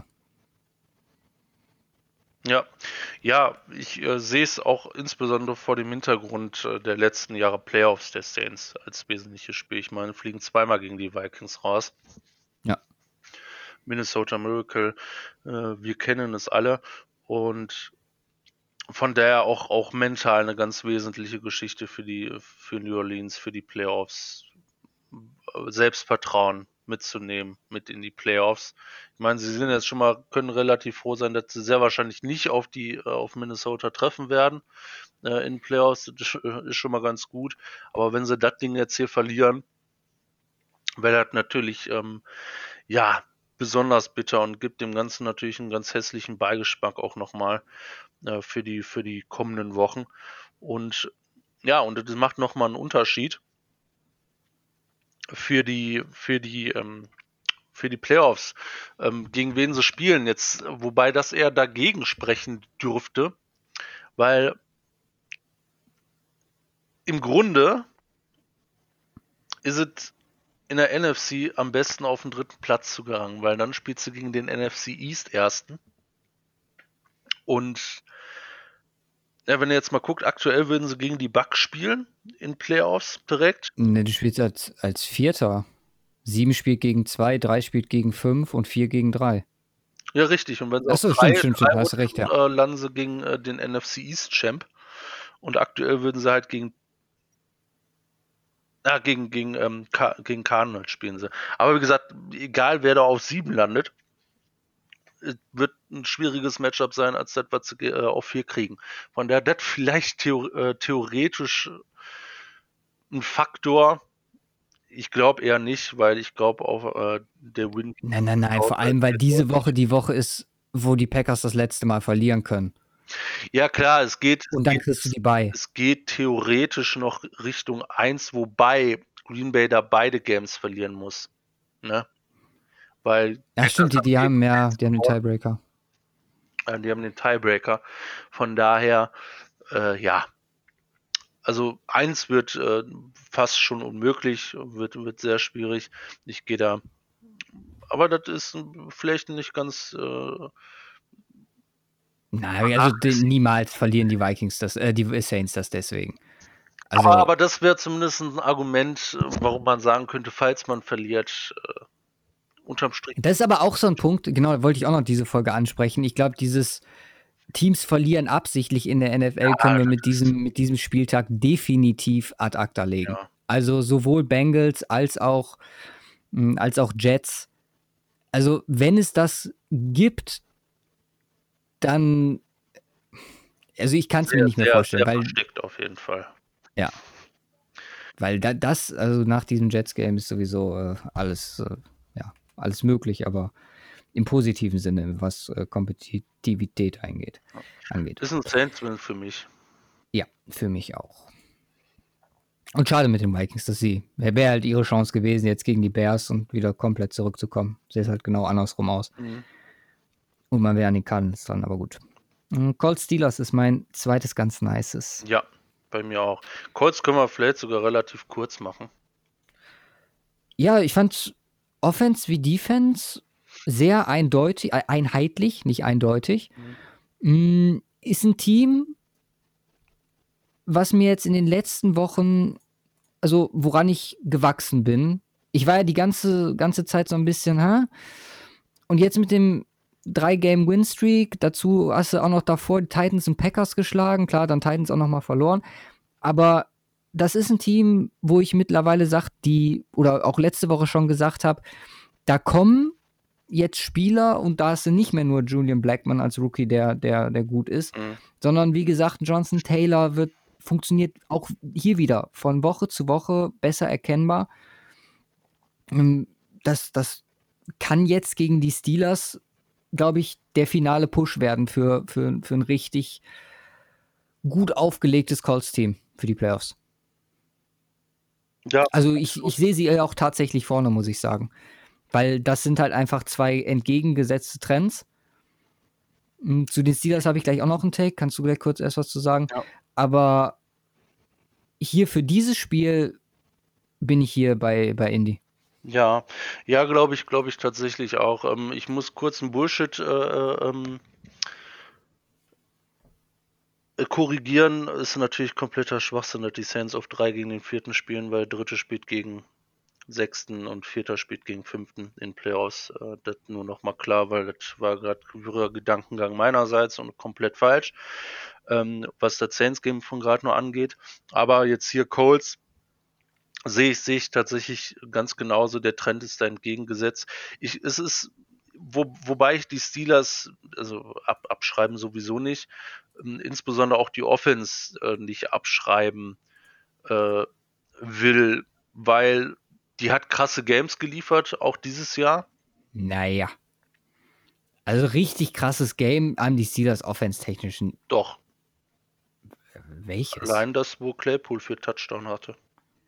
Ja, ja, ich äh, sehe es auch insbesondere vor dem Hintergrund äh, der letzten Jahre Playoffs der Saints als wesentliches Spiel. Ich meine, fliegen zweimal gegen die Vikings raus. Ja. Minnesota Miracle, äh, wir kennen es alle, und von daher auch, auch mental eine ganz wesentliche Geschichte für die, für New Orleans, für die Playoffs. Selbstvertrauen mitzunehmen, mit in die Playoffs. Ich meine, sie sind jetzt schon mal, können relativ froh sein, dass sie sehr wahrscheinlich nicht auf die, auf Minnesota treffen werden äh, in Playoffs. Das ist schon mal ganz gut. Aber wenn sie das Ding jetzt hier verlieren, wäre das natürlich, ähm, ja, besonders bitter und gibt dem Ganzen natürlich einen ganz hässlichen Beigeschmack auch nochmal äh, für die für die kommenden Wochen. Und ja, und das macht nochmal einen Unterschied für die für die, ähm für die Playoffs, ähm, gegen wen sie spielen jetzt, wobei das eher dagegen sprechen dürfte, weil im Grunde ist es in der N F C am besten auf den dritten Platz zu gelangen, weil dann spielst du gegen den N F C East ersten. Und ja, wenn ihr jetzt mal guckt, aktuell würden sie gegen die Bucks spielen in Playoffs direkt. Ne, du spielst als, als Vierter. Sieben spielt gegen zwei, drei spielt gegen fünf und vier gegen drei. Ja, richtig. Und wenn sie Achso, auf drei, stimmt, stimmt, stimmt, drei hast recht, ja. äh, landen sie gegen äh, den N F C East Champ. Und aktuell würden sie halt gegen Ah, gegen, gegen, ähm, Ka- gegen Cardinals spielen sie. Aber wie gesagt, egal wer da auf sieben landet, es wird ein schwieriges Matchup sein, als das, was sie äh, auf vier kriegen. Von daher das vielleicht theo äh, theoretisch ein Faktor. Ich glaube eher nicht, weil ich glaube auch äh, der Win. Nein, nein, nein, vor allem, weil diese Woche die Woche ist, wo die Packers das letzte Mal verlieren können. Ja klar, es geht, Und dann es kriegst du geht, die bei. es geht theoretisch noch Richtung eins, wobei Green Bay da beide Games verlieren muss. Ne? Weil Ja, stimmt, die, die haben ja, die haben den Tiebreaker. Tiebreaker. Äh, Die haben den Tiebreaker. Von daher, äh, ja. Also eins wird äh, fast schon unmöglich, wird, wird sehr schwierig. Ich gehe da. Aber das ist vielleicht nicht ganz. Äh, Nein, also die, niemals verlieren die Vikings das, äh, die Saints das deswegen. Also, aber, aber das wäre zumindest ein Argument, warum man sagen könnte, falls man verliert, äh, unterm Strich. das ist aber auch so ein Punkt, genau, wollte ich auch noch diese Folge ansprechen. Ich glaube, dieses Teams verlieren absichtlich in der N F L Ja, können wir mit diesem, mit diesem Spieltag definitiv ad acta legen. Ja. Also sowohl Bengals als auch, mh, als auch Jets. Also wenn es das gibt, dann, also ich kann es mir nicht mehr sehr, vorstellen, sehr weil, versteckt auf jeden Fall. ja, weil da, das, also nach diesem Jets-Game ist sowieso äh, alles, äh, ja, alles möglich, aber im positiven Sinne, was äh, Kompetitivität eingeht, angeht. Ist ein Saints-Win für mich. Ja, für mich auch. Und schade mit den Vikings, dass sie, wäre halt ihre Chance gewesen, jetzt gegen die Bears und wieder komplett zurückzukommen. Sieht halt genau andersrum aus. Mhm. Und man wäre an den Cardinals dran, aber gut. Colts Steelers ist mein zweites ganz nices. Ja, bei mir auch. Colts können wir vielleicht sogar relativ kurz machen. Ja, ich fand Offense wie Defense sehr eindeutig, äh, einheitlich, nicht eindeutig. Mhm. Ist ein Team, was mir jetzt in den letzten Wochen, also woran ich gewachsen bin. Ich war ja die ganze, ganze Zeit so ein bisschen, ha? Und jetzt mit dem drei-Game-Win-Streak, dazu hast du auch noch davor die Titans und Packers geschlagen. Klar, dann Titans auch noch mal verloren. Aber das ist ein Team, wo ich mittlerweile sage, die, oder auch letzte Woche schon gesagt habe, da kommen jetzt Spieler und da hast du nicht mehr nur Julian Blackmon als Rookie, der, der, der gut ist, Mhm. sondern wie gesagt, Jonathan Taylor wird, funktioniert auch hier wieder von Woche zu Woche besser erkennbar. Das, das kann jetzt gegen die Steelers, glaube ich, der finale Push werden für, für, für ein richtig gut aufgelegtes Colts-Team für die Playoffs. Ja, also ich, ich sehe sie auch tatsächlich vorne, muss ich sagen. Weil das sind halt einfach zwei entgegengesetzte Trends. Zu den Steelers habe ich gleich auch noch einen Take. Kannst du gleich kurz erst was zu sagen? Ja. Aber hier für dieses Spiel bin ich hier bei, bei Indy. Ja, ja, glaube ich, glaube ich tatsächlich auch. Ähm, ich muss kurz einen Bullshit äh, ähm, korrigieren. Ist natürlich kompletter Schwachsinn, dass die Saints auf drei gegen den vierten spielen, weil der dritte spielt gegen sechsten und vierter spielt gegen fünften in Playoffs. Äh, das nur noch mal klar, weil das war gerade wirrer Gedankengang meinerseits und komplett falsch, ähm, was das Saints-Game von gerade nur angeht. Aber jetzt hier Colts sehe ich, sehe ich tatsächlich ganz genauso. Der Trend ist da entgegengesetzt. Ich, es ist, wo, wobei ich die Steelers, also ab, abschreiben sowieso nicht, ähm, insbesondere auch die Offense äh, nicht abschreiben äh, will, weil die hat krasse Games geliefert, auch dieses Jahr. Naja. Also richtig krasses Game haben die Steelers offense-technisch. Doch. Welches? Allein das, wo Claypool für Touchdown hatte.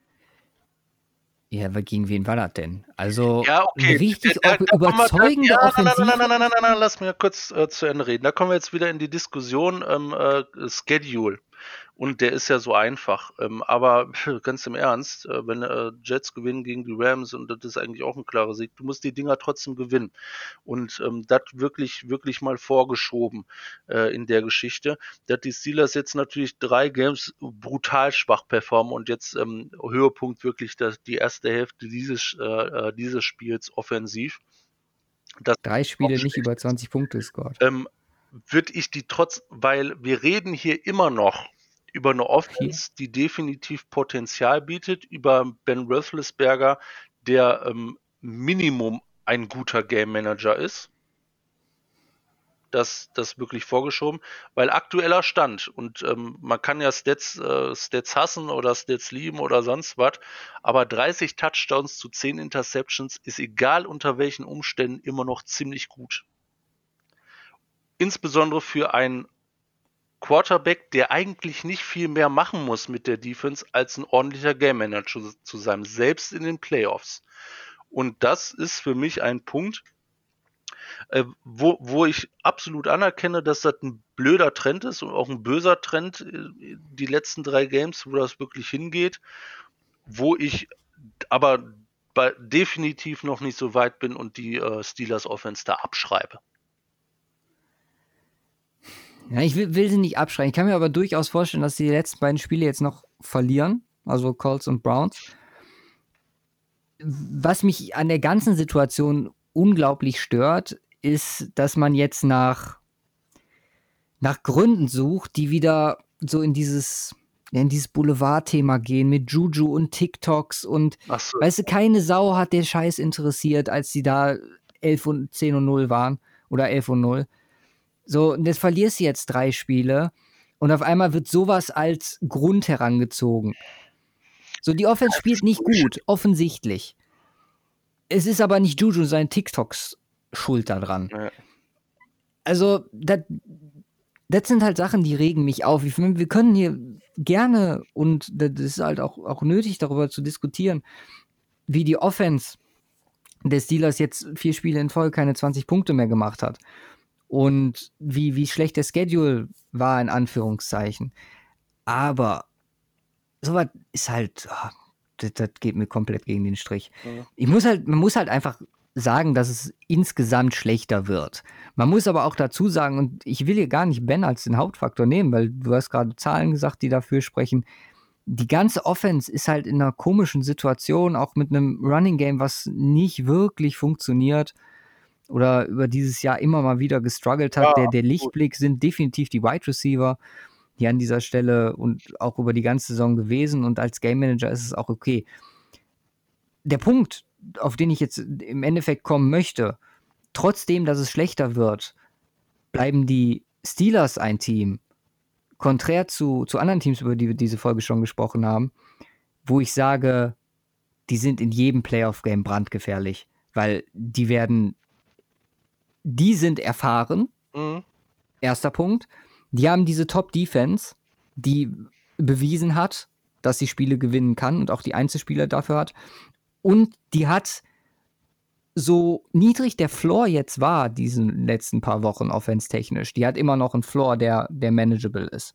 Ja, aber gegen wen war das denn? Also ja, okay. richtig da, da, da überzeugende ja, Offensive. Nein, nein, nein, nein, nein, nein, lass mir kurz äh, zu Ende reden. Da kommen wir jetzt wieder in die Diskussion ähm, äh, Schedule. Und der ist ja so einfach. Ähm, aber ganz im Ernst, äh, wenn äh, Jets gewinnen gegen die Rams, und das ist eigentlich auch ein klarer Sieg, du musst die Dinger trotzdem gewinnen. Und ähm, das wirklich, wirklich mal vorgeschoben äh, in der Geschichte, dass die Steelers jetzt natürlich drei Games brutal schwach performen und jetzt ähm, Höhepunkt wirklich das, die erste Hälfte dieses, äh, dieses Spiels offensiv. Das Drei Spiele nicht über zwanzig Punkte gescored. Ähm, würde ich die trotz, weil wir reden hier immer noch über eine Offense, die definitiv Potenzial bietet, über Ben Roethlisberger, der ähm, Minimum ein guter Game Manager ist. Das, das wirklich vorgeschoben, weil aktueller Stand, und ähm, man kann ja Stats, äh, Stats hassen oder Stats lieben oder sonst was, aber dreißig Touchdowns zu zehn Interceptions ist egal unter welchen Umständen immer noch ziemlich gut. Insbesondere für einen Quarterback, der eigentlich nicht viel mehr machen muss mit der Defense, als ein ordentlicher Game Manager zu sein, selbst in den Playoffs. Und das ist für mich ein Punkt, äh, wo, wo ich absolut anerkenne, dass das ein blöder Trend ist und auch ein böser Trend, äh, die letzten drei Games, wo das wirklich hingeht, wo ich aber bei, definitiv noch nicht so weit bin und die äh, Steelers Offense da abschreibe. Ja, ich will, will sie nicht abschreiben. Ich kann mir aber durchaus vorstellen, dass sie die letzten beiden Spiele jetzt noch verlieren, also Colts und Browns. Was mich an der ganzen Situation unglaublich stört, ist, dass man jetzt nach, nach Gründen sucht, die wieder so in dieses, in dieses Boulevard-Thema gehen mit Juju und TikToks und Ach so. Weißt du, keine Sau hat der Scheiß interessiert, als die da elf und zehn und null waren oder elf und null. So, und jetzt verlierst du jetzt drei Spiele und auf einmal wird sowas als Grund herangezogen. So, die Offense spielt nicht gut, offensichtlich. Es ist aber nicht Juju seinen TikToks schuld daran. Ja. Also, das sind halt Sachen, die regen mich auf. Ich finde, wir können hier gerne, und das ist halt auch, auch nötig, darüber zu diskutieren, wie die Offense der Steelers jetzt vier Spiele in Folge keine zwanzig Punkte mehr gemacht hat. Und wie, wie schlecht der Schedule war, in Anführungszeichen. Aber sowas ist halt, oh, das, das geht mir komplett gegen den Strich. Ja. Ich muss halt, man muss halt einfach sagen, dass es insgesamt schlechter wird. Man muss aber auch dazu sagen, und ich will hier gar nicht Ben als den Hauptfaktor nehmen, weil du hast gerade Zahlen gesagt, die dafür sprechen. Die ganze Offense ist halt in einer komischen Situation, auch mit einem Running Game, was nicht wirklich funktioniert oder über dieses Jahr immer mal wieder gestruggelt hat. Ja, der, der Lichtblick sind definitiv die Wide Receiver, die an dieser Stelle und auch über die ganze Saison gewesen, und als Game Manager ist es auch okay. Der Punkt, auf den ich jetzt im Endeffekt kommen möchte, trotzdem, dass es schlechter wird, bleiben die Steelers ein Team, konträr zu, zu anderen Teams, über die wir diese Folge schon gesprochen haben, wo ich sage, die sind in jedem Playoff-Game brandgefährlich, weil die werden, die sind erfahren, Mhm. erster Punkt. Die haben diese Top-Defense, die bewiesen hat, dass sie Spiele gewinnen kann und auch die Einzelspieler dafür hat. Und die hat, so niedrig der Floor jetzt war, diesen letzten paar Wochen offense-technisch, die hat immer noch einen Floor, der, der manageable ist.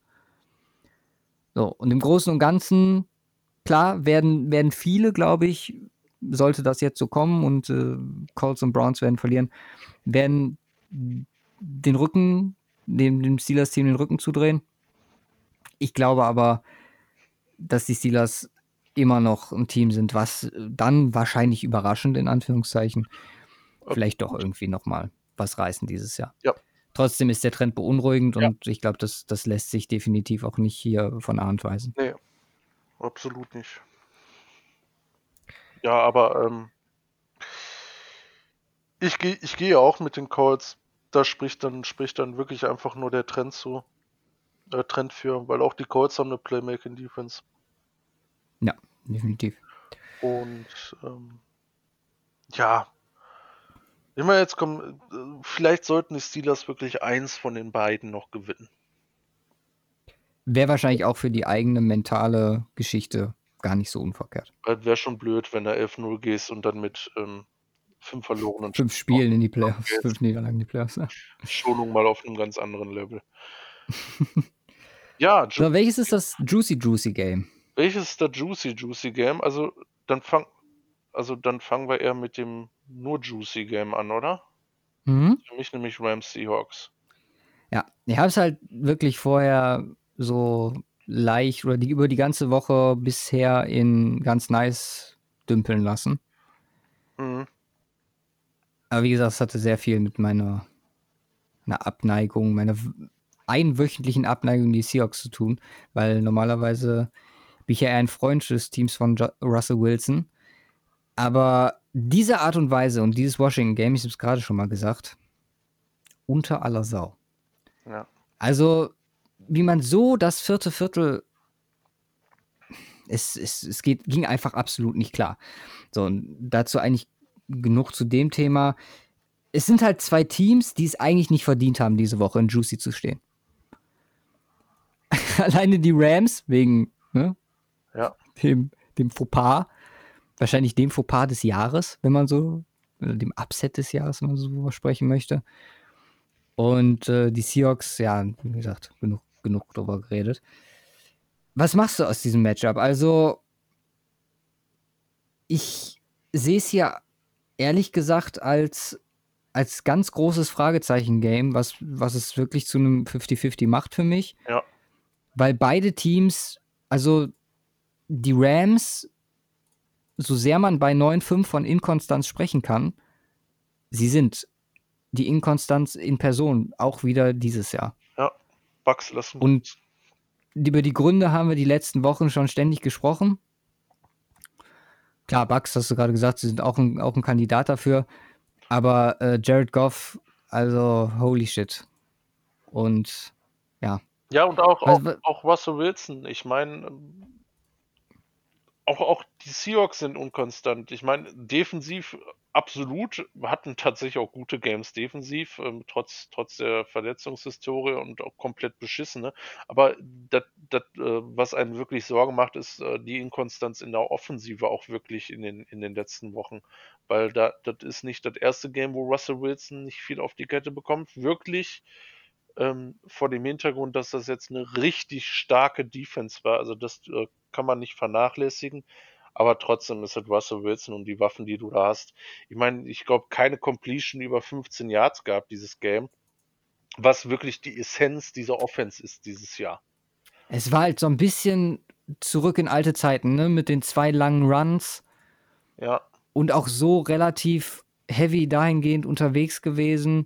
So, und im Großen und Ganzen, klar, werden, werden viele, glaube ich, sollte das jetzt so kommen und äh, Colts und Browns werden verlieren, werden den Rücken, dem, dem Steelers-Team den Rücken zudrehen. Ich glaube aber, dass die Steelers immer noch ein Team sind, was dann wahrscheinlich überraschend, in Anführungszeichen, vielleicht doch irgendwie nochmal was reißen dieses Jahr. Ja. Trotzdem ist der Trend beunruhigend, Ja. und ich glaube, das, das lässt sich definitiv auch nicht hier von der Hand weisen. Nee, absolut nicht. Ja, aber ähm, ich gehe ich gehe auch mit den Colts. Da spricht dann, spricht dann wirklich einfach nur der Trend zu. Äh, Trend für, weil auch die Colts haben eine Playmaking-Defense. Ja, definitiv. Und ähm, ja, immer jetzt kommen, äh, vielleicht sollten die Steelers wirklich eins von den beiden noch gewinnen. Wäre wahrscheinlich auch für die eigene mentale Geschichte gar nicht so unverkehrt. Weil wäre schon blöd, wenn du elf null gehst und dann mit ähm, fünf verlorenen Fünf Spielen Spielen in die Playoffs, gehst. fünf Niederlagen in die Playoffs. Ja. Schonung mal auf einem ganz anderen Level. Ja, Ju So, welches ist das Juicy Juicy Game? welches ist der Juicy Juicy Game? Also dann fang, also dann fangen wir eher mit dem nur Juicy Game an, oder? Mhm. Für mich nämlich Rams Seahawks. Ja, ich habe es halt wirklich vorher so leicht oder die, über die ganze Woche bisher in ganz nice dümpeln lassen. Mhm. Aber wie gesagt, es hatte sehr viel mit meiner, meiner Abneigung, meiner w- einwöchentlichen Abneigung die Seahawks zu tun, weil normalerweise bin ich ja eher ein Freund des Teams von jo Russell Wilson. Aber diese Art und Weise und dieses Washington Game, ich habe es gerade schon mal gesagt, unter aller Sau. Ja. Also, wie man so das vierte Viertel, es, es, es geht, ging einfach absolut nicht klar. So, und dazu eigentlich genug zu dem Thema. Es sind halt zwei Teams, die es eigentlich nicht verdient haben, diese Woche in Juicy zu stehen. Alleine die Rams, wegen ne, Ja. dem, dem Fauxpas, wahrscheinlich dem Fauxpas des Jahres, wenn man so, oder dem Upset des Jahres, wenn man so sprechen möchte. Und äh, die Seahawks, ja, wie gesagt, genug, genug drüber geredet. Was machst du aus diesem Matchup? Also, ich sehe es hier ehrlich gesagt als, als ganz großes Fragezeichen-Game, was, was es wirklich zu einem fünfzig fünfzig macht für mich. Ja. Weil beide Teams, also die Rams, so sehr man bei neun fünf von Inkonstanz sprechen kann, sie sind die Inkonstanz in Person, auch wieder dieses Jahr. Ja. Bucks lassen. Und über die Gründe haben wir die letzten Wochen schon ständig gesprochen. Klar, Bucks, hast du gerade gesagt, sie sind auch ein, auch ein Kandidat dafür. Aber äh, Jared Goff, also holy shit. Und ja. Ja, und auch, auch, Was, was, auch Russell Wilson. Ich meine, auch, auch die Seahawks sind unkonstant. Ich meine, defensiv absolut, hatten tatsächlich auch gute Games defensiv, ähm, trotz, trotz der Verletzungshistorie und auch komplett beschissene. Aber das, das, äh, was einen wirklich Sorgen macht, ist äh, die Inkonstanz in der Offensive auch wirklich in den, in den letzten Wochen. Weil da, das ist nicht das erste Game, wo Russell Wilson nicht viel auf die Kette bekommt. Wirklich ähm, vor dem Hintergrund, dass das jetzt eine richtig starke Defense war. Also das äh, kann man nicht vernachlässigen. Aber trotzdem ist es Russell Wilson und die Waffen, die du da hast. Ich meine, ich glaube, keine Completion über fünfzehn Yards gab dieses Game, was wirklich die Essenz dieser Offense ist dieses Jahr. es war halt so ein bisschen zurück in alte Zeiten, ne? Mit den zwei langen Runs. Ja. Und auch so relativ heavy dahingehend unterwegs gewesen.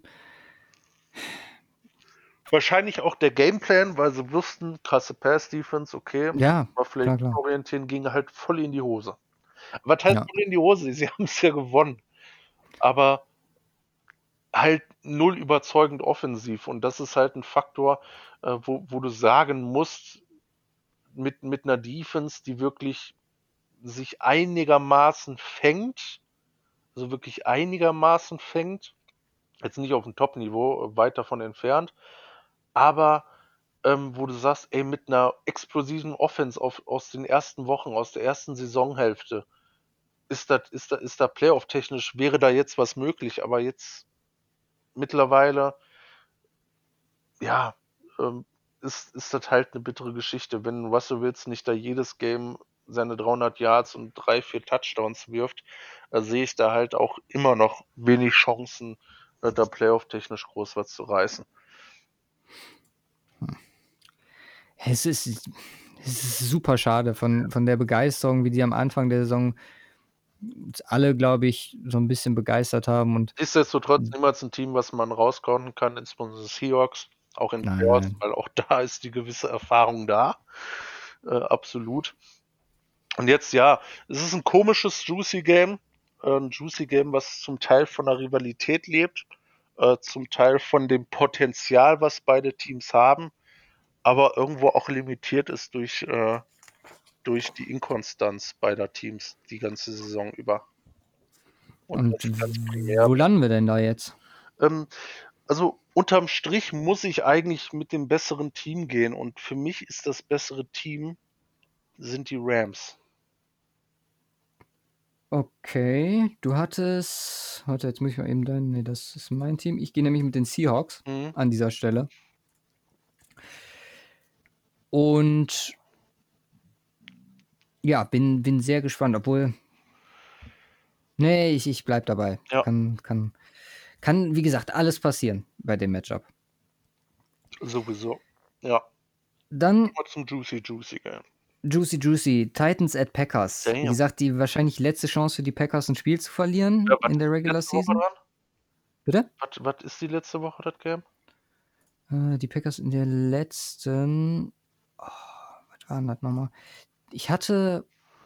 Wahrscheinlich auch der Gameplan, weil sie wussten, krasse Pass-Defense, okay, Ja, aber vielleicht klar, klar. orientieren, ging halt voll in die Hose. Was heißt Ja. voll in die Hose? Sie haben es ja gewonnen. Aber halt null überzeugend offensiv. Und das ist halt ein Faktor, äh, wo, wo du sagen musst, mit, mit einer Defense, die wirklich sich einigermaßen fängt, also wirklich einigermaßen fängt, jetzt nicht auf dem Top-Niveau, äh, weit davon entfernt, aber ähm, wo du sagst, ey, mit einer explosiven Offense auf, aus den ersten Wochen, aus der ersten Saisonhälfte, ist das, ist da, ist da Playoff-technisch, wäre da jetzt was möglich, aber jetzt mittlerweile, ja, ähm, ist, ist das halt eine bittere Geschichte. Wenn Russell Wilson nicht da jedes Game seine dreihundert Yards und drei, vier Touchdowns wirft, äh, sehe ich da halt auch immer noch wenig Chancen, äh, da Playoff-technisch groß was zu reißen. Es ist, es ist super schade von, von der Begeisterung, wie die am Anfang der Saison uns alle, glaube ich, so ein bisschen begeistert haben. Und Nichtsdestotrotz niemals ein Team, was man rauskauen kann, insbesondere die Seahawks, auch in nein, Playoffs, nein. weil auch da ist die gewisse Erfahrung da. Äh, absolut. Und jetzt, ja, es ist ein komisches Juicy Game. Äh, ein Juicy Game, was zum Teil von der Rivalität lebt, äh, zum Teil von dem Potenzial, was beide Teams haben, aber irgendwo auch limitiert ist durch, äh, durch die Inkonstanz beider Teams die ganze Saison über. Und das ganz primär. wo landen wir denn da jetzt? Ähm, also unterm Strich muss ich eigentlich mit dem besseren Team gehen und für mich ist das bessere Team sind die Rams. Okay, du hattest. Warte, jetzt muss ich mal eben dein. Nee, das ist mein Team. Ich gehe nämlich mit den Seahawks Mhm. an dieser Stelle. Und ja, bin, bin sehr gespannt, obwohl. Nee, ich, ich bleib dabei. Ja. Kann, kann, kann, wie gesagt, alles passieren bei dem Matchup. Sowieso. Ja. Dann Mal zum Juicy Juicy Game. Juicy Juicy, Titans at Packers. Damn. Wie gesagt, die wahrscheinlich letzte Chance für die Packers, ein Spiel zu verlieren Ja, was in der ist Regular letzte Woche Season. dran? Bitte? Was, was ist die letzte Woche, das Game? Äh, die Packers in der letzten. Oh, was war denn das nochmal? Ich hatte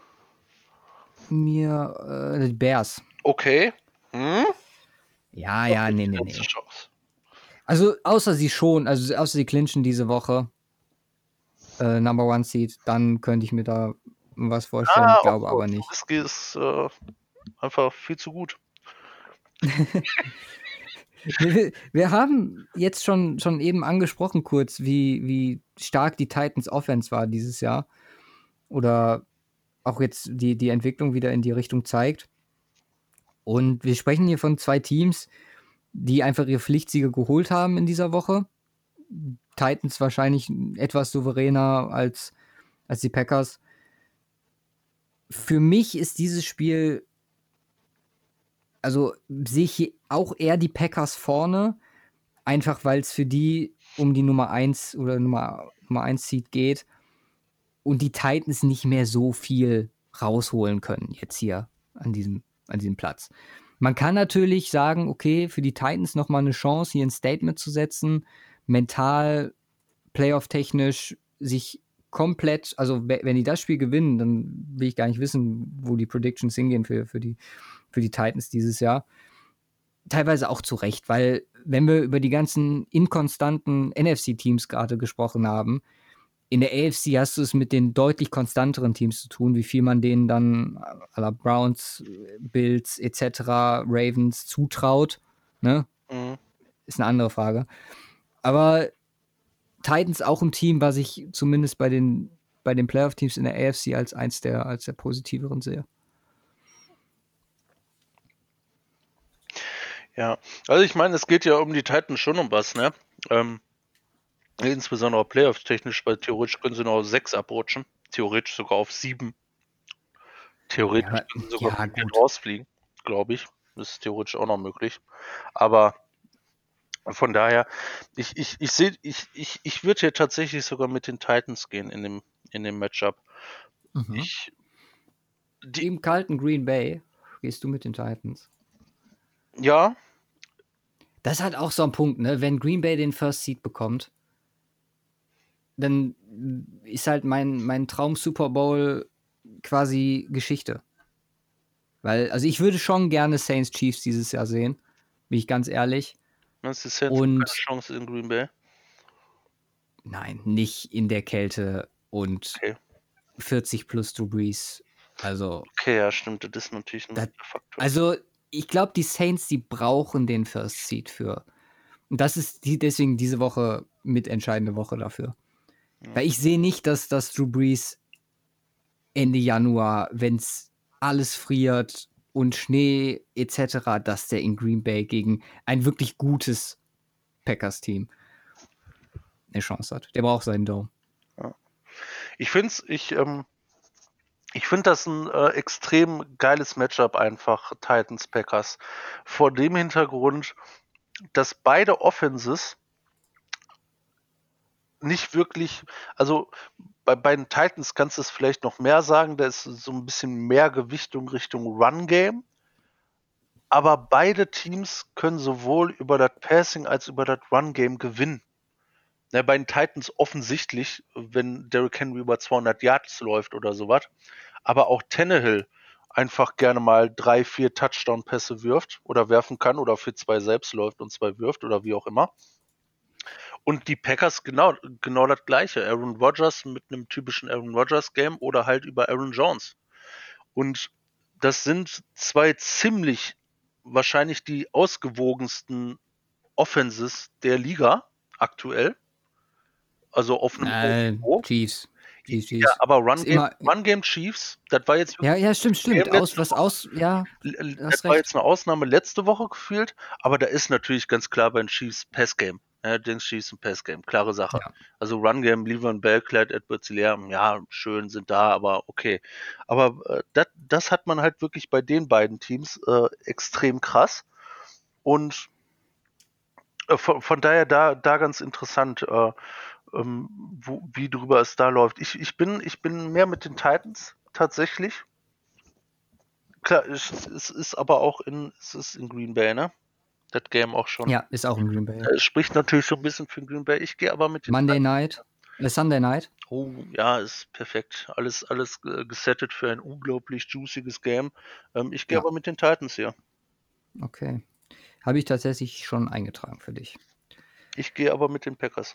mir äh, die Bears. Okay. Hm? Ja, ja, Okay, nee, die nee, letzte nee. Chance. Also, außer sie schon, also außer sie clinchen diese Woche äh, Number One Seed, dann könnte ich mir da was vorstellen, Ah, ich glaube of aber course. nicht. Whisky ist äh, einfach viel zu gut. wir, wir haben jetzt schon, schon eben angesprochen kurz, wie, wie stark die Titans Offense war dieses Jahr. Oder auch jetzt die, die Entwicklung wieder in die Richtung zeigt. Und wir sprechen hier von zwei Teams, die einfach ihre Pflichtsiege geholt haben in dieser Woche. Titans wahrscheinlich etwas souveräner als, als die Packers. Für mich ist dieses Spiel, also sehe ich hier auch eher die Packers vorne, einfach weil es für die um die Nummer eins oder Nummer, Nummer eins Seed geht und die Titans nicht mehr so viel rausholen können jetzt hier an diesem, an diesem Platz. Man kann natürlich sagen, okay, für die Titans nochmal eine Chance, hier ein Statement zu setzen, mental, playoff-technisch sich komplett, also wenn die das Spiel gewinnen, dann will ich gar nicht wissen, wo die Predictions hingehen für, für, die, für die Titans dieses Jahr. Teilweise auch zu Recht, weil wenn wir über die ganzen inkonstanten N F C-Teams gerade gesprochen haben, in der A F C hast du es mit den deutlich konstanteren Teams zu tun, wie viel man denen dann à la Browns, Bills et cetera, Ravens zutraut. Ne? Mhm. Ist eine andere Frage. Aber Titans auch ein Team, was ich zumindest bei den, bei den Playoff-Teams in der A F C als eins der, als der positiveren sehe. Ja, also ich meine, es geht ja um die Titans schon um was, ne? Ähm, insbesondere Playoffs-technisch, weil theoretisch können sie noch auf sechs abrutschen, theoretisch sogar auf sieben. Theoretisch Ja, können sie sogar ja, komplett gut. rausfliegen, glaube ich. Das ist theoretisch auch noch möglich. Aber von daher, ich, ich, ich sehe, ich, ich, ich würde hier tatsächlich sogar mit den Titans gehen in dem, in dem Matchup. Mhm. Ich, die, Im kalten Green Bay gehst du mit den Titans. ja, Das ist halt auch so ein Punkt, ne? Wenn Green Bay den First Seed bekommt, dann ist halt mein, mein Traum Super Bowl quasi Geschichte. Weil, also ich würde schon gerne Saints Chiefs dieses Jahr sehen, bin ich ganz ehrlich. meinst du, die Saints haben Und keine Chance in Green Bay? nein, nicht in der Kälte und Okay. vierzig plus Drew Brees. Also, Okay, ja, stimmt, das ist natürlich ein das, Faktor. also ich glaube, die Saints, die brauchen den First Seed für. Und das ist die, deswegen diese Woche mitentscheidende Woche dafür. Ja. Weil ich sehe nicht, dass das Drew Brees Ende Januar, wenn es alles friert und Schnee et cetera, dass der in Green Bay gegen ein wirklich gutes Packers-Team eine Chance hat. Der braucht seinen Dome. Ja. Ich finde ich, ähm, ich finde das ein äh, extrem geiles Matchup einfach, Titans Packers. Vor dem Hintergrund, dass beide Offenses nicht wirklich, also bei beiden Titans kannst du es vielleicht noch mehr sagen, da ist so ein bisschen mehr Gewichtung Richtung Run-Game. Aber beide Teams können sowohl über das Passing als über das Run-Game gewinnen. Ja, bei den Titans offensichtlich, wenn Derrick Henry über zweihundert Yards läuft oder sowas. Aber auch Tannehill einfach gerne mal drei, vier Touchdown-Pässe wirft oder werfen kann oder für zwei selbst läuft und zwei wirft oder wie auch immer. Und die Packers genau, genau das gleiche. Aaron Rodgers mit einem typischen Aaron Rodgers-Game oder halt über Aaron Jones. Und das sind zwei ziemlich wahrscheinlich die ausgewogensten Offenses der Liga aktuell. Also auf einem hohen Äh, Niveau. Chiefs. Chiefs, Ja, Chiefs. aber Ist Run Game, immer. Run Game Chiefs, das war jetzt Ja, wirklich ja, stimmt, stimmt. Game Aus, letzte was Woche. aus, ja, L- l- du Das hast war recht. jetzt eine Ausnahme letzte Woche gefühlt, aber da ist natürlich ganz klar bei den Chiefs Pass-Game. Ja, den Chiefs ein Pass-Game, klare Sache. Ja. Also Run-Game, Le'Veon Bell, Clyde Edwards-Helaire, ja, schön, sind da, aber okay. Aber äh, das, das hat man halt wirklich bei den beiden Teams äh, extrem krass. Und äh, von, von daher da, da ganz interessant, äh, ähm, wo, wie drüber es da läuft. Ich, ich, bin, ich bin mehr mit den Titans tatsächlich. Klar, es, es ist aber auch in, es ist in Green Bay, ne? Das Game auch schon. Ja, ist auch in Green Bay. Ja. Es spricht natürlich so ein bisschen für Green Bay. Ich gehe aber mit den Monday Titans. Night, äh, Sunday Night. Oh, ja, ist perfekt. Alles, alles äh, gesettet für ein unglaublich juiciges Game. Ähm, ich gehe Ja. aber mit den Titans hier. Okay. Habe ich tatsächlich schon eingetragen für dich. Ich gehe aber mit den Packers.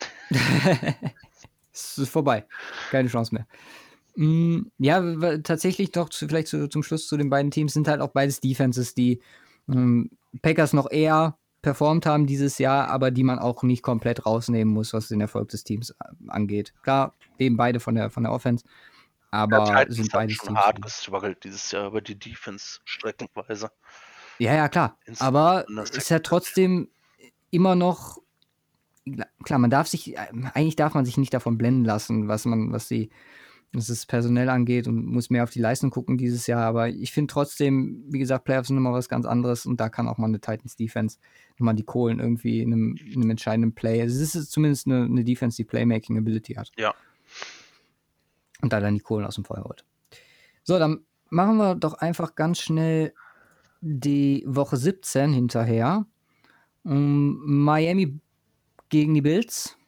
Es ist vorbei. Keine Chance mehr. Mm, ja, w- tatsächlich doch zu, vielleicht zu, zum Schluss zu den beiden Teams sind halt auch beides Defenses, die ähm, Packers noch eher performt haben dieses Jahr, aber die man auch nicht komplett rausnehmen muss, was den Erfolg des Teams äh, angeht. Klar, eben beide von der, von der Offense, aber Ja, Titans sind haben beides schon Teams. hart die- gestruggelt dieses Jahr über die Defense streckenweise. Ja, ja, klar. Ins- Aber in der es ist ja trotzdem immer noch, klar, man darf sich, eigentlich darf man sich nicht davon blenden lassen, was man, was die, was das personell angeht und muss mehr auf die Leistung gucken dieses Jahr. Aber ich finde trotzdem, wie gesagt, Playoffs sind immer was ganz anderes und da kann auch mal eine Titans Defense nochmal die Kohlen irgendwie in einem, in einem entscheidenden Play. Also es ist zumindest eine, eine Defense, die Playmaking Ability hat. Ja. Und da dann die Kohlen aus dem Feuer holt. So, dann machen wir doch einfach ganz schnell die Woche siebzehn hinterher. Um, Miami gegen die Bills.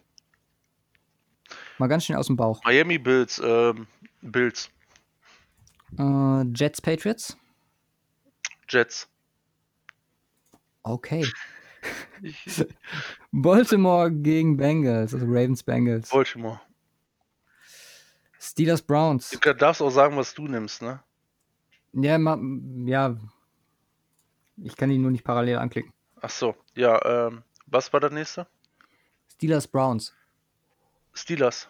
Mal ganz schnell aus dem Bauch. Miami Bills, ähm, Bills, Äh, Jets, Patriots. Jets. Okay. Ich, Baltimore gegen Bengals, also Ravens, Bengals. Baltimore. Steelers, Browns. Du darfst auch sagen, was du nimmst, ne? Ja, ma, ja. Ich kann die nur nicht parallel anklicken. Ach so, ja, ähm, was war das nächste? Steelers, Browns. Steelers,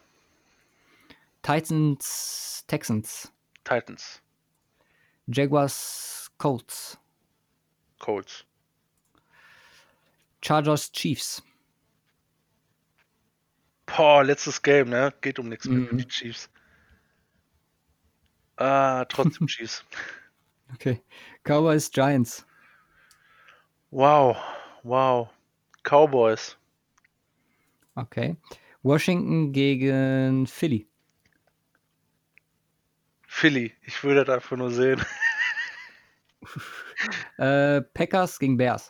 Titans, Texans. Titans, Jaguars, Colts. Colts, Chargers, Chiefs. Boah, letztes Game, ne? Geht um nichts mehr für Mhm. die Chiefs. Ah, trotzdem Chiefs. Okay. Cowboys, Giants. Wow, wow. Cowboys, Okay. Washington gegen Philly. Philly. Ich würde das einfach nur sehen. Äh, Packers gegen Bears.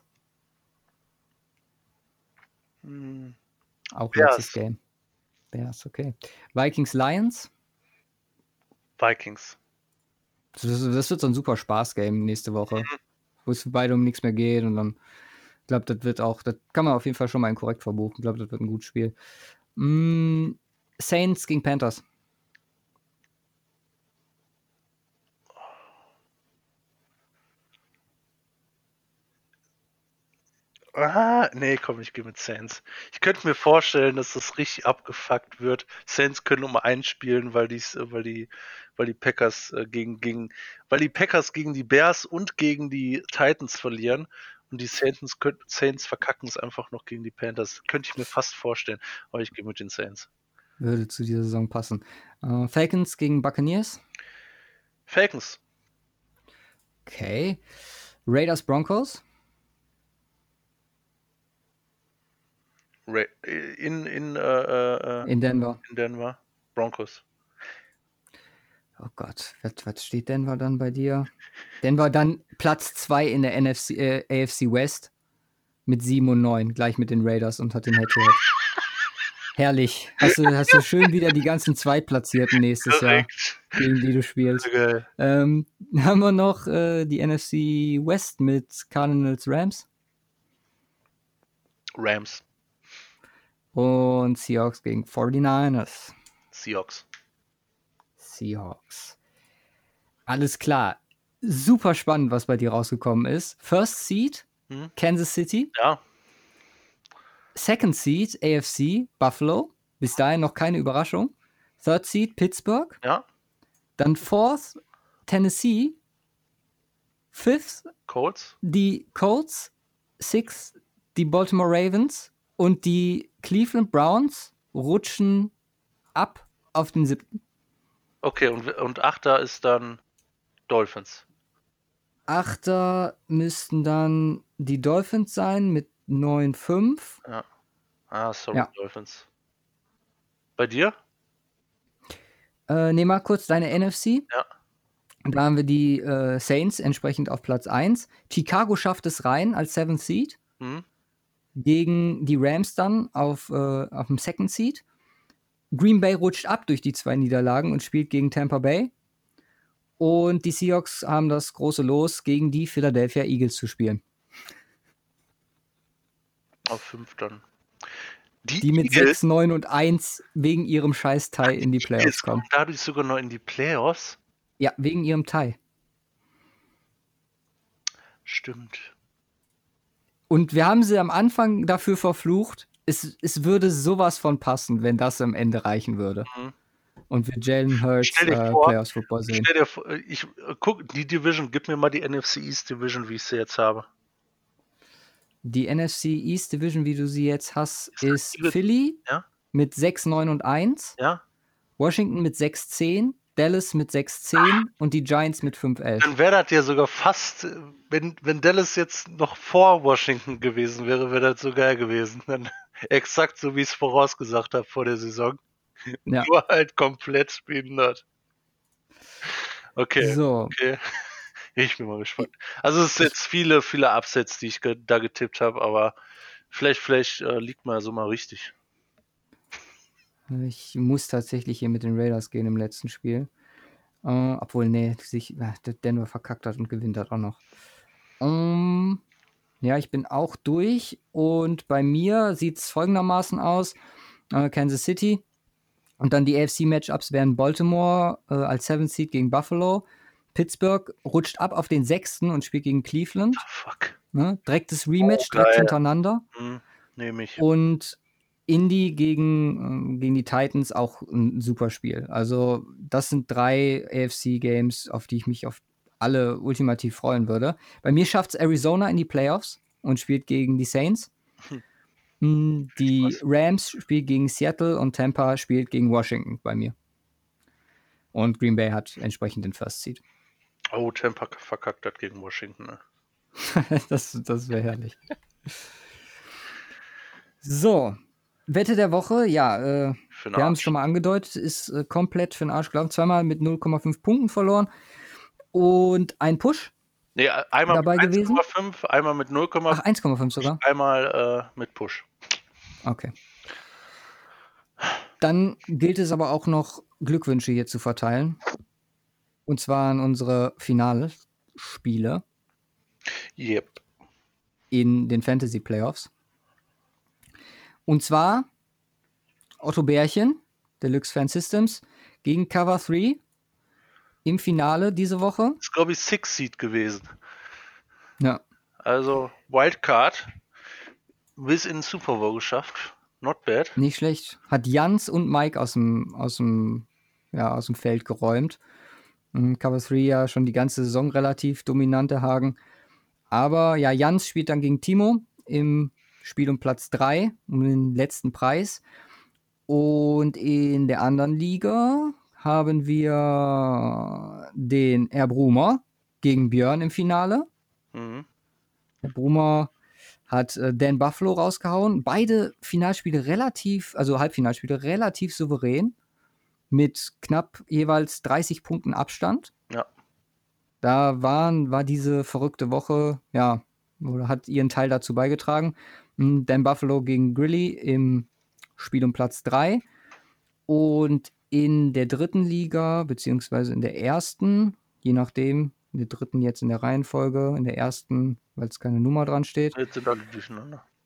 Hm, Auch Bears. letztes Game. Bears, okay. Vikings, Lions. Vikings. Das, das wird so ein super Spaß-Game nächste Woche, wo es für beide um nichts mehr geht und dann, ich glaube, das wird auch, das kann man auf jeden Fall schon mal inkorrekt verbuchen. Ich glaube, das wird ein gutes Spiel. Mm, Saints gegen Panthers. Ah, nee, komm, ich gehe mit Saints. Ich könnte mir vorstellen, dass das richtig abgefuckt wird. Saints können um eins spielen, weil die, weil die, weil die Packers äh, gegen, gegen, weil die Packers gegen die Bears und gegen die Titans verlieren und die Saints, könnt- Saints verkacken es einfach noch gegen die Panthers. Könnte ich mir fast vorstellen, aber ich gehe mit den Saints. Würde zu dieser Saison passen. Äh, Falcons gegen Buccaneers. Falcons, Okay. Raiders, Broncos. Ra in, in, äh, äh, In Denver. in Denver, Broncos. Oh Gott, was, was steht Denver dann bei dir? Denver dann Platz zwei in der N F C, äh, A F C West mit sieben und neun, gleich mit den Raiders und hat den Head-to-Head. Herrlich. Hast du, hast du schön wieder die ganzen Zweitplatzierten nächstes Jahr, gegen die du spielst. Geil. Ähm, haben wir noch äh, die N F C West mit Cardinals, Rams. Rams, Und Seahawks gegen forty-niners. Seahawks. Seahawks. Alles klar. Super spannend, was bei dir rausgekommen ist. First Seed, Hm? Kansas City. Ja. Second Seed, A F C, Buffalo. Bis dahin noch keine Überraschung. Third Seed, Pittsburgh. Ja. Dann Fourth, Tennessee. Fifth, Colts. die Colts. Sixth, die Baltimore Ravens. Und die Cleveland Browns rutschen ab auf den siebten. Okay, und, und Achter ist dann Dolphins. Achter müssten dann die Dolphins sein mit neun fünf. Ja. Ah, sorry, Ja. Dolphins. Bei dir? Äh, nehmen wir kurz deine N F C. Ja. Da haben wir die äh, Saints entsprechend auf Platz eins. Chicago schafft es rein als Seventh Seed. Hm? Gegen die Rams dann auf, äh, auf dem Second Seed. Green Bay rutscht ab durch die zwei Niederlagen und spielt gegen Tampa Bay. Und die Seahawks haben das große Los, gegen die Philadelphia Eagles zu spielen. Auf fünf dann. Die, Die mit Eagles, sechs, neun und eins wegen ihrem scheiß Tie in die Playoffs Eagles kommen. kommen dadurch sogar noch in die Playoffs. Ja, wegen ihrem Tie. Stimmt. Und wir haben sie am Anfang dafür verflucht, es, es würde sowas von passen, wenn das am Ende reichen würde. Mhm. Und wir Jalen Hurts Stell dir äh, vor, Playoffs Football sehen. Stell dir vor, ich äh, guck die Division, gib mir mal die N F C East Division, wie ich sie jetzt habe. Die N F C East Division, wie du sie jetzt hast, Ist das ist die- Philly Ja? mit sechs, neun und eins, Ja? Washington mit sechs, zehn, Dallas mit sechs, zehn und die Giants mit fünf, elf. Dann wäre das ja sogar fast, äh, wenn, wenn Dallas jetzt noch vor Washington gewesen wäre, wäre das so geil gewesen. Dann exakt so, wie ich es vorausgesagt habe vor der Saison. Ja. Nur halt komplett behindert. Okay, So, okay. Ich bin mal gespannt. Also es sind jetzt viele, viele Upsets, die ich ge da getippt habe, aber vielleicht, vielleicht äh, liegt man so mal richtig. ich muss tatsächlich hier mit den Raiders gehen im letzten Spiel. Äh, obwohl, nee, sich, äh, der Denver verkackt hat und gewinnt hat auch noch. Um, ja, ich bin auch durch und bei mir sieht es folgendermaßen aus. Äh, Kansas City und dann die A F C-Matchups wären Baltimore äh, als Seventh Seed gegen Buffalo. Pittsburgh rutscht ab auf den sechsten und spielt gegen Cleveland. Ah, fuck. Ne? Direktes Rematch, Oh, direkt geil. hintereinander. Hm, nehme ich. Und Indy gegen, äh, gegen die Titans auch ein super Spiel. Also das sind drei A F C-Games, auf die ich mich auf alle ultimativ freuen würde. Bei mir schafft es Arizona in die Playoffs und spielt gegen die Saints. Hm, Die Spaß. Rams spielt gegen Seattle und Tampa spielt gegen Washington bei mir. Und Green Bay hat entsprechend den First Seed. Oh, Tampa verkackt hat gegen Washington. Ne? das das wäre herrlich. So, Wette der Woche, ja, äh, Für den wir haben es Arsch. schon mal angedeutet, ist äh, komplett für den Arsch gelaufen. Zweimal mit null Komma fünf Punkten verloren und ein Push. Nee, einmal dabei mit gewesen? eins Komma fünf, einmal mit null Komma fünf, Ach, eins Komma fünf sogar. einmal äh, mit Push. Okay. Dann gilt es aber auch noch, Glückwünsche hier zu verteilen. Und zwar an unsere Finalspiele Yep. in den Fantasy Playoffs. Und zwar Otto Bärchen, Deluxe Fan Systems, gegen Cover drei im Finale diese Woche. Ist, glaube ich, Six Seed gewesen. Ja, Also Wildcard bis in den Super Bowl geschafft. Not bad. nicht schlecht. Hat Jans und Mike aus dem, aus dem, ja, aus dem Feld geräumt. Mhm, Cover drei ja schon die ganze Saison relativ dominante Hagen. Aber ja, Jans spielt dann gegen Timo im Spiel um Platz drei, um den letzten Preis. Und in der anderen Liga haben wir den Herr Brumer gegen Björn im Finale. Mhm. Herr Brumer hat äh, Dan Buffalo rausgehauen. Beide Finalspiele relativ, also Halbfinalspiele relativ souverän. Mit knapp jeweils dreißig Punkten Abstand. Ja. Da waren, war diese verrückte Woche, ja, oder hat ihren Teil dazu beigetragen. Mhm, Dan Buffalo gegen Grilly im Spiel um Platz drei. Und in der dritten Liga, beziehungsweise in der ersten, je nachdem, in der dritten jetzt in der Reihenfolge, in der ersten, weil es keine Nummer dran steht, Jetzt sind alle durcheinander.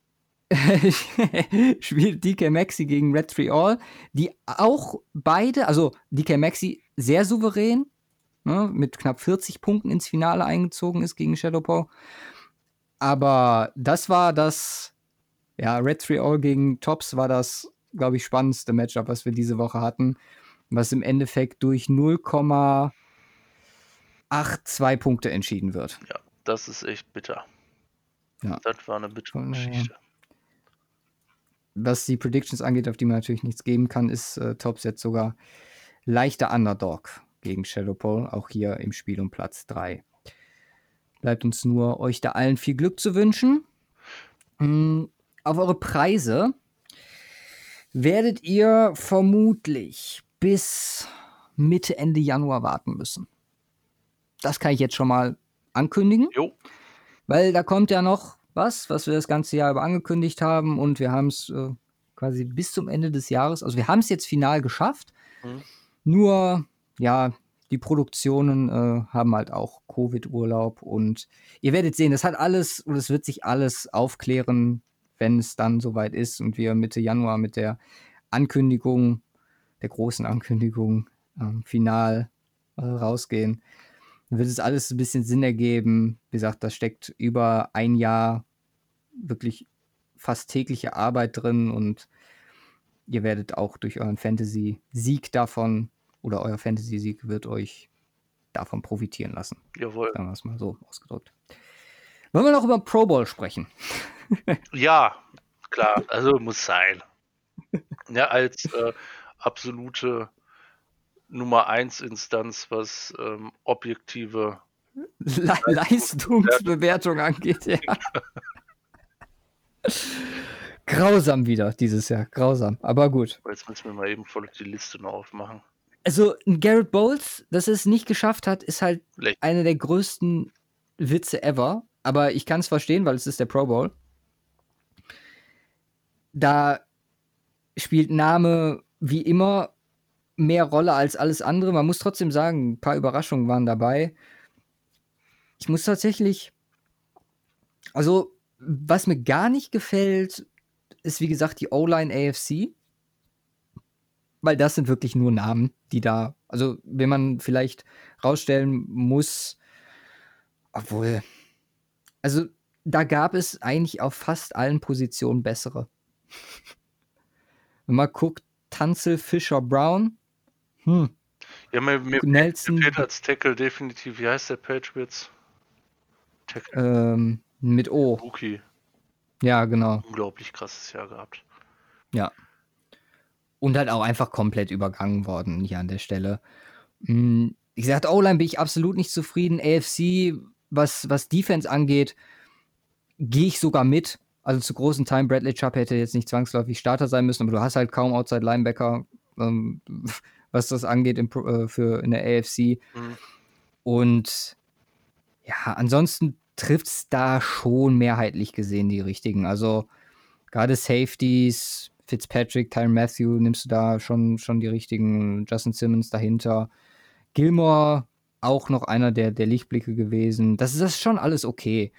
spielt D K Maxi gegen Red Three All, die auch beide, also D K Maxi sehr souverän, ne, mit knapp vierzig Punkten ins Finale eingezogen ist gegen Shadowpaw. Aber das war das, ja, Red Three All gegen Tops war das, glaube ich, spannendste Matchup, was wir diese Woche hatten, was im Endeffekt durch null Komma zweiundachtzig Punkte entschieden wird. Ja, das ist echt bitter. Ja. Das war eine bittere Von, äh, Geschichte. Was die Predictions angeht, auf die man natürlich nichts geben kann, ist äh, Tops jetzt sogar leichter Underdog gegen Shadowpaw, auch hier im Spiel um Platz drei. Bleibt uns nur, euch da allen viel Glück zu wünschen. Mhm. Auf eure Preise werdet ihr vermutlich bis Mitte, Ende Januar warten müssen. Das kann ich jetzt schon mal ankündigen. Jo. Weil da kommt ja noch was, was wir das ganze Jahr über angekündigt haben und wir haben es äh, quasi bis zum Ende des Jahres, also wir haben es jetzt final geschafft, Mhm. nur, ja, die Produktionen äh, haben halt auch Covid-Urlaub und ihr werdet sehen, das hat alles und es wird sich alles aufklären, wenn es dann soweit ist und wir Mitte Januar mit der Ankündigung, der großen Ankündigung, ähm, final äh, rausgehen. Dann wird es alles ein bisschen Sinn ergeben. Wie gesagt, da steckt über ein Jahr wirklich fast tägliche Arbeit drin und ihr werdet auch durch euren Fantasy-Sieg davon oder euer Fantasy-Sieg wird euch davon profitieren lassen. Jawohl. Sagen wir es mal so ausgedrückt. Wollen wir noch über Pro Bowl sprechen? Ja, klar, also muss sein. Ja, als äh, absolute Nummer eins Instanz, was ähm, objektive Le Leistungsbewertung angeht, ja. Grausam wieder dieses Jahr, grausam, aber gut. Jetzt müssen wir mal eben voll die Liste noch aufmachen. Also ein Garrett Bowles, dass er es nicht geschafft hat, ist halt Lächerlich. einer der größten Witze ever. Aber ich kann es verstehen, weil es ist der Pro Bowl. Da spielt Name wie immer mehr Rolle als alles andere. Man muss trotzdem sagen, ein paar Überraschungen waren dabei. Ich muss tatsächlich, also was mir gar nicht gefällt, ist wie gesagt die O-Line A F C. Weil das sind wirklich nur Namen, die da, also wenn man vielleicht rausstellen muss, obwohl, also da gab es eigentlich auf fast allen Positionen bessere. Wenn man guckt, Tunsil, Fisher, Brown, hm. Ja, mir, mir, Nelson, mir fehlt als Tackle definitiv, wie heißt der Patriots? Tackle. Ähm, mit O. Rookie. Ja, genau. Unglaublich krasses Jahr gehabt. Ja. Und halt auch einfach komplett übergangen worden hier an der Stelle. Wie gesagt, O-Line bin ich absolut nicht zufrieden. A F C, was, was Defense angeht, gehe ich sogar mit. Also zu großen Teilen, Bradley Chubb hätte jetzt nicht zwangsläufig Starter sein müssen, aber du hast halt kaum Outside-Linebacker, ähm, was das angeht im, äh, für in der A F C. Mhm. Und ja, ansonsten trifft es da schon mehrheitlich gesehen die richtigen. Also gerade Safeties, Fitzpatrick, Tyrann Mathieu, nimmst du da schon, schon die richtigen, Justin Simmons dahinter. Gilmore, auch noch einer der, der Lichtblicke gewesen. Das ist, das ist schon alles okay.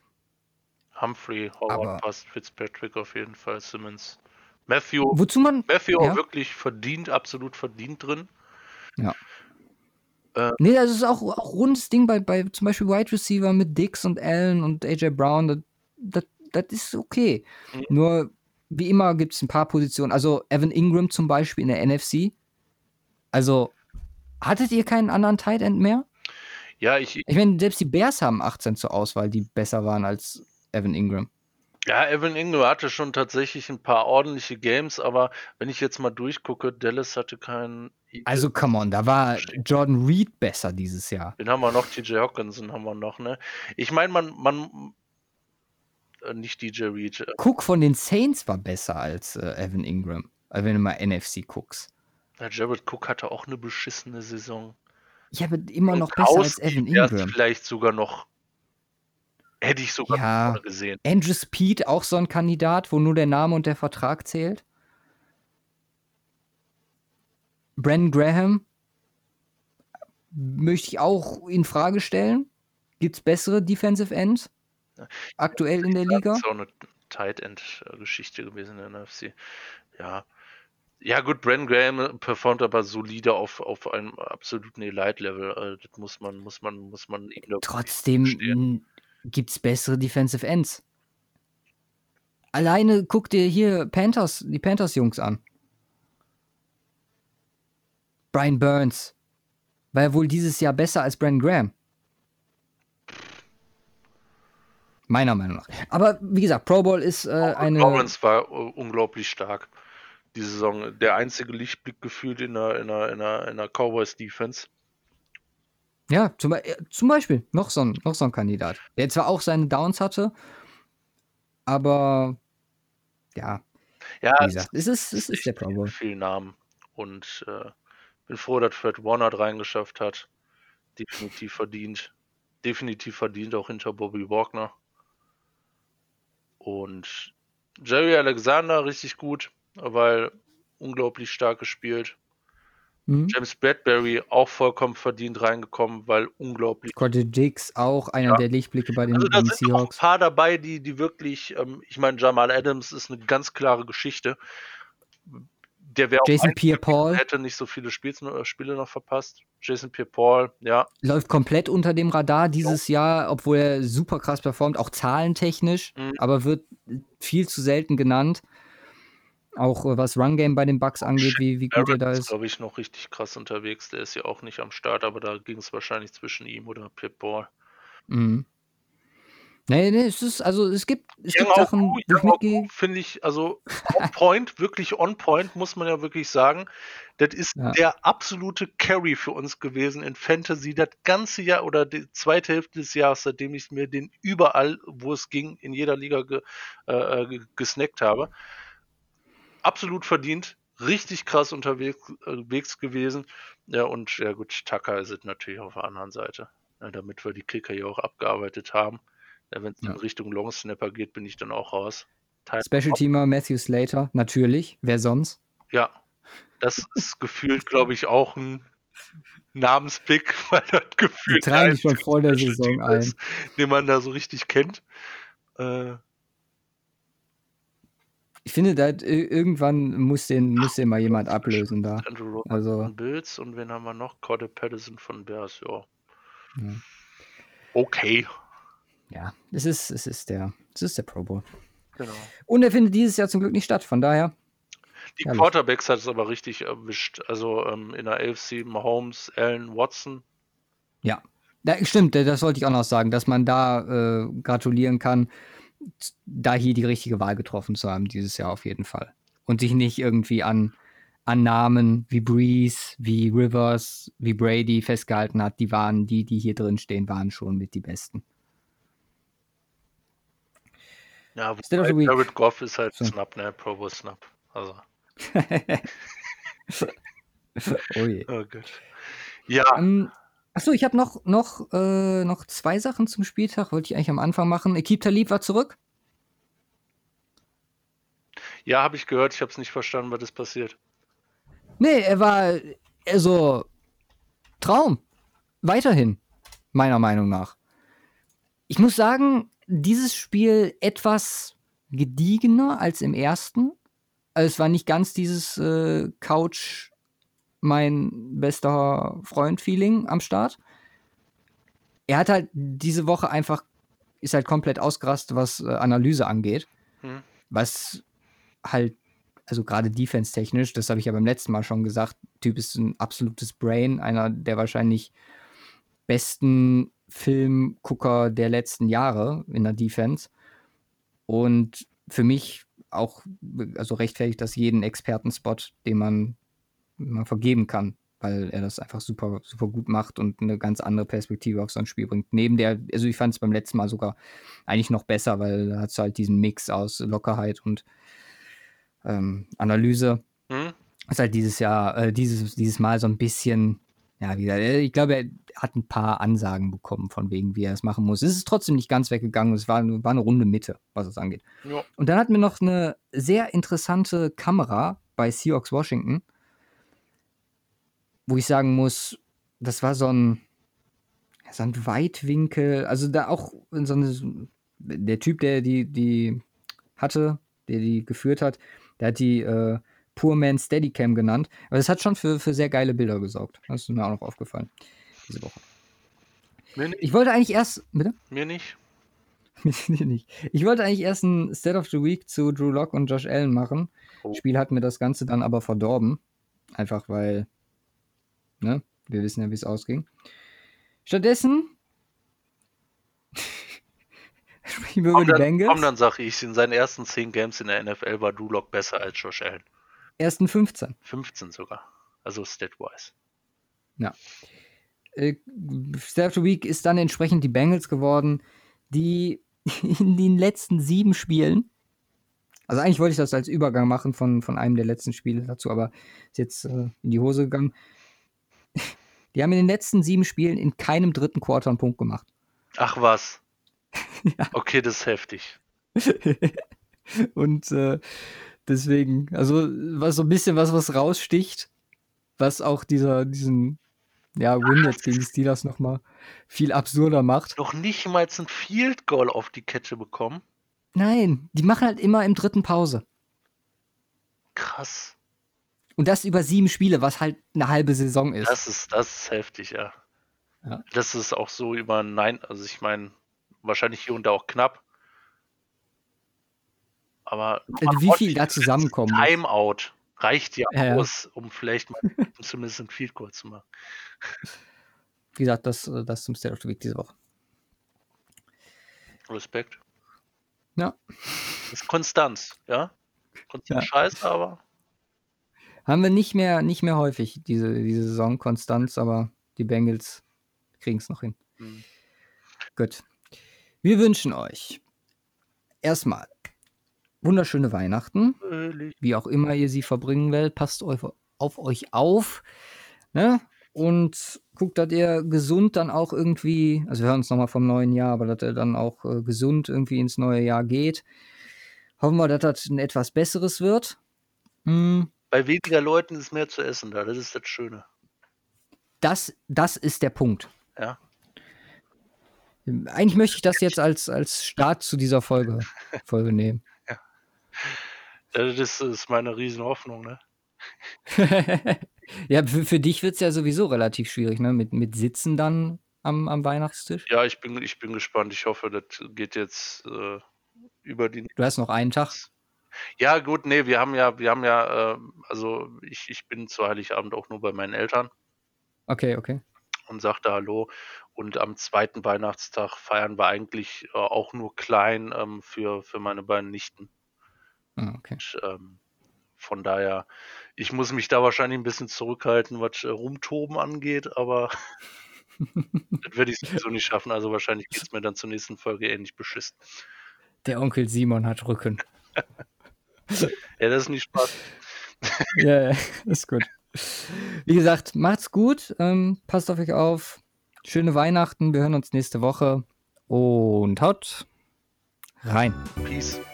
Humphrey, Howard Aber passt, Fitzpatrick auf jeden Fall, Simmons. Matthew, wozu man. Matthew ja. auch wirklich verdient, absolut verdient drin. Ja. Äh, nee, das ist auch, auch rundes Ding bei, bei zum Beispiel Wide Receiver mit Dix und Allen und A J Brown. Das, das, das ist okay. Mhm. Nur, wie immer gibt es ein paar Positionen. Also Evan Ingram zum Beispiel in der N F C. Also, hattet ihr keinen anderen Tight End mehr? Ja, ich. Ich meine, selbst die Bears haben achtzehn zur Auswahl, die besser waren als Evan Ingram. Ja, Evan Ingram hatte schon tatsächlich ein paar ordentliche Games, aber wenn ich jetzt mal durchgucke, Dallas hatte keinen. Also, come on, da war Jordan Reed besser dieses Jahr. Den haben wir noch, T J Hockenson haben wir noch, ne? Ich meine, man, man, äh, nicht D J Reed. Äh, Cook von den Saints war besser als äh, Evan Ingram, also wenn du mal N F C guckst. Ja, Jared Cook hatte auch eine beschissene Saison. Ja, aber immer noch besser als Evan Ingram. Vielleicht sogar noch, hätte ich sogar ja, gesehen. Andrew Speed, auch so ein Kandidat, wo nur der Name und der Vertrag zählt. Brandon Graham möchte ich auch in Frage stellen. Gibt es bessere Defensive Ends aktuell in der Liga? Das ist auch eine Tight End-Geschichte gewesen in der N F C. Ja. Ja, gut, Brandon Graham performt aber solide auf, auf einem absoluten Elite-Level. Das muss man, muss man, muss man ihm da Trotzdem gibt es bessere Defensive Ends. Alleine guck dir hier Panthers, die Panthers-Jungs an. Brian Burns. War ja wohl dieses Jahr besser als Brandon Graham. Meiner Meinung nach. Aber wie gesagt, Pro Bowl ist äh, eine... Lawrence war uh, unglaublich stark die Saison. Der einzige Lichtblick gefühlt in der, in der, in der, in der Cowboys-Defense. Ja, zum, äh, zum Beispiel noch so, ein, noch so ein Kandidat. Der zwar auch seine Downs hatte, aber ja, ja wie gesagt, es ist, es ist der Pro Bowl. Viel Namen. Und äh, bin froh, dass Fred Warner reingeschafft hat. Definitiv verdient. Definitiv verdient auch hinter Bobby Wagner. Und Jerry Alexander richtig gut, weil unglaublich stark gespielt. Mhm. James Bradbury auch vollkommen verdient reingekommen, weil unglaublich. Cody Diggs auch einer ja. der Lichtblicke bei den, also da den sind Seahawks. Auch ein paar dabei, die, die wirklich, ähm, ich meine, Jamal Adams ist eine ganz klare Geschichte. Der wäre Jason Pierre-Paul hätte nicht so viele Spiel, Spiele noch verpasst. Jason Pierre-Paul, ja. Läuft komplett unter dem Radar dieses oh. Jahr, obwohl er super krass performt, auch zahlentechnisch, mhm. aber wird viel zu selten genannt. Auch was Run-Game bei den Bucks angeht, wie, wie gut er da ist. glaube ich, noch richtig krass unterwegs. Der ist ja auch nicht am Start, aber da ging es wahrscheinlich zwischen ihm oder Pierre-Paul. Mhm. Nee, nee, es ist, also es gibt, es gibt Sachen, wo ich mitgehe. Finde ich, also on point, wirklich on point, muss man ja wirklich sagen. Das ist ja. der absolute Carry für uns gewesen in Fantasy, das ganze Jahr oder die zweite Hälfte des Jahres, seitdem ich mir den überall, wo es ging, in jeder Liga ge, äh, gesnackt habe. Absolut verdient, richtig krass unterwegs, unterwegs gewesen. Ja, und ja gut, Tucker ist es natürlich auf der anderen Seite. Ja, damit wir die Kicker ja auch abgearbeitet haben. Ja, wenn es ja. in Richtung Long Snapper geht, bin ich dann auch raus. Special-Teamer Matthew Slater, natürlich. Wer sonst? Ja, das ist gefühlt, glaube ich, auch ein Namenspick, weil das gefühlt die tragen schon vor der Saison ein. Ist, den man da so richtig kennt. Äh, ich finde, da irgendwann muss den, muss den mal jemand ablösen da. Andrew also von Bills und wen haben wir noch? Cordell Patterson von Bears, ja. ja. Okay. Ja, es ist, es ist der, es ist der Pro Bowl. Genau. Und er findet dieses Jahr zum Glück nicht statt, von daher. Die herrlich. Quarterbacks hat es aber richtig erwischt. Also ähm, in der A F C Mahomes, Allen, Watson. Ja. ja, stimmt, das wollte ich auch noch sagen, dass man da äh, gratulieren kann, da hier die richtige Wahl getroffen zu haben dieses Jahr auf jeden Fall. Und sich nicht irgendwie an, an Namen wie Breeze, wie Rivers, wie Brady festgehalten hat. Die waren, die, die hier drin stehen, waren schon mit die Besten. Ja, wobei Jared Goff ist halt so. Snap, ne? Pro Bowl Snap. Also. oh je. Oh Gott. Ja. Um, achso, ich habe noch, noch, äh, noch zwei Sachen zum Spieltag, wollte ich eigentlich am Anfang machen. Aqib Talib war zurück. Ja, habe ich gehört, ich habe es nicht verstanden, was ist passiert. Nee, er war, also, Traum. Weiterhin, meiner Meinung nach. Ich muss sagen, dieses Spiel etwas gediegener als im ersten. Also es war nicht ganz dieses äh, Couch, mein bester Freund-Feeling am Start. Er hat halt diese Woche einfach, ist halt komplett ausgerastet, was äh, Analyse angeht. Hm. Was halt, also gerade defense-technisch, das habe ich ja beim letzten Mal schon gesagt, Typ ist ein absolutes Brain, einer der wahrscheinlich besten Filmgucker der letzten Jahre in der Defense. Und für mich auch, also rechtfertigt das jeden Expertenspot, den man, man vergeben kann, weil er das einfach super, super gut macht und eine ganz andere Perspektive auf so ein Spiel bringt. Neben der, also ich fand es beim letzten Mal sogar eigentlich noch besser, weil da hat es halt diesen Mix aus Lockerheit und ähm, Analyse. Hm? Ist halt dieses Jahr, äh, dieses, dieses Mal so ein bisschen, ja, wie gesagt, ich glaube, er hat ein paar Ansagen bekommen, von wegen, wie er es machen muss. Es ist trotzdem nicht ganz weggegangen. Es war, war eine runde Mitte, was es angeht. Ja. Und dann hatten wir noch eine sehr interessante Kamera bei Seahawks Washington, wo ich sagen muss, das war so ein, so ein Weitwinkel, also da auch so eine, der Typ, der die, die hatte, der die geführt hat, der hat die äh, Poor Man Steadicam genannt. Aber das hat schon für, für sehr geile Bilder gesorgt. Das ist mir auch noch aufgefallen diese Woche. Mir nicht. Ich wollte eigentlich erst, bitte? Mir nicht. Mir nicht. Ich wollte eigentlich erst ein State of the Week zu Drew Lock und Josh Allen machen. Oh. Spiel hat mir das Ganze dann aber verdorben. Einfach weil, ne, wir wissen ja, wie es ausging. Stattdessen sprechen wir über Komm, die dann, Bengals. komm, dann sage ich, in seinen ersten zehn Games in der N F L war Drew Lock besser als Josh Allen. Ersten fünfzehn. fünfzehn sogar. Also stat-wise. Ja. Äh, State of the Week ist dann entsprechend die Bengals geworden, die in den letzten sieben Spielen, also eigentlich wollte ich das als Übergang machen von, von einem der letzten Spiele dazu, aber ist jetzt äh, in die Hose gegangen. Die haben in den letzten sieben Spielen in keinem dritten Quarter einen Punkt gemacht. Ach was. Ja. Okay, das ist heftig. Und äh, deswegen, also was so ein bisschen was, was raussticht, was auch dieser, diesen ja, Win jetzt gegen die Steelers nochmal viel absurder macht. Noch nicht mal ein Field Goal auf die Kette bekommen. Nein, die machen halt immer im dritten Pause. Krass. Und das über sieben Spiele, was halt eine halbe Saison ist. Das ist, das ist heftig, ja. Ja. Das ist auch so über nein, also ich meine, wahrscheinlich hier und da auch knapp. Aber Also wie viel da zusammenkommen muss. Timeout reicht ja, Ja, ja. aus, um vielleicht mal zumindest ein Field Goal zu machen. Wie gesagt, das, das zum State of the Week diese Woche. Respekt. Ja. Das ist Konstanz, ja? Konstanz Ja. scheiße, aber Haben wir nicht mehr, nicht mehr häufig diese, diese Saison, Konstanz, aber die Bengals kriegen es noch hin. hm. Gut. Wir wünschen euch erstmal wunderschöne Weihnachten. Fröhlich. Wie auch immer ihr sie verbringen wollt, passt auf, auf euch auf. Ne? Und guckt, dass ihr gesund dann auch irgendwie, also wir hören uns nochmal vom neuen Jahr, aber dass ihr dann auch äh, gesund irgendwie ins neue Jahr geht. Hoffen wir, dass das ein etwas besseres wird. Hm, Bei weniger Leuten ist mehr zu essen da, das ist das Schöne. das, das ist der Punkt. Ja. Eigentlich möchte ich das jetzt als, als Start zu dieser Folge, Folge nehmen. Das ist meine riesen Hoffnung, ne? Ja, für, für dich wird es ja sowieso relativ schwierig, ne? Mit, mit Sitzen dann am, am Weihnachtstisch. Ja, ich bin, ich bin gespannt. Ich hoffe, das geht jetzt äh, über die. Du hast noch einen Tag. Ja, gut, nee, wir haben ja, wir haben ja, äh, also ich, ich bin zu Heiligabend auch nur bei meinen Eltern Okay, okay. und sagte Hallo. Und am zweiten Weihnachtstag feiern wir eigentlich äh, auch nur klein ähm, für, für meine beiden Nichten. Ah, okay. Und, ähm, von daher, ich muss mich da wahrscheinlich ein bisschen zurückhalten, was äh, Rumtoben angeht, aber das werde ich sowieso nicht schaffen. Also wahrscheinlich geht es mir dann zur nächsten Folge ähnlich beschissen. Der Onkel Simon hat Rücken. Ja, das ist nicht Spaß. Ja, ja, ist gut. Wie gesagt, macht's gut, ähm, passt auf euch auf. Schöne Weihnachten, wir hören uns nächste Woche und haut rein. Peace.